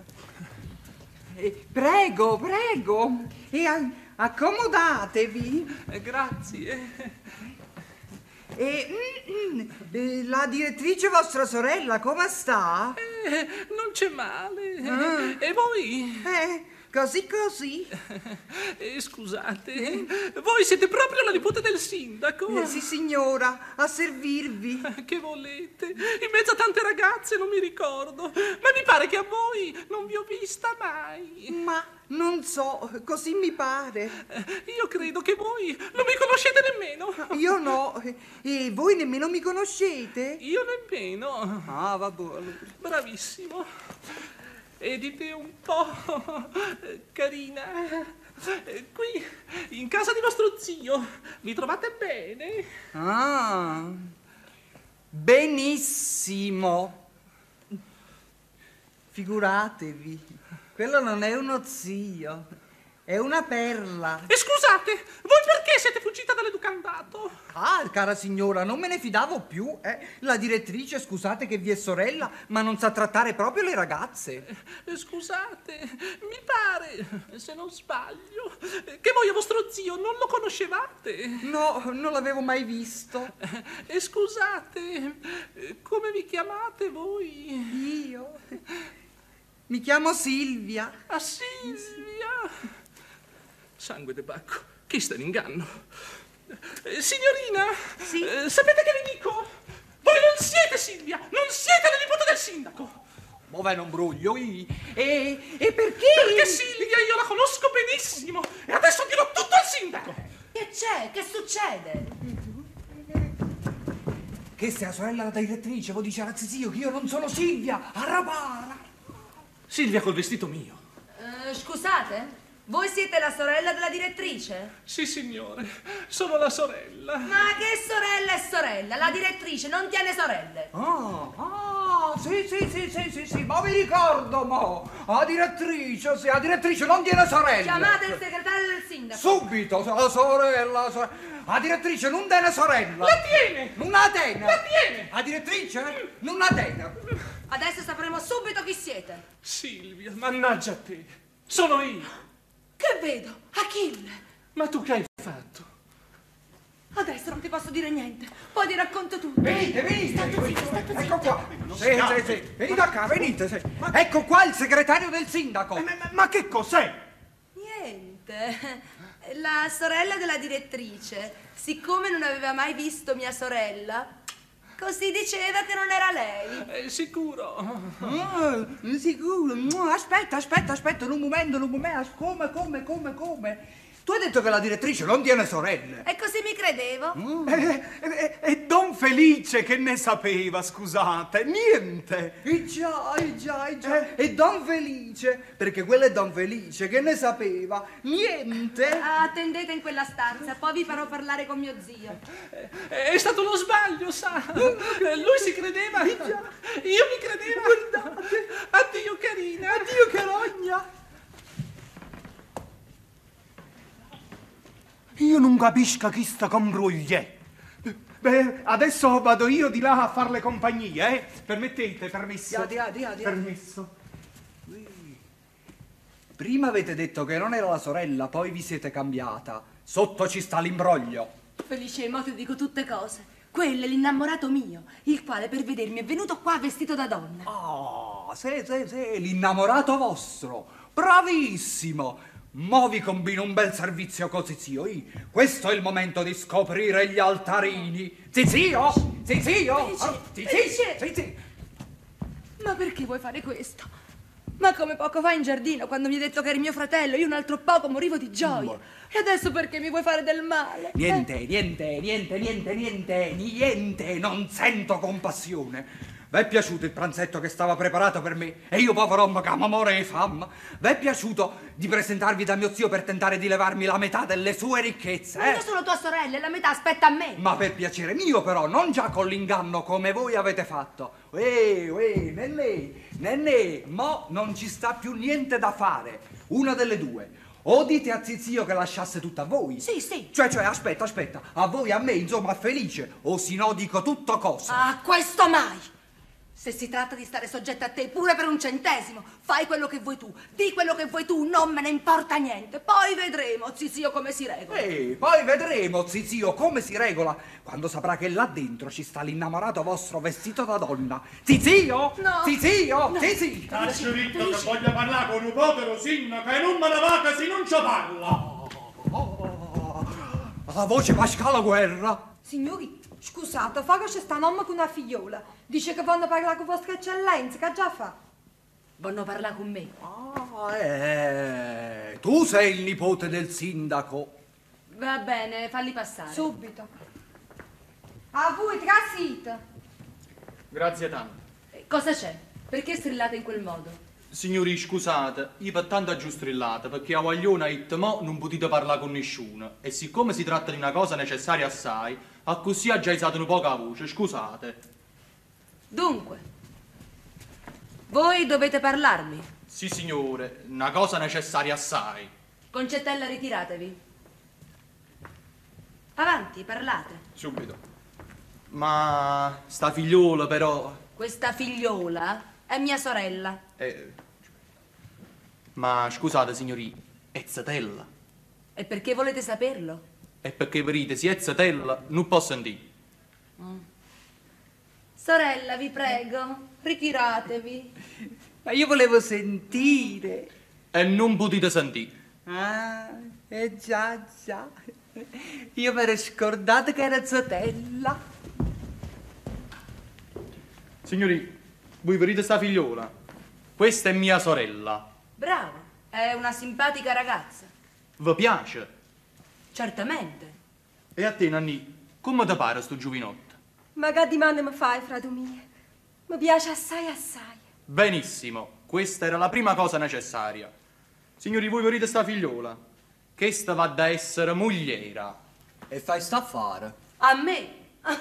Prego. E accomodatevi. Grazie. E la direttrice vostra sorella come sta? Non c'è male. E voi? Così. Scusate, voi siete proprio la nipote del sindaco? Sì, signora, a servirvi. Che volete? In mezzo a tante ragazze non mi ricordo, ma mi pare che a voi non vi ho vista mai. Ma non so, così mi pare. Io credo che voi non mi conoscete nemmeno. Io no, e voi nemmeno mi conoscete? Io nemmeno. Ah, vabbè. Bravissimo. E dite un po', carina, qui, in casa di vostro zio, vi trovate bene? Ah, benissimo. Figuratevi, quello non è uno zio, è una perla. E scusate, voi perché siete fuggita dall'educandato? Ah, cara signora, non me ne fidavo più, La direttrice, scusate che vi è sorella, ma non sa trattare proprio le ragazze. Scusate, mi pare, se non sbaglio, che voi e vostro zio non lo conoscevate. No, non l'avevo mai visto. E scusate, come vi chiamate voi? Io? Mi chiamo Silvia. Ah, Silvia? Sangue de Bacco, chi sta in inganno? Signorina, sì? Sapete che vi dico? Voi non siete Silvia, non siete la nipote del sindaco. Dov'è non bruglio? E perché? Perché Silvia io la conosco benissimo e adesso dirò tutto al sindaco. Che c'è? Che succede? che sei la sorella della direttrice, vuoi dire a zio che io non sono Silvia, a rapara. Silvia col vestito mio. Scusate, voi siete la sorella della direttrice? Sì, signore, sono la sorella. Ma che sorella è sorella? La direttrice non tiene sorelle. Sì, ma mi ricordo, mo. La direttrice non tiene sorelle. Chiamate il segretario del sindaco. Subito, la sorella. La direttrice non tiene sorella. La tiene! Non la tiene! La tiene! La direttrice non la tiene. Adesso sapremo subito chi siete. Silvia, mannaggia a te. Sono io. Che vedo? Achille. Ma tu che hai fatto? Adesso non ti posso dire niente. Poi ti racconto tutto. Venite. State zitto. Ecco qua. Sì. Venite qua, venite. Sì. Ecco qua il segretario del sindaco. Ma che cos'è? Niente. La sorella della direttrice, siccome non aveva mai visto mia sorella, così diceva che non era lei. Sicuro? Sicuro? Aspetta, un momento. Come? Tu hai detto che la direttrice non tiene sorelle. E così mi credevo. E Don Felice che ne sapeva, scusate? Niente. Già. E Don Felice, perché quello è Don Felice, che ne sapeva? Niente. Attendete in quella stanza, poi vi farò parlare con mio zio. È stato uno sbaglio, sa. Lui si credeva. Io mi credevo. Guardate. Addio, carina. Addio, carogna. Io non capisco chi sta combruglie. Beh, adesso vado io di là a farle compagnia, eh? Permettete, permesso? Dia. Permesso. Prima avete detto che non era la sorella, poi vi siete cambiata. Sotto ci sta l'imbroglio. Felice, mo ti dico tutte cose. Quello è l'innamorato mio, il quale per vedermi è venuto qua vestito da donna. Sì, l'innamorato vostro. Bravissimo. Mo vi combino un bel servizio così, zio. Questo è il momento di scoprire gli altarini. Zio! Felice! Ma perché vuoi fare questo? Ma come poco fa in giardino, quando mi hai detto che eri mio fratello, io un altro poco morivo di gioia. E adesso perché mi vuoi fare del male? Niente, non sento compassione. V'è piaciuto il pranzetto che stava preparato per me? E io, pover'uomo, che amo amore e fama. V'è piaciuto di presentarvi da mio zio per tentare di levarmi la metà delle sue ricchezze? Ma io sono tua sorella e la metà aspetta a me. Ma per piacere mio, però, non già con l'inganno come voi avete fatto. Nennè, mo non ci sta più niente da fare. Una delle due. O dite a zio che lasciasse tutto a voi. Sì. Cioè, aspetta. A voi, a me, insomma, a Felice. O si no dico tutto cosa. Ah, questo mai. Se si tratta di stare soggetta a te pure per un centesimo, fai quello che vuoi tu, di quello che vuoi tu, non me ne importa niente. Poi vedremo, zio, come si regola. Poi vedremo, zio, come si regola, quando saprà che là dentro ci sta l'innamorato vostro vestito da donna. Zio! No. Zio! Taccio ritto che voglio parlare con un povero sindaco e non me ne va che si non ci parla. La voce Pascala Guerra. Signori, scusate, fa che c'è sta nonna con una figliola. Dice che vanno a parlare con vostra eccellenza, che già fa? Vanno a parlare con me. Tu sei il nipote del sindaco. Va bene, falli passare. Subito. A voi, trasita. Grazie tanto. Cosa c'è? Perché strillate in quel modo? Signori, scusate, io per tanto giù strillate, perché a Guagliona it mo non potete parlare con nessuno. E siccome si tratta di una cosa necessaria assai, a così ha già usato un po' la voce, scusate. Dunque, voi dovete parlarmi. Sì, signore, una cosa necessaria assai. Concetella, ritiratevi. Avanti, parlate. Subito. Ma sta figliola però... Questa figliola è mia sorella. Ma scusate, signori, è Zatella. E perché volete saperlo? E perché vedete, se è Zatella, non posso sentire. Sorella, vi prego, ritiratevi. Ma io volevo sentire. E non potete sentire. Già. Io mi ero scordato che era Zatella. Signori, voi vedete sta figliola? Questa è mia sorella. Bravo, è una simpatica ragazza. Vi piace? Certamente. E a te, Nanni, come ti pare sto giovinotto? Ma che domanda mi fai, frate mio? Mi piace assai assai. Benissimo, questa era la prima cosa necessaria. Signori, voi volete sta figliola? Che sta va da essere mogliera. E fai sta a fare? A me?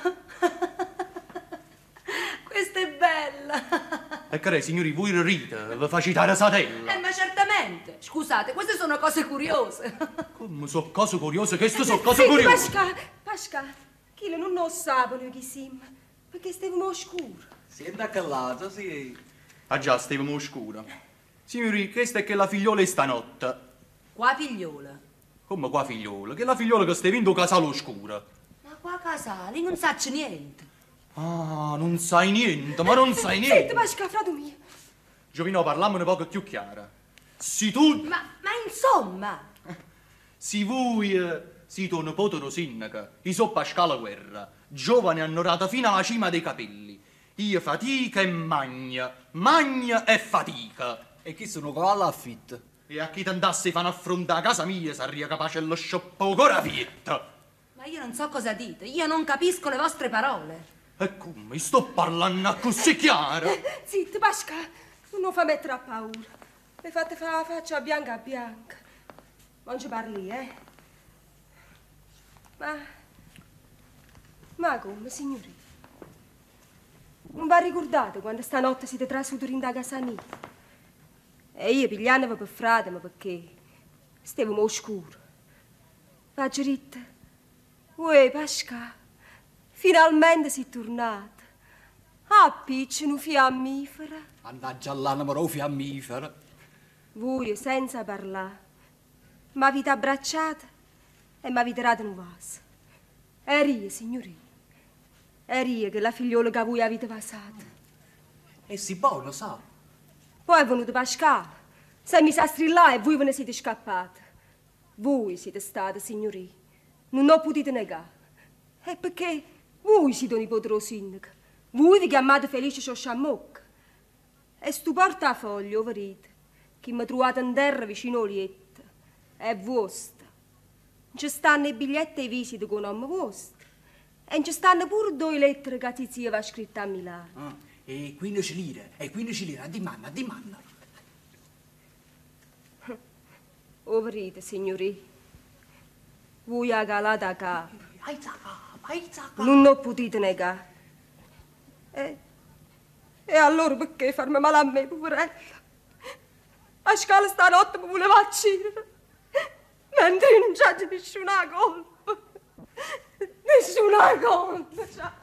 Questa è bella. E che signori, voi ride, vi facete la satella. Ma certamente. Scusate, queste sono cose curiose. Come sono cose curiose? Queste sono cose Senti, curiose. Pasca, chi non lo sapano chi siamo, perché stavamo oscuro. Senta che lato, sì. Ah già, stavamo oscura. Signori, questa è che la figliola è stanotte. Qua figliola. Come qua figliola? Che la figliola che stai vindo casale oscura. Ma qua casale, non saccio niente. Ah, non sai niente, ma non sai niente. Senti, Pasca, frate mio. Giovino, parlamone poco più chiara. Si tu... Ma insomma. Si voi... siete un nipote sindaco, io sono Pascale Guerra, giovane annorato fino alla cima dei capelli. Io fatica e magna e fatica. E chi sono cavallo affitto? E a chi t'andasse fanno affrontare a casa mia sarebbe capace lo scioppo ancora fietta. Ma io non so cosa dite, io non capisco le vostre parole. E come, sto parlando così chiaro? Zitto, Pasca, non lo fa mettere a paura. Mi fate fare la faccia bianca a bianca. Non ci parli, Ma come, signorina? Non vi ricordate quando stanotte siete trasferiti da casa mia? E io pigliandovi per frate, ma perché? Stavamo oscuro. Faccio ritta. Uè, Pasca, finalmente sei tornata. Ah, piccino fiammifera. Andaggia all'anima, o fiammifera. Voi, senza parlare, m'avete abbracciata e m'avete dato un vaso. Eri, signorina. Eri che la figliola che voi avete pasata. E si buono, sa? Poi è venuto Pascale, si è messo a strillare e voi ve ne siete scappati. Voi siete state, signorina. Non lo potete negare. E perché voi siete un nipote dello sindaco. Voi vi chiamate Felice Ciosciamocca. E stu portafoglio, vedete, che mi trovate in terra vicino Olietta, è vostro. Ci stanno i biglietti e i visite con nome vostro. E ci stanno pure 2 lettere che ti zia va scritta a Milano. Ah, e 15 lire, a dimanna, Oh, vedete, signori, voi a calata a capo. Non lo potete negare. E allora perché farmi male a me, poverella? Pascale stanotte mi voleva uccidere, mentre io non c'ho nessuna colpa. Nessuna colpa.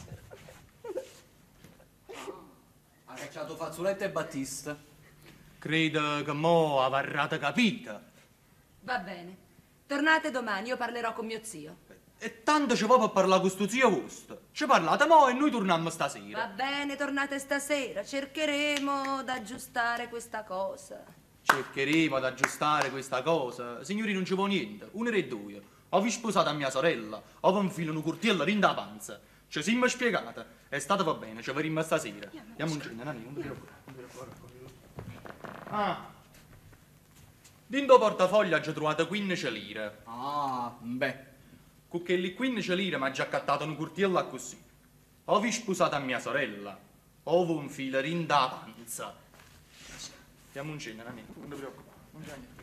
Ha cacciato Fazzoletto e Battista. Credo che mo avrete capito. Va bene. Tornate domani, io parlerò con mio zio. E tanto ci va per parlare con sto zio vostro. Ci parlate mo e noi torniamo stasera. Va bene, tornate stasera. Cercheremo d'aggiustare questa cosa. Cercheremo ad aggiustare questa cosa. Signori, non ci vuole niente. Uno e 2. Ho vi sposato a mia sorella. Ho vi infilo un curtiello rinda la panza. Ci siamo spiegate. E state va bene, ci vedremo stasera. Andiamo in cena, non ti preoccupare. Ah. Dentro portafoglio ci trovate 15 lire. Ah, beh. Con quelle 15 lire mi ha già accattato un curtiello così. Ho vi sposato a mia sorella. Ho vi infilo rinda la panza. Andiamo in cena, non ti preoccupare. Non c'è niente.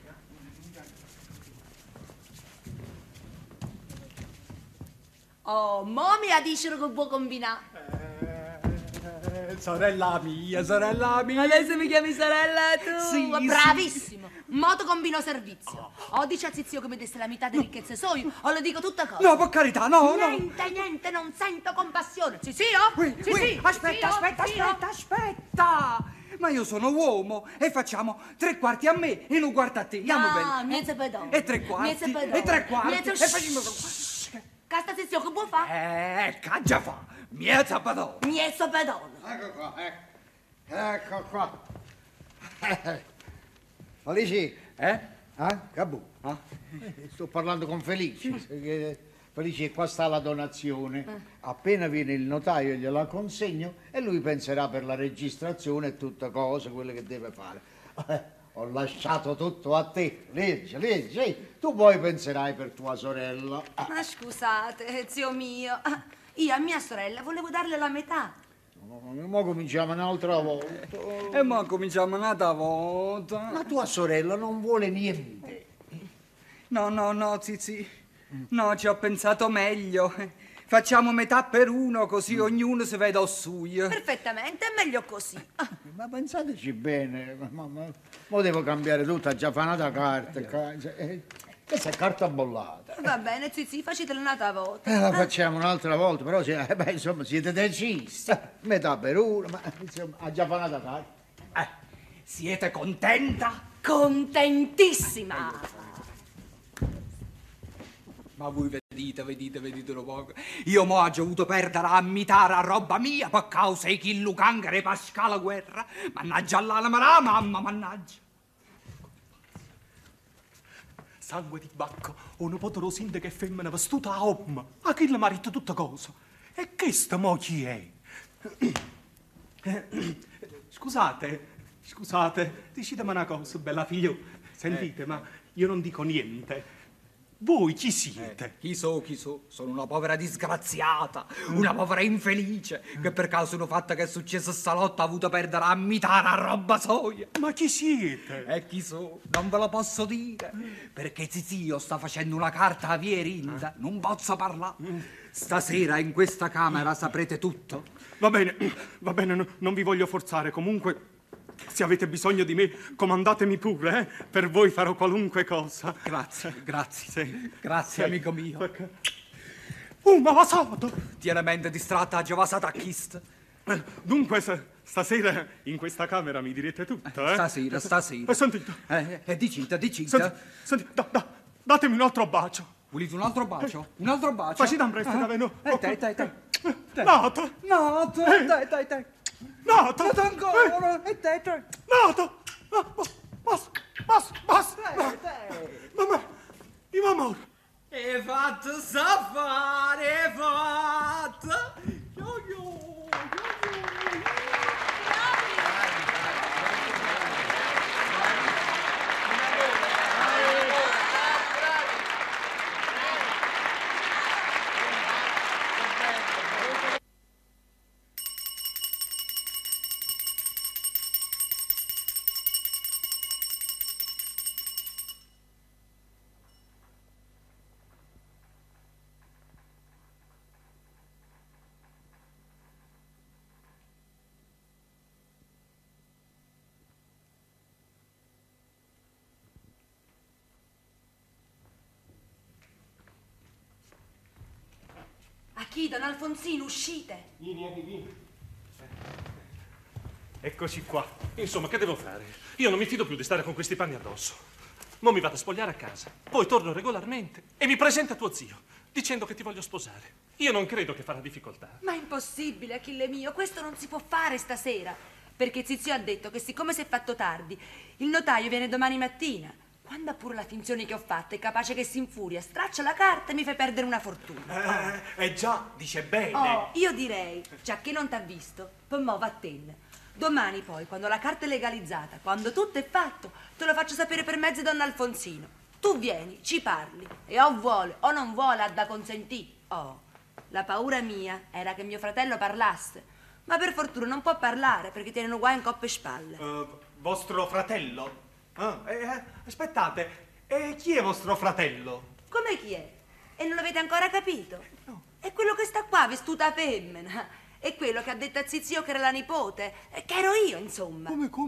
Oh, mo mi a dicere che può combinare. Sorella mia. Adesso mi chiami sorella tu? Sì, bravissimo. Moto combino servizio. O dice a zio che mi desse la metà delle ricchezze sue, o le dico tutta cosa. No, per carità, no. Niente, non sento compassione. Sì, Aspetta. Ma io sono uomo e facciamo 3 quarti a me e 1 quarto a te. Andiamo bene. Miezza pedone. E 3 quarti. E 3 quarti. E facciamo... Casta zio che può fare? Che già fa? Miezza pedone. Miezza pedone. Ecco qua, ecco qua. Felici? Cabù? Sto parlando con Felice. Felice, qua sta la donazione. Appena viene il notaio gliela consegno e lui penserà per la registrazione e tutte cose, quelle che deve fare. Ho lasciato tutto a te. Leggi. Tu poi penserai per tua sorella. Ma scusate, zio mio, Io a mia sorella volevo darle la metà. Ma cominciamo un'altra volta. E mo cominciamo un'altra volta. Ma tua sorella non vuole niente. No, Zizi. No, ci ho pensato meglio. Facciamo metà per uno, così ognuno si vede al suo. Perfettamente, è meglio così. Ma pensateci bene, mo devo cambiare tutto, ha già fatto carta. Questa è carta bollata. Va bene, Zizi, facetela un'altra volta. La facciamo un'altra volta, però insomma siete decisi. Metà per uno, ma insomma ha già fatto carta. Siete contenta? Contentissima. Ma voi vedete un poco. Io mo ho dovuto perdere a metà la roba mia per causa di chi Lucangare e Pascala Guerra. Mannaggia all'anima la mamma, mannaggia. Sangue di bacco, un nipote lo sindaco che femmina vestuta a omma. A chi le marito tutta cosa? E questo mo chi è? Scusate, decidami una cosa, bella figlio. Sentite, ma io non dico niente. Voi chi siete? Chi so? Sono una povera disgraziata, una povera infelice, che per causa di un fatto che è successo a sta lotta ha avuto perdere a metà la roba soia. Ma chi siete? E chi so? Non ve lo posso dire, perché zio sta facendo una carta a Vierinda, non posso parlare. Stasera in questa camera saprete tutto. Va bene, non vi voglio forzare, comunque... Se avete bisogno di me, comandatemi pure, eh? Per voi farò qualunque cosa. Grazie. Sì. Grazie, amico mio. Ma vasato! Tienamente distratta a Giovasata Chist. Dunque, stasera in questa camera mi direte tutto, eh? Stasera. Sentite. Dicite. Sentite, datemi un altro bacio. Volete un altro bacio? Un altro bacio? Facci da presto, da venuto. Te. Nato! Te. Nato! Ancora! E te. Nato! Basta! Mamma, mio amore! E fatto safare, e fatto! Yo. A chi, Don Alfonsino, uscite? Vieni. Eccoci qua. Insomma, che devo fare? Io non mi fido più di stare con questi panni addosso. Mo mi vado a spogliare a casa, poi torno regolarmente e mi presenta tuo zio, dicendo che ti voglio sposare. Io non credo che farà difficoltà. Ma è impossibile, Achille mio, questo non si può fare stasera. Perché zio ha detto che siccome si è fatto tardi, il notaio viene domani mattina. Quando ha pure la finzione che ho fatta, è capace che si infuria, straccia la carta e mi fa perdere una fortuna. Già, dice bene. Oh, io direi, già che non t'ha visto, poi mo vattene. Domani poi, quando la carta è legalizzata, quando tutto è fatto, te lo faccio sapere per mezzo di Don Alfonsino. Tu vieni, ci parli, e o vuole o non vuole ha da consentire. Oh, la paura mia era che mio fratello parlasse, ma per fortuna non può parlare perché tiene un guai in coppe e spalle. Vostro fratello? Aspettate, e chi è vostro fratello? Come chi è? E non l'avete ancora capito? No. È quello che sta qua, vestuta a femmina. È quello che ha detto a zio che era la nipote, che ero io, insomma.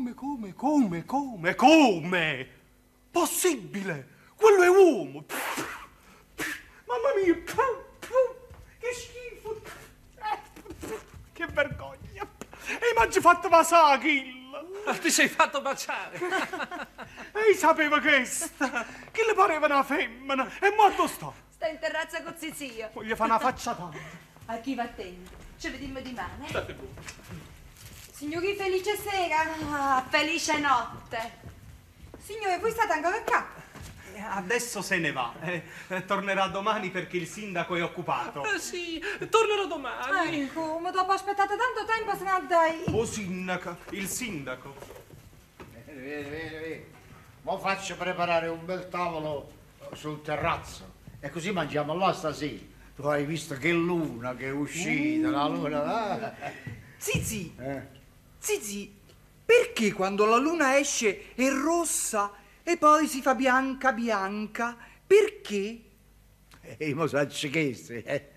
Come? Possibile? Quello è uomo. Mamma mia, che schifo. Che vergogna. E mi ha fatto passare, Achille. Ti sei fatto baciare. E sapeva questa, che le pareva una femmina. E morto sta. Sta in terrazza con zio. Voglio fare una facciata. A chi va attento? Ci vediamo di mano. State buoni. Signori, felice sera. Ah, felice notte. Signore, voi state ancora qua? Adesso se ne va. Tornerà domani perché il sindaco è occupato. Sì, tornerò domani. Ecco, ma dopo aspettato tanto tempo se ne andai. Oh, sindaco, il sindaco. Vedi. Mo faccio preparare un bel tavolo sul terrazzo e così mangiamo là stasera. Tu hai visto che luna che è uscita, la luna... Zizi, Zizi, perché quando la luna esce è rossa e poi si fa bianca bianca? Perché? Mo sacci che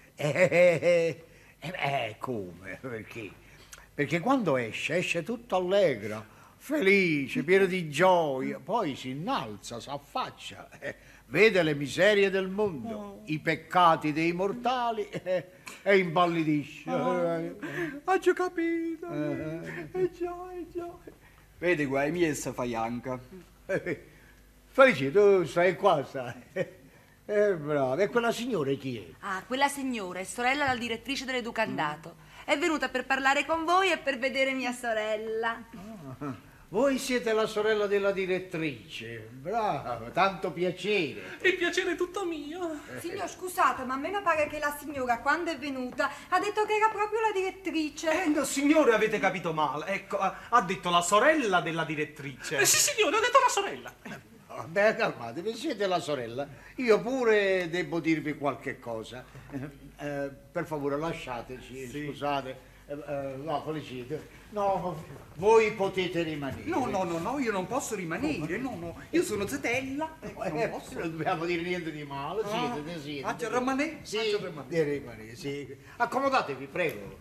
come? Perché? Perché quando esce tutto allegro, felice, pieno di gioia, poi si innalza, si affaccia, vede le miserie del mondo, i peccati dei mortali e impallidisce. Ho già capito. Già. Vedi qua, mi essa fa bianca. Felice, tu stai qua, sai. Bravo. E quella signora chi è? Ah, quella signora è sorella della direttrice dell'educandato. È venuta per parlare con voi e per vedere mia sorella. Voi siete la sorella della direttrice. Bravo, tanto piacere. Il piacere è tutto mio. Signor, scusate, ma a me mi pare che la signora, quando è venuta, ha detto che era proprio la direttrice. No, signore, avete capito male. Ecco, ha detto la sorella della direttrice. Sì, signore, ho detto la sorella. Beh, calmatevi, siete la sorella. Io pure devo dirvi qualche cosa. Per favore, lasciateci, scusate. No, Felicite. No, voi potete rimanere. No, io non posso rimanere, no. Io sono Zetella. Non posso. Non dobbiamo dire niente di male, siete. Faccia rimanere? Sì, rimanere, sì. Accomodatevi, prego.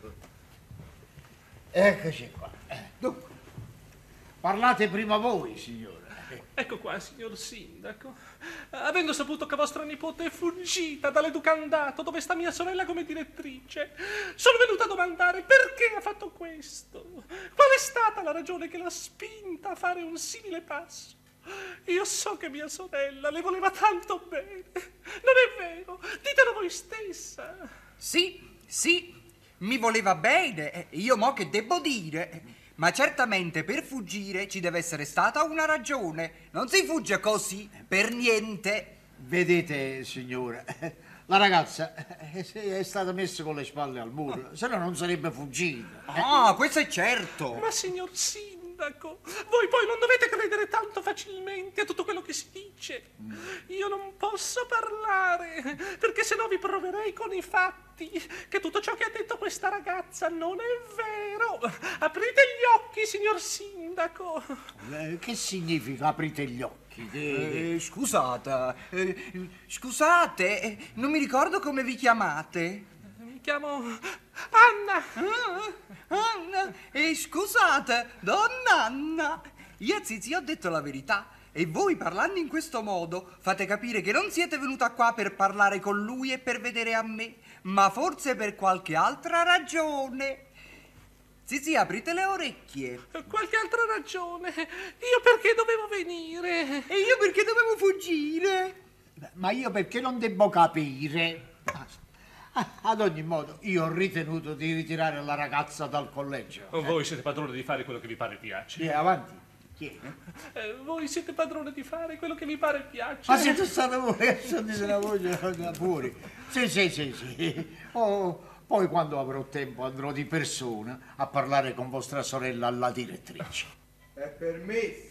Eccoci qua. Dunque, parlate prima voi, signora. Ecco qua, signor sindaco. Avendo saputo che vostra nipote è fuggita dall'educandato dove sta mia sorella come direttrice, sono venuta a domandare perché ha fatto questo. Qual è stata la ragione che l'ha spinta a fare un simile passo? Io so che mia sorella le voleva tanto bene. Non è vero? Ditelo voi stessa. Sì, mi voleva bene. Io mo che devo dire? Ma certamente per fuggire ci deve essere stata una ragione. Non si fugge così, per niente. Vedete, signora, la ragazza è stata messa con le spalle al muro, se no non sarebbe fuggita. Ah, questo è certo. Ma signor sindaco, voi poi non dovete credere tanto facilmente a tutto quello che si dice. Io non posso parlare, perché sennò vi proverei con i fatti che tutto ciò che ha detto questa ragazza non è vero. Aprite gli occhi, signor sindaco. Che significa aprite gli occhi? Scusate, non mi ricordo come vi chiamate. Mi chiamo Anna. Anna, scusate, donna Anna. Io a Zizi ho detto la verità. E voi, parlando in questo modo, fate capire che non siete venuta qua per parlare con lui e per vedere a me, ma forse per qualche altra ragione. Zizi, aprite le orecchie. Qualche altra ragione? Io perché dovevo venire? E io perché dovevo fuggire? Ma io perché non devo capire? Ad ogni modo, io ho ritenuto di ritirare la ragazza dal collegio. Voi siete padrone di fare quello che vi pare e piace. Avanti. Chi è? Voi siete padrone di fare quello che vi pare e piace. Ma siete stati voi, sentite la voce da fuori. Sì. Poi quando avrò tempo andrò di persona a parlare con vostra sorella, la direttrice. È permesso.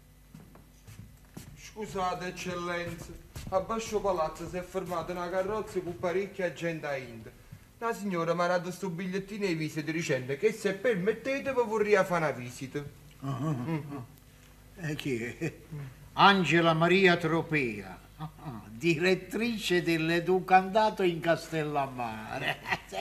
Scusate, eccellenza, a Bascio Palazzo si è fermata una carrozza con parecchia gente a India. La signora mi ha dato sto bigliettino di visita dicendo che se permettete vi vorrei fare una visita. Chi è? Angela Maria Tropea, direttrice dell'educandato in Castellammare.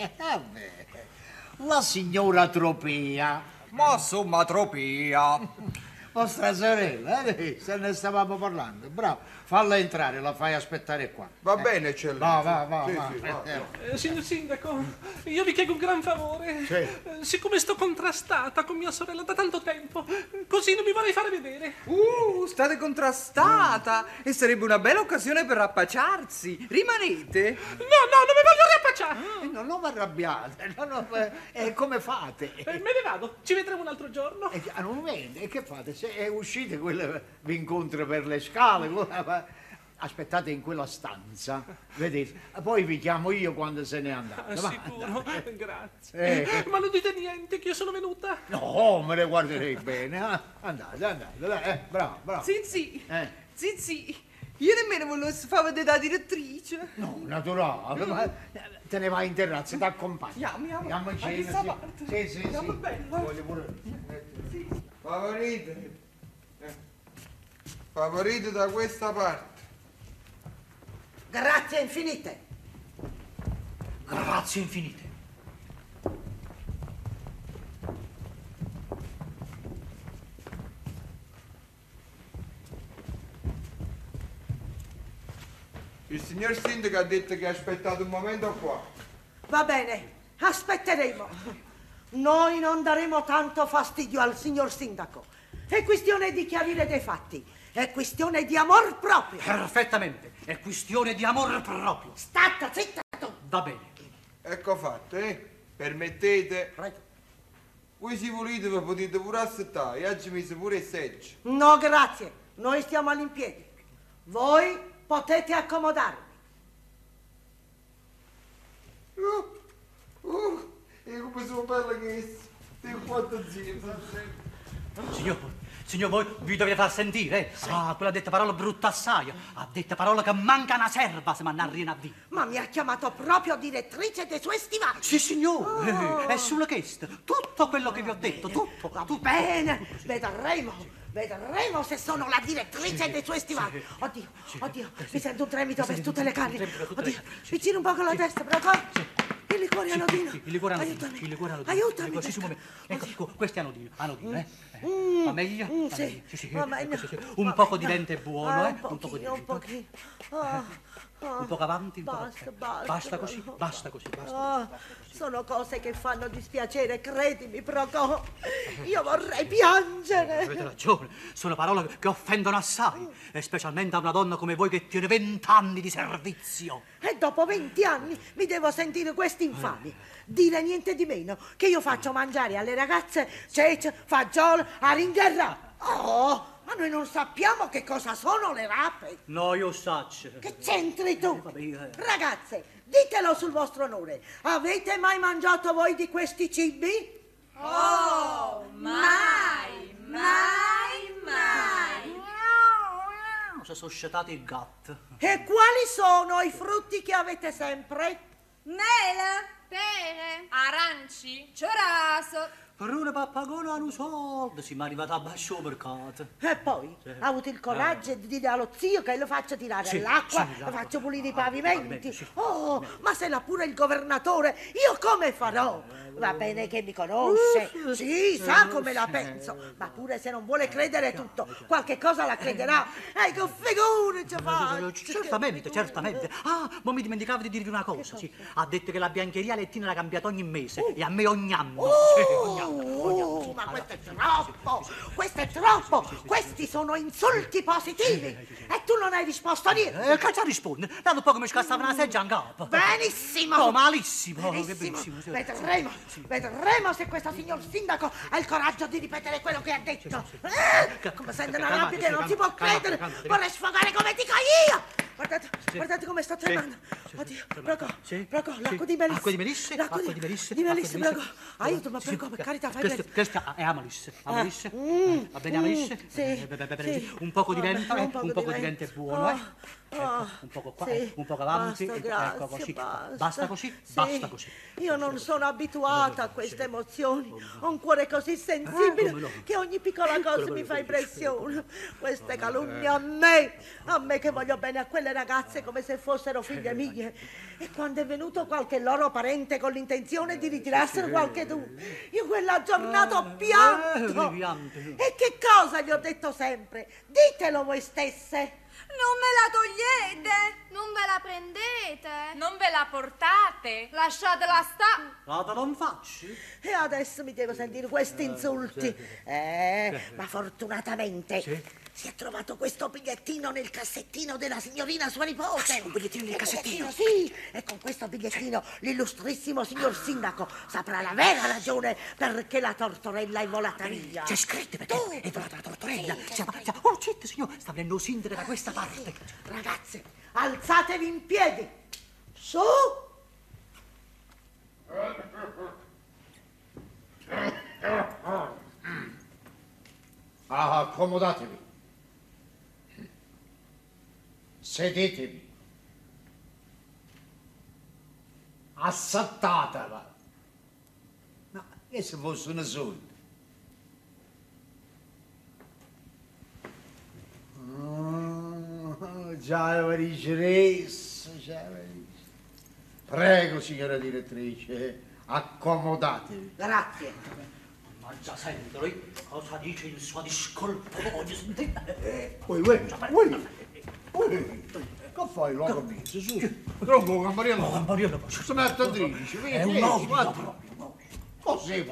La signora Tropea. Ma insomma, Tropea. Vostra sorella, se ne stavamo parlando. Bravo, falla entrare, la fai aspettare qua. Va bene, eccellenza. Va. Signor sindaco, io vi chiedo un gran favore. Siccome sto contrastata con mia sorella da tanto tempo, così non mi vorrei fare vedere. State contrastata e sarebbe una bella occasione per rappacciarsi. Rimanete? No, non mi voglio riappacciare. Non vi arrabbiate. Come fate? Me ne vado, ci vedremo un altro giorno. Non vede, che fate? Se uscite, quella vi incontra per le scale. Aspettate in quella stanza, vedete? Poi vi chiamo io quando se n'è andato. Sicuro, grazie. Ma non dite niente che io sono venuta? No, me ne guarderei bene. Andate, dai, bravo. Zizi, Io nemmeno volevo far vedere la direttrice. No, naturale, ma te ne vai in terrazza, ti accompagno. Andiamo a cena, questa sì. parte. Sì. Andiamo bella. Voglio pure... Favorite. Favorite da questa parte. Grazie infinite. Grazie infinite. Il signor sindaco ha detto che ha aspettato un momento qua. Va bene, aspetteremo. Noi non daremo tanto fastidio al signor sindaco. È questione di chiarire dei fatti. È questione di amor proprio. Perfettamente. È questione di amor proprio. Stata zitta tu. Va bene. Ecco fatto, Permettete? Prego. Voi se volete vi potete pure aspettare, e oggi mi si pure il seggio. No, grazie. Noi stiamo all'impiedi. Voi potete accomodarvi. E come sono bella che è. Ti quanto zio. Signor, voi vi dovete far sentire, Sì. Quella ha detto parola brutta assai. Ha detto parola che manca una serva se manna a via. Ma mi ha chiamato proprio direttrice dei suoi stivali. Sì, signore. È solo questo. Tutto quello che vi ho detto, tutto. Va bene, vedremo se sono la direttrice dei suoi stivali. Oddio, mi sento un tremito per tutte le canne. Oddio, mi giro un po' con la testa, però. Il liquore anodino. Il liquore anodino. Aiutami. Sì, un momento. Ecco, questo è anodino, Va meglio? Sì. Va meglio. Un poco di vento è buono, Un pochino. Un poco avanti, un po'. Basta così. Sono cose che fanno dispiacere, credimi, Procò. Io vorrei piangere. Avete ragione, sono parole che offendono assai, e specialmente a una donna come voi che tiene 20 anni di servizio. E dopo 20 anni mi devo sentire questi infami. Dire niente di meno che io faccio mangiare alle ragazze cece, fagiolo, aringherra. Oh, ma noi non sappiamo che cosa sono le rape. No, io saccio. Che c'entri tu? Ragazze, ditelo sul vostro onore. Avete mai mangiato voi di questi cibi? Oh, mai. Si sono sciatati i gatti. E quali sono i frutti che avete sempre? Mele, pere, aranci, cioraso. Per una pappagona hanno soldi, siamo arrivati a basso mercato. E poi ha avuto il coraggio di dire allo zio che lo faccio tirare all'acqua, lo faccio pulire i pavimenti. Oh, ma se l'ha pure il governatore, io come farò? Va bene che mi conosce, sì, sa come la penso, ma pure se non vuole credere tutto, qualche cosa la crederà. Ecco, figure ci faccio. Certamente. Ma mi dimenticavo di dirvi una cosa, sì. Ha detto che la biancheria Lettina l'ha cambiata ogni mese, e a me ogni anno. Ma questo è troppo, questi sono insulti positivi, e tu non hai risposto a niente. Che c'ha risponde? Dato poco mi scassava una seggia in capo. Benissimo. Oh, malissimo. Vedremo se questo signor sindaco ha il coraggio di ripetere quello che ha detto. Come sente una rabbia che non si può credere. Vorrei sfogare come dico io. Guardate come sto tremando. Oddio, Procò, l'acqua di melisse. Acqua di melisse? Di melisse, Procò. Aiutami, Procò, per carità, fai bene. Questa è amalisse. Va bene amalisse? Sì. Un poco di vento, un poco di vento è buono, un poco qua, un poco avanti. Ecco così. Basta così. Io non sono abituata a queste emozioni. Ho un cuore così sensibile che ogni piccola cosa mi fa impressione. Queste calunnie a me che voglio bene a quelle ragazze come se fossero figlie mie. E quando è venuto qualche loro parente con l'intenzione di ritirarsene qualche tu, io quella giornata ho pianto. E che cosa gli ho detto sempre? Ditelo voi stesse. Non me la togliete, non ve la prendete, non ve la portate, lasciatela sta. Te non faccio. E adesso mi devo sentire questi insulti. Ma fortunatamente si è trovato questo bigliettino nel cassettino della signorina sua nipote. Un bigliettino nel cassettino? Sì, e con questo bigliettino l'illustrissimo signor sindaco saprà la vera ragione perché la tortorella è volata via. C'è scritto perché è volata la tortorella. Oh, zitto, signor, sta venendo sindaco da questa parte. Ragazze, alzatevi in piedi. Su! Accomodatevi. Sedetevi. Assattatela. Ma che se fosse una sorda? Già lo diceresso, già lo dice. Prego, signora direttrice, accomodatevi. Grazie. Mannaggia, sentilo, cosa dice il suo discolpo? Voglio sentire. Che fai, l'ho capito? Su, tronco, Campariello. Campariello, si mette a dirci, è un obbligo proprio. Così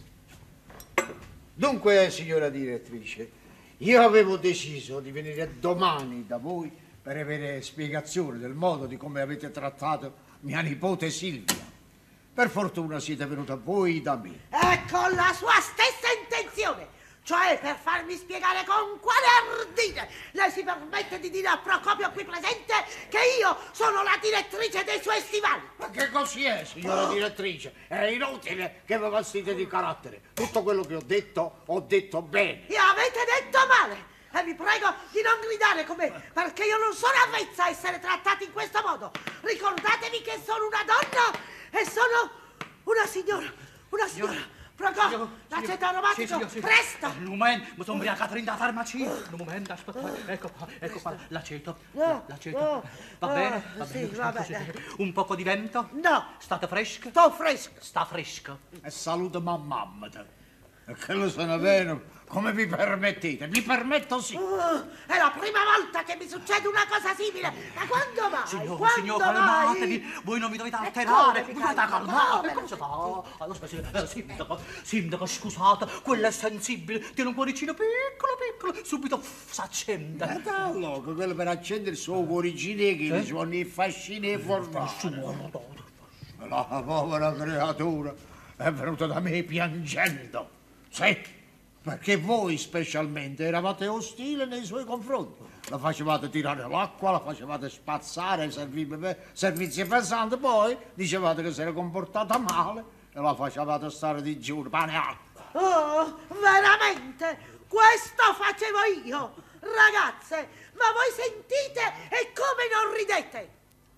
pazzo. Dunque, signora direttrice, io avevo deciso di venire domani da voi per avere spiegazione del modo di come avete trattato mia nipote Silvia. Per fortuna siete venuti a voi da me. Ecco la sua stessa intenzione, cioè per farmi spiegare con quale ardire lei si permette di dire a Procopio qui presente che io sono la direttrice dei suoi stivali. Ma che così è, signora direttrice? È inutile che vi vestite di carattere. Tutto quello che ho detto bene. E avete detto male. E vi prego di non gridare con me, perché io non sono avvezza a essere trattati in questo modo. Ricordatevi che sono una donna e sono una signora. Una signora. Procopio, l'aceto aromatico, presto! Un momento, mi sono ubriacato in da farmacia. Un momento, aspetta, ecco qua, l'aceto. L'aceto. Va bene? Va bene. Un poco di vento? No. State fresche? Sto fresco. Sta fresco. E saluta mamma. E che lo sono vero? Come vi permettete? Mi permetto sì. È la prima volta che mi succede una cosa simile. Ma quando mai? Signor, calmatevi. Voi non vi dovete alterare. Vi dovete calmare. Come si fa? Allora, sindaco, scusate, quella è sensibile. Tiene un cuoricino piccolo. Subito s'accende. Loco, quello per accendere il suo cuoricino che sono i fascini e fornati. La povera creatura è venuta da me piangendo. Sì. Perché voi specialmente eravate ostili nei suoi confronti. La facevate tirare l'acqua, la facevate spazzare, servizi pesanti, poi dicevate che si era comportata male e la facevate stare di giù, pane e acqua. Oh, veramente? Questo facevo io? Ragazze, ma voi sentite e come non ridete?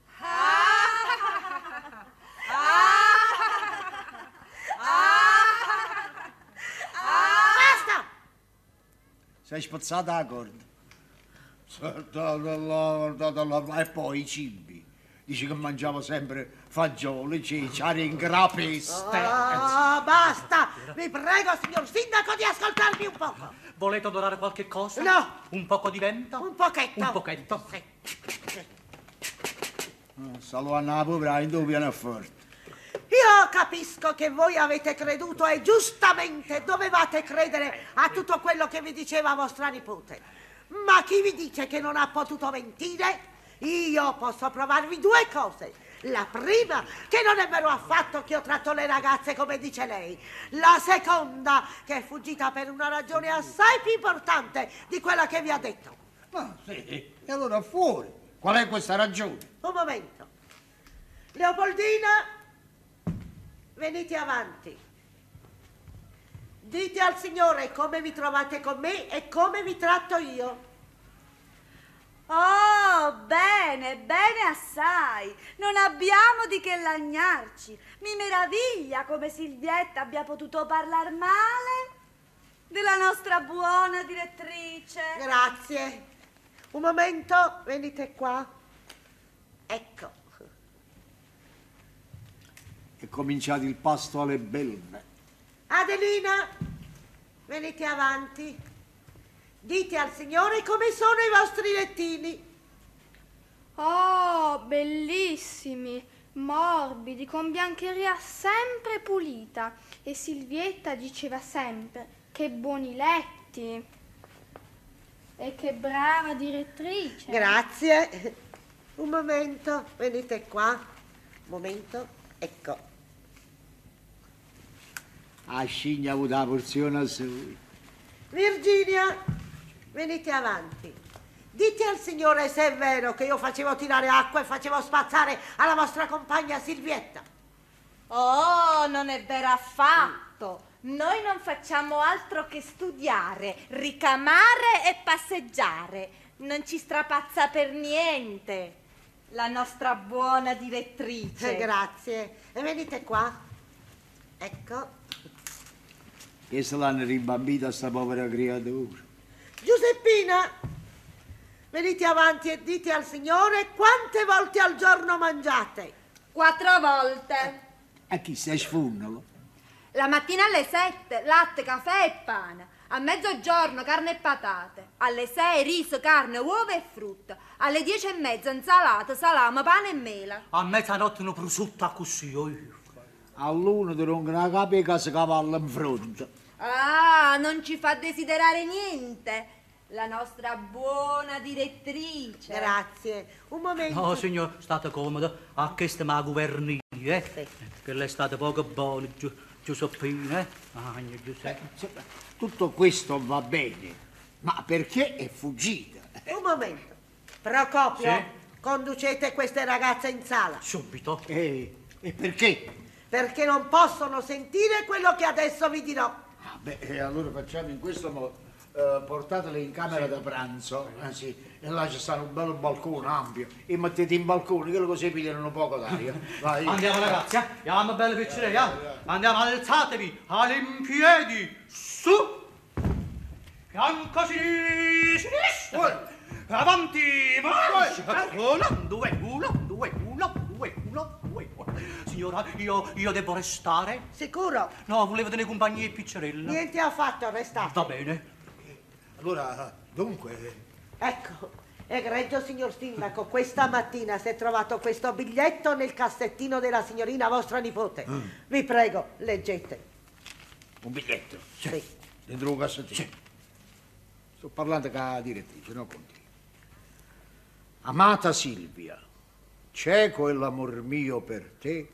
Basta! Sei spazzata la corda. E poi i cibi. Dici che mangiavo sempre fagioli, cicciari in grapeste. Basta! Vi prego, signor sindaco, di ascoltarmi un poco. Volete odorare qualche cosa? No. Un poco di vento? Un pochetto. Un pochetto. Salo a Napoli, dove viene forte. Io capisco che voi avete creduto e giustamente dovevate credere a tutto quello che vi diceva vostra nipote. Ma chi vi dice che non ha potuto mentire? Io posso provarvi due cose. La prima, che non è vero affatto che io tratto le ragazze come dice lei. La seconda, che è fuggita per una ragione assai più importante di quella che vi ha detto. Ah, sì, e allora fuori. Qual è questa ragione? Un momento. Leopoldina, venite avanti. Dite al Signore come vi trovate con me e come vi tratto io. Oh, bene assai. Non abbiamo di che lagnarci. Mi meraviglia come Silvietta abbia potuto parlare male della nostra buona direttrice. Grazie. Un momento, venite qua. Ecco. È cominciato il pasto alle belve. Adelina, venite avanti. Dite al Signore come sono i vostri lettini. Oh, bellissimi, morbidi, con biancheria sempre pulita. E Silvietta diceva sempre, che buoni letti. E che brava direttrice. Grazie. Un momento, venite qua. Un momento, ecco. A scigna ha avuto la porzione a sui. Virginia, venite avanti. Dite al Signore se è vero che io facevo tirare acqua e facevo spazzare alla vostra compagna Silvietta. Oh, non è vero affatto. Noi non facciamo altro che studiare, ricamare e passeggiare. Non ci strapazza per niente. La nostra buona direttrice. Grazie. E venite qua. Ecco. Che se l'hanno rimbambita sta povera creatura. Giuseppina, venite avanti e dite al Signore quante volte al giorno mangiate. 4 volte. A chi stai sfunnolo? La mattina alle 7, latte, caffè e pane. A mezzogiorno carne e patate. Alle 6 riso, carne, uova e frutta. Alle 10:30 insalata, salame, pane e mela. A mezzanotte un prosciutto così. All'1 ti rompono la capo e casa cavallo in fronte. Ah, non ci fa desiderare niente. La nostra buona direttrice. Grazie. Un momento. No, signor, state comodo. A questa ma governini, Che lei è stata poco buona, Giuseppina, Giuseppe. Tutto questo va bene, ma perché è fuggita? Un momento. Procopio, Sì? conducete queste ragazze in sala. Subito. E perché? Perché non possono sentire quello che adesso vi dirò. Allora facciamo in questo modo. Portatele in camera da pranzo, sì, e là c'è stato un bello balcone ampio, e mettete in balcone, che così pigliano un poco d'aria. Vai. Andiamo ragazzi, andiamo belle piccine, andiamo, alzatevi, all'impiedi, su, fianco sinistro, avanti, marcia, uno, due. Signora, io devo restare? Sicuro? No, volevo tenere compagnia e piccerella. Niente affatto, restate. Va bene. Allora, dunque... Ecco, egregio signor Sindaco, questa mattina si è trovato questo biglietto nel cassettino della signorina vostra nipote. Vi prego, leggete. Un biglietto? Sì. Dentro un cassettino? Sì. Sto parlando con la direttrice, no con te. Amata Silvia, cieco è l'amor mio per te.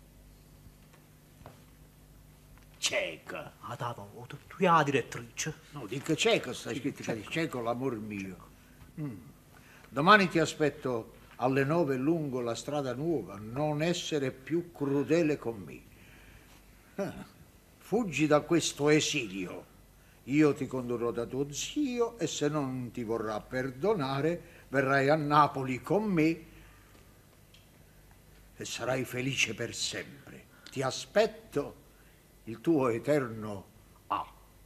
Cieca. Tu è la direttrice. No, dico cieco, sta scritto che cieco l'amor mio. Domani ti aspetto alle 9 lungo la strada nuova, non essere più crudele con me. Fuggi da questo esilio. Io ti condurrò da tuo zio e se non ti vorrà perdonare, verrai a Napoli con me e sarai felice per sempre. Ti aspetto, il tuo eterno A.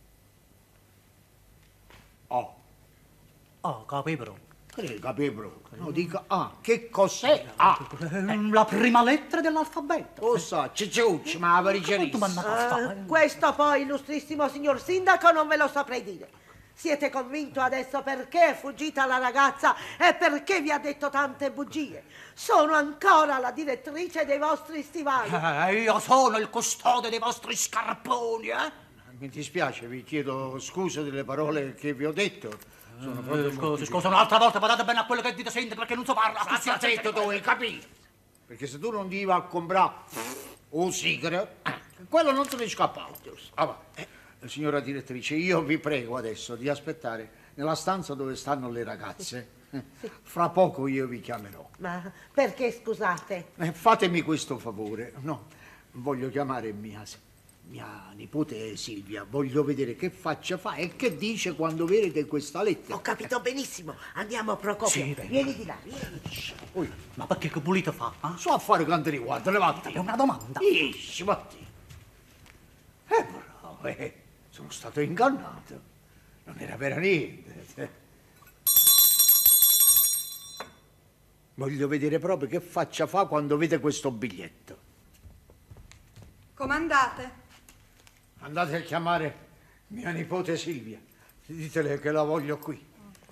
Capibro. Che capibro? No, dica A. Che cos'è A? La prima lettera dell'alfabeto. Lo so, cicciucci, ma la varicerissima. Questo poi, illustrissimo signor Sindaco, non ve lo saprei dire. Siete convinto adesso perché è fuggita la ragazza e perché vi ha detto tante bugie? Sono ancora la direttrice dei vostri stivali. Io sono il custode dei vostri scarponi, Mi dispiace, vi chiedo scusa delle parole che vi ho detto. Sono proprio Scusa, un'altra volta badate bene a quello che dite sempre perché non so parla. Sta zitto, tu hai capito? Perché se tu non ti vai a comprare un sigaro, quello non te ne scappava. Signora direttrice, io vi prego adesso di aspettare nella stanza dove stanno le ragazze. Fra poco io vi chiamerò. Ma perché, scusate? Fatemi questo favore. No, voglio chiamare mia nipote Silvia. Voglio vedere che faccia fa e che dice quando vede questa lettera. Ho capito benissimo. Andiamo, Procopio. Sì, vieni di là, vieni. Ma perché che pulito fa? So a fare quanto riguarda, levati. È una domanda. Isci, vatti. Bravo, sono stato ingannato. Non era vera niente. Voglio vedere proprio che faccia fa quando vede questo biglietto. Comandate. Andate a chiamare mia nipote Silvia. Ditele che la voglio qui.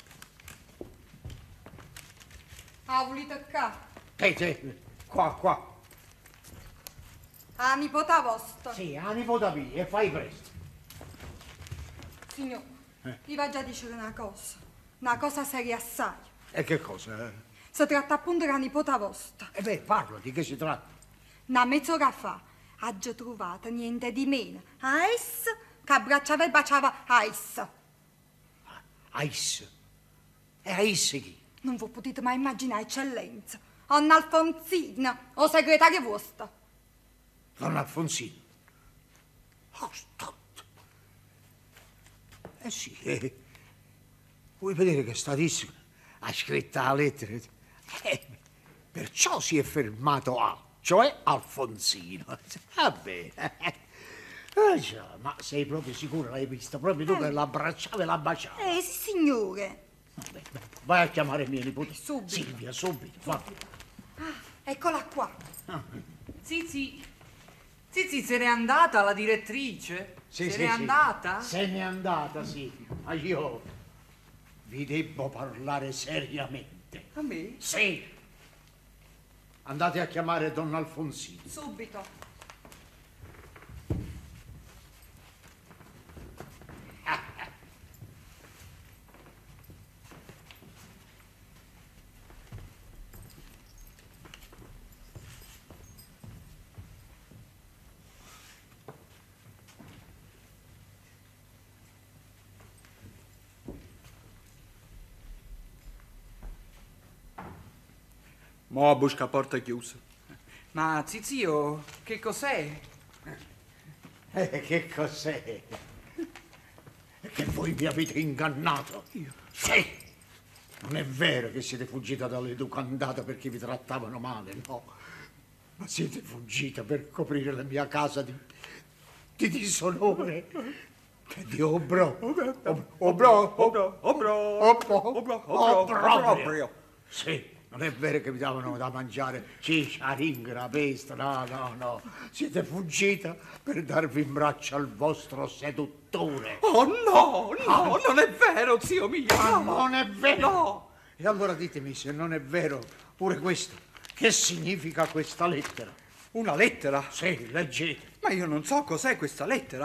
Ah, volete qua? Te, qua. Ah, nipota vostra. Sì, a nipote mia, e fai presto. Signore, vi va già a dire una cosa seria assai. E che cosa? Si tratta appunto della nipota vostra. Parlo, di che si tratta? Una mezz'ora fa ha già trovato niente di meno a essa che abbracciava e baciava a essa. A essa? E a essa chi? Non vi potete mai immaginare, eccellenza. Anna Alfonsina, o segretaria vostra. Donna Alfonsina? Sì, vuoi vedere che statissima? ha scritto la lettera. Perciò si è fermato a, cioè Alfonsino. Va bene. Già, ma sei proprio sicuro, l'hai vista? Proprio tu che l'abbracciavi e la baciavi? Sì, signore. Vai a chiamare mia nipote. Subito. Silvia, subito. Va. Eccola qua. Zizi, se n'è andata la direttrice? Sì, se n'è andata? Se n'è andata, sì. Ma io vi devo parlare seriamente. A me? Sì. Andate a chiamare Don Alfonsino. Subito. Mo' a busca porta chiusa. Ma zio, che cos'è? Che cos'è? Che voi mi avete ingannato? Io? Sì! Non è vero che siete fuggita dall'educandata perché vi trattavano male, no. Ma siete fuggita per coprire la mia casa di disonore. Che di obbrobrio. Sì. Non è vero che vi davano da mangiare ciccia, ringra, pesta, no. Siete fuggita per darvi in braccio al vostro seduttore. Oh no, non è vero, zio mio. No. Non è vero? No. E allora ditemi se non è vero pure questo. Che significa questa lettera? Una lettera? Sì, leggete. Ma io non so cos'è questa lettera.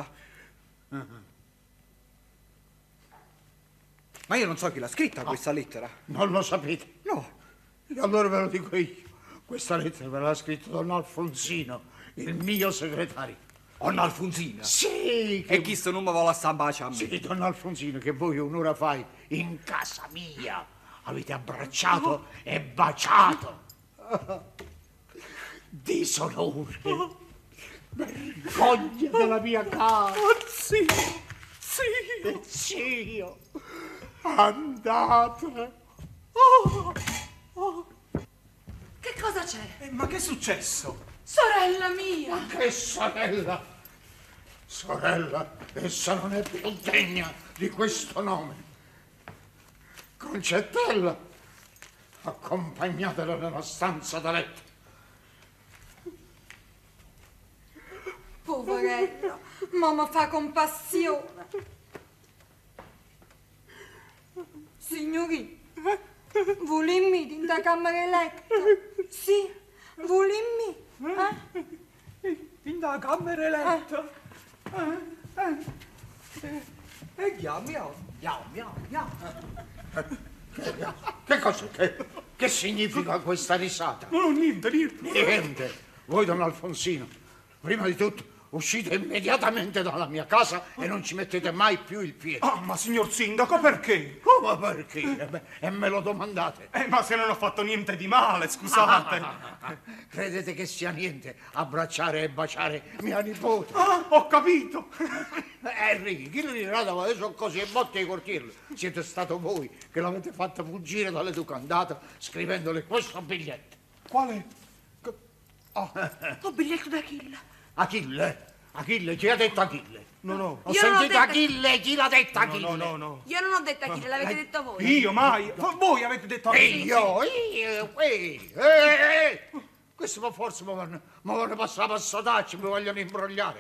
Ma io non so chi l'ha scritta questa lettera. Non lo sapete? No. E allora ve lo dico io. Questa lettera me l'ha scritto Don Alfonsino, il mio segretario. Don Alfonsino? Sì. E chi sto non mi vuole baciare a me? Sì, Don Alfonsino, che voi un'ora fa in casa mia avete abbracciato e baciato. Disonore. Vergogna della mia casa. Zio. Andate. Che cosa c'è? Ma che è successo? Sorella mia! Ma che sorella? Sorella, essa non è più degna di questo nome. Concettella, accompagnatela nella stanza da letto. Poverella, mamma fa compassione. Signori, volimmi in da camera letto? Sì, volimmi? In da camera letto? E miau. Che cosa? Che significa questa risata? No, niente. Niente. Voi, Don Alfonsino, prima di tutto uscite immediatamente dalla mia casa e non ci mettete mai più il piede. Ah, ma signor sindaco, perché? Come perché? E me lo domandate. Ma se non ho fatto niente di male, scusate. Credete che sia niente abbracciare e baciare mia nipote? Ah, ho capito. Enrico, chi lo dirà adesso così e botte ai cortieri? Siete stato voi che l'avete fatta fuggire dall'educandata scrivendole questo biglietto. Quale? Un biglietto d'Achille. Achille, chi ha detto Achille? No. Ho sentito Achille, chi l'ha detto Achille? No. Io non ho detto Achille, l'avete detto voi. Io mai? Voi avete detto Achille? Io. Questo forse mi vogliono passare a sodacci, mi vogliono imbrogliare.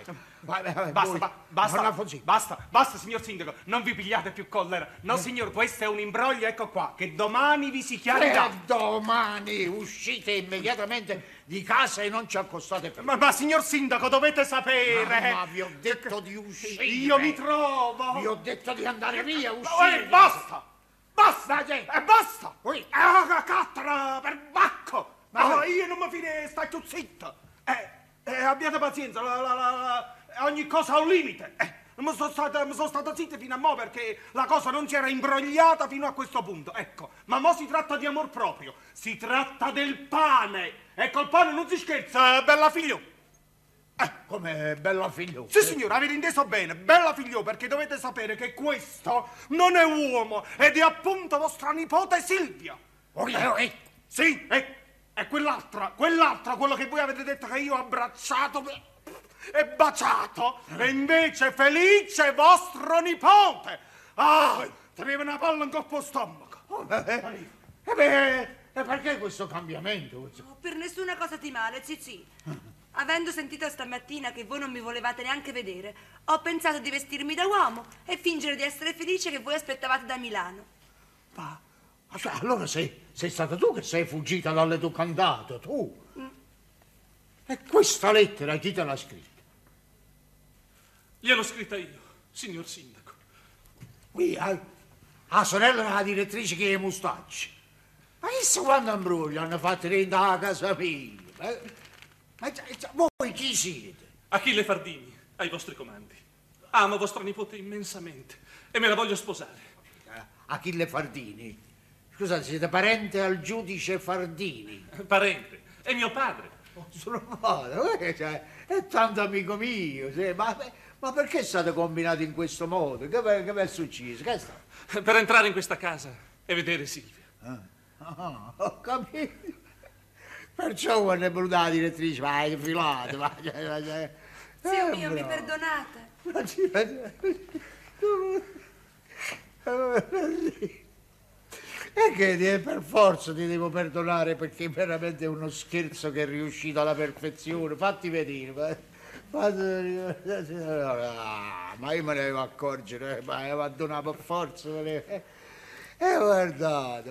Basta, signor sindaco, non vi pigliate più collera. No, signor, questo è un imbroglio, ecco qua, che domani vi si chiarirà. Domani uscite immediatamente di casa e non ci accostate più. Ma signor sindaco, dovete sapere. Ma vi ho detto di uscire. Io mi trovo. Vi ho detto di andare via, uscire. Basta! Basta! Cattara per bacco! Io non mi fide, sta più zitto. Abbiate pazienza, ogni cosa ha un limite. Mi sono stato zitto fino a mo' perché la cosa non si era imbrogliata fino a questo punto. Ecco, ma mo' si tratta di amor proprio. Si tratta del pane. E col pane non si scherza, bella figlio. Come bella figliuola. Sì, signore, avete inteso bene, bella figliuola, perché dovete sapere che questo non è uomo ed è appunto vostra nipote Silvia. Sì, è quell'altra, quello che voi avete detto che io ho abbracciato e baciato, e invece Felice vostro nipote. Ah, teneva una palla in corpo stomaco. E perché questo cambiamento? Oh, per nessuna cosa ti male, Zizi. Avendo sentito stamattina che voi non mi volevate neanche vedere, ho pensato di vestirmi da uomo e fingere di essere felice che voi aspettavate da Milano. Ma cioè, allora sei stata tu che sei fuggita dall'educandato, tu? E questa lettera chi te l'ha scritta? Gliel'ho scritta io, signor sindaco. Qui, la sorella della direttrice che è mustacci. Ma chissà quando imbroglio hanno fatto rientrare a casa mia? Ma voi chi siete? Achille Fardini, ai vostri comandi. Amo vostra nipote immensamente e me la voglio sposare. Achille Fardini? Scusate, siete parente al giudice Fardini? Parente, è mio padre. Sono padre, cioè, è tanto amico mio. Sì, ma perché state combinati in questo modo? Che vi è successo? Che sta? Per entrare in questa casa e vedere Silvia. Ho capito. Perciò quando è venuta la direttrice, vai, filate, vai. Zio mio, mi perdonate? E che per forza ti devo perdonare perché veramente è uno scherzo che è riuscito alla perfezione. Fatti vedere. Ma io me ne devo accorgere, ma mi abbandonavo per forza. Guardate,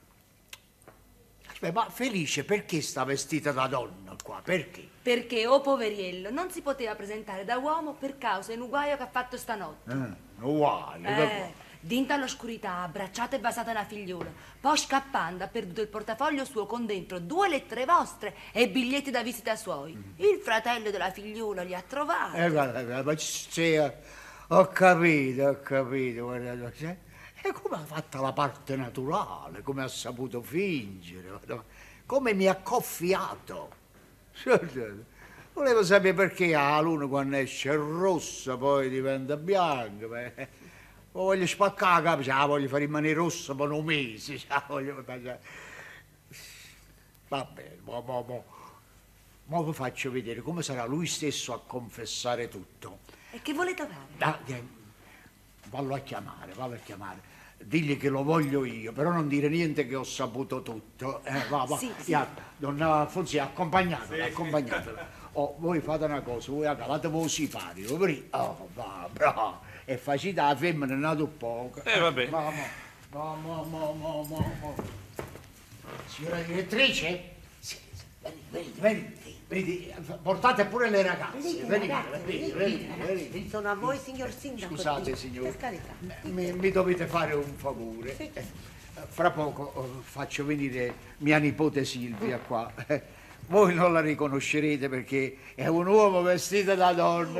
ma Felice perché sta vestita da donna qua? Perché? Perché, oh poveriello, non si poteva presentare da uomo per causa di un guaio che ha fatto stanotte. Uguale. Dinta all'oscurità, abbracciata e basata una figliuola. Poi scappando ha perduto il portafoglio suo con dentro 2 lettere vostre e biglietti da visita suoi. Il fratello della figliuola li ha trovati. Ma ho capito, guarda, e come ha fatto la parte naturale, come ha saputo fingere, come mi ha coffiato. Volevo sapere perché la luna quando esce è rossa poi diventa bianca. Voglio spaccare la capo, la voglio fare rimanere rossa per un mese. Va bene, mo vi faccio vedere come sarà lui stesso a confessare tutto. E che volete fare? Vallo a chiamare. Digli che lo voglio io, però non dire niente che ho saputo tutto. Va. Sì. Donna Alfonsi, accompagnatela. Voi fate una cosa, voi cavatevi il sipario, va, bravo. E facite la femmina, è nato poco. Va bene. Signora direttrice? Sì, venite, portate pure le ragazze. Venite. Sono a voi, signor sindaco. Scusate, signore. Per carità. Mi dovete fare un favore. Sì. Fra poco faccio venire mia nipote Silvia qua. Voi non la riconoscerete perché è un uomo vestito da donna.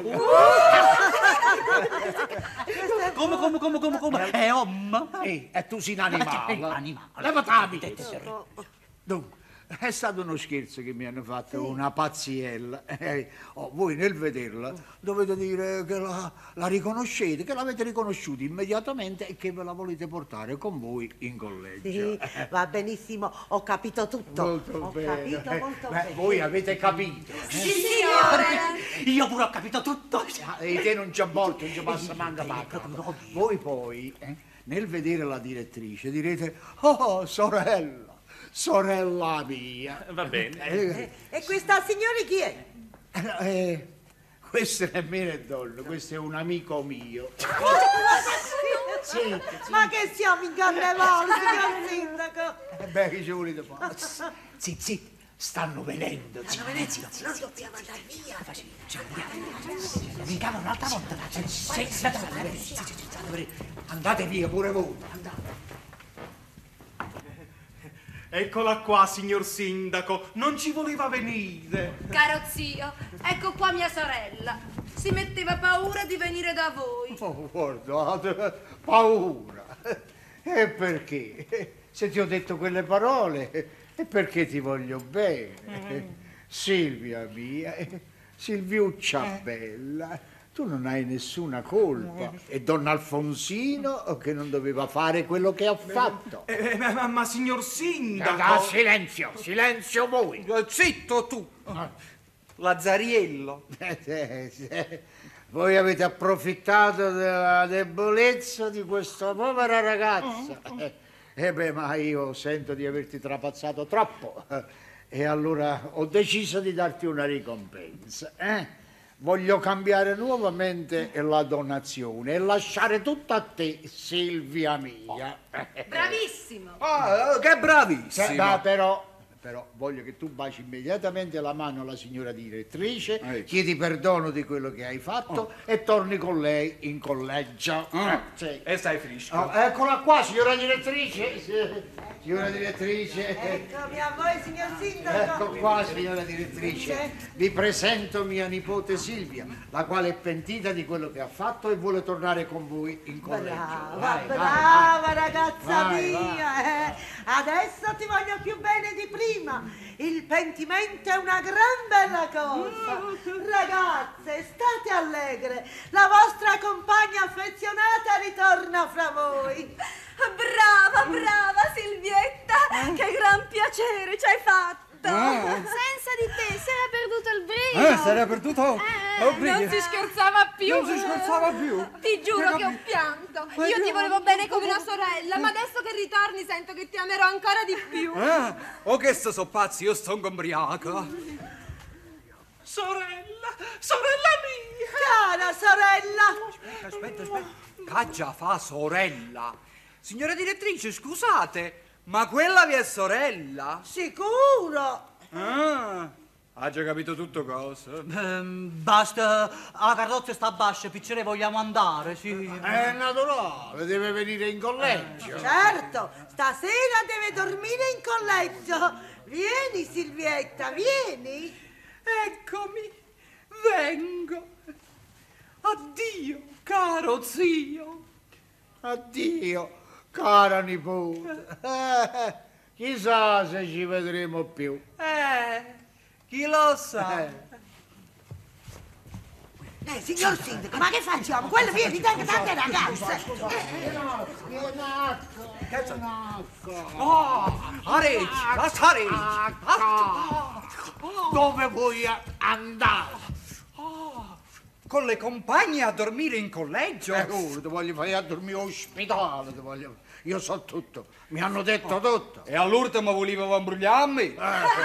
Come? È uomo? E tu sei un animale. Levati. Dunque, è stato uno scherzo che mi hanno fatto, una pazziella. Voi nel vederla dovete dire che la riconoscete, che l'avete riconosciuta immediatamente e che ve la volete portare con voi in collegio. Sì, va benissimo, ho capito tutto. Molto bene. Capito molto bene. Voi avete capito? Sì, signore. Io pure ho capito tutto. E te non c'è volto, non ci passa manca pacca. Voi poi, nel vedere la direttrice, direte, oh, sorella mia. Va bene. E questa signora chi è? Questo nemmeno è donna, questo è un amico mio. Sì. Ma che siamo in carnevale, signor sindaco? Che ci volete fare? Zitti, stanno venendo. Non dobbiamo andare via. Vengano un'altra volta. Andate via pure voi. Eccola qua, signor sindaco, non ci voleva venire. Caro zio, ecco qua mia sorella. Si metteva paura di venire da voi. Oh, guardate, paura. E perché? Se ti ho detto quelle parole, è perché ti voglio bene. Silvia mia, Silviuccia bella, tu non hai nessuna colpa. È Don Alfonsino che non doveva fare quello che ha fatto. Ma signor sindaco... Silenzio, silenzio voi. Zitto tu, Lazzariello. Voi avete approfittato della debolezza di questa povera ragazza. Ma io sento di averti trapazzato troppo. E allora ho deciso di darti una ricompensa. Voglio cambiare nuovamente la donazione e lasciare tutto a te, Silvia mia. Bravissimo! Che bravissimo! Però voglio che tu baci immediatamente la mano alla signora direttrice, chiedi perdono di quello che hai fatto e torni con lei in collegio. Sì. E stai fresco. Eccola qua, signora direttrice. Signora direttrice. Eccomi a voi, signor sindaco. Ecco qua, signora direttrice. Vi presento mia nipote Silvia, la quale è pentita di quello che ha fatto e vuole tornare con voi in collegio. Brava ragazza mia. Adesso ti voglio più bene di prima. Il pentimento è una gran bella cosa. Ragazze, state allegre. La vostra compagna affezionata ritorna fra voi. Brava Silvietta, che gran piacere ci hai fatto. Senza di te si era perduto il brio. Si era perduto? Non si scherzava più. Non si scherzava più. Ti giuro che ho pianto. Io ti volevo bene come una sorella, ma adesso che ritorni sento che ti amerò ancora di più. Che so pazzi, io sto ubriaca. Sorella mia! Cara sorella! Aspetta. Caggia fa sorella. Signora direttrice, scusate, ma quella vi è sorella? Sicuro! Ha già capito tutto cosa? Basta, la carrozza sta bascia, piccere vogliamo andare, sì. È naturale, deve venire in collegio. Certo, stasera deve dormire in collegio. Vieni Silvietta, vieni. Eccomi, vengo. Addio, caro zio. Addio, cara nipote. Chissà se ci vedremo più. Chi lo sa? Signor sindaco, ma che facciamo? Quello viene, tenga tante ragazze. Dove vuoi andare? Con le compagne a dormire in collegio? Ti voglio fare a dormire all'ospedale, io so tutto, mi hanno detto tutto. E all'ultimo volevo imbrugliarmi?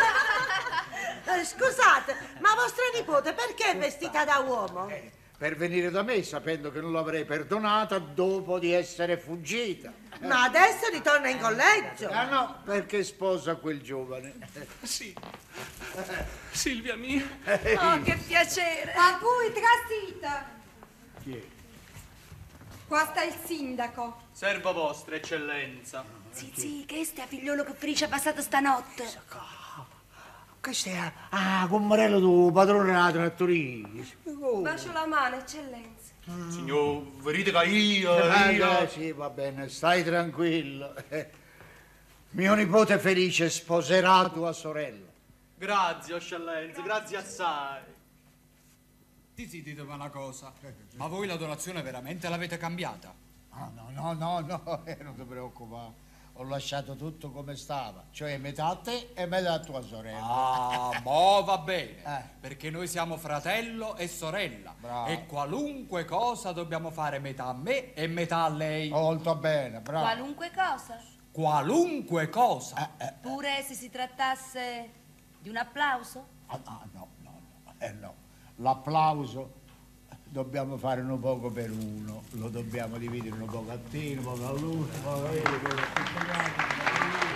Scusate, ma vostra nipote perché è vestita da uomo? Per venire da me sapendo che non l'avrei perdonata dopo di essere fuggita. Ma adesso ritorna in collegio? No, perché sposa quel giovane. Sì. Silvia mia. Oh, che piacere. A voi, trasita. Chi è? Qua sta il sindaco. Servo vostra eccellenza. Sì, che stia figliolo che felice è passato stanotte. Questo è commarello tuo padrone della trattoria. Bacio la mano, eccellenza. Signor, vedete che io... Sì, va bene, stai tranquillo. Mio nipote felice sposerà tua sorella. Grazie, eccellenza, grazie assai. Ditemi una cosa, ma voi la donazione veramente l'avete cambiata? No, non ti preoccupare. Ho lasciato tutto come stava, cioè metà a te e metà a tua sorella. Va bene, perché noi siamo fratello e sorella. Bravo. E qualunque cosa dobbiamo fare metà a me e metà a lei. Molto bene, bravo. Qualunque cosa. Qualunque cosa. Pure se si trattasse di un applauso? No. L'applauso dobbiamo fare uno poco per uno, lo dobbiamo dividere un poco a te, un poco a lui, un poco a lui,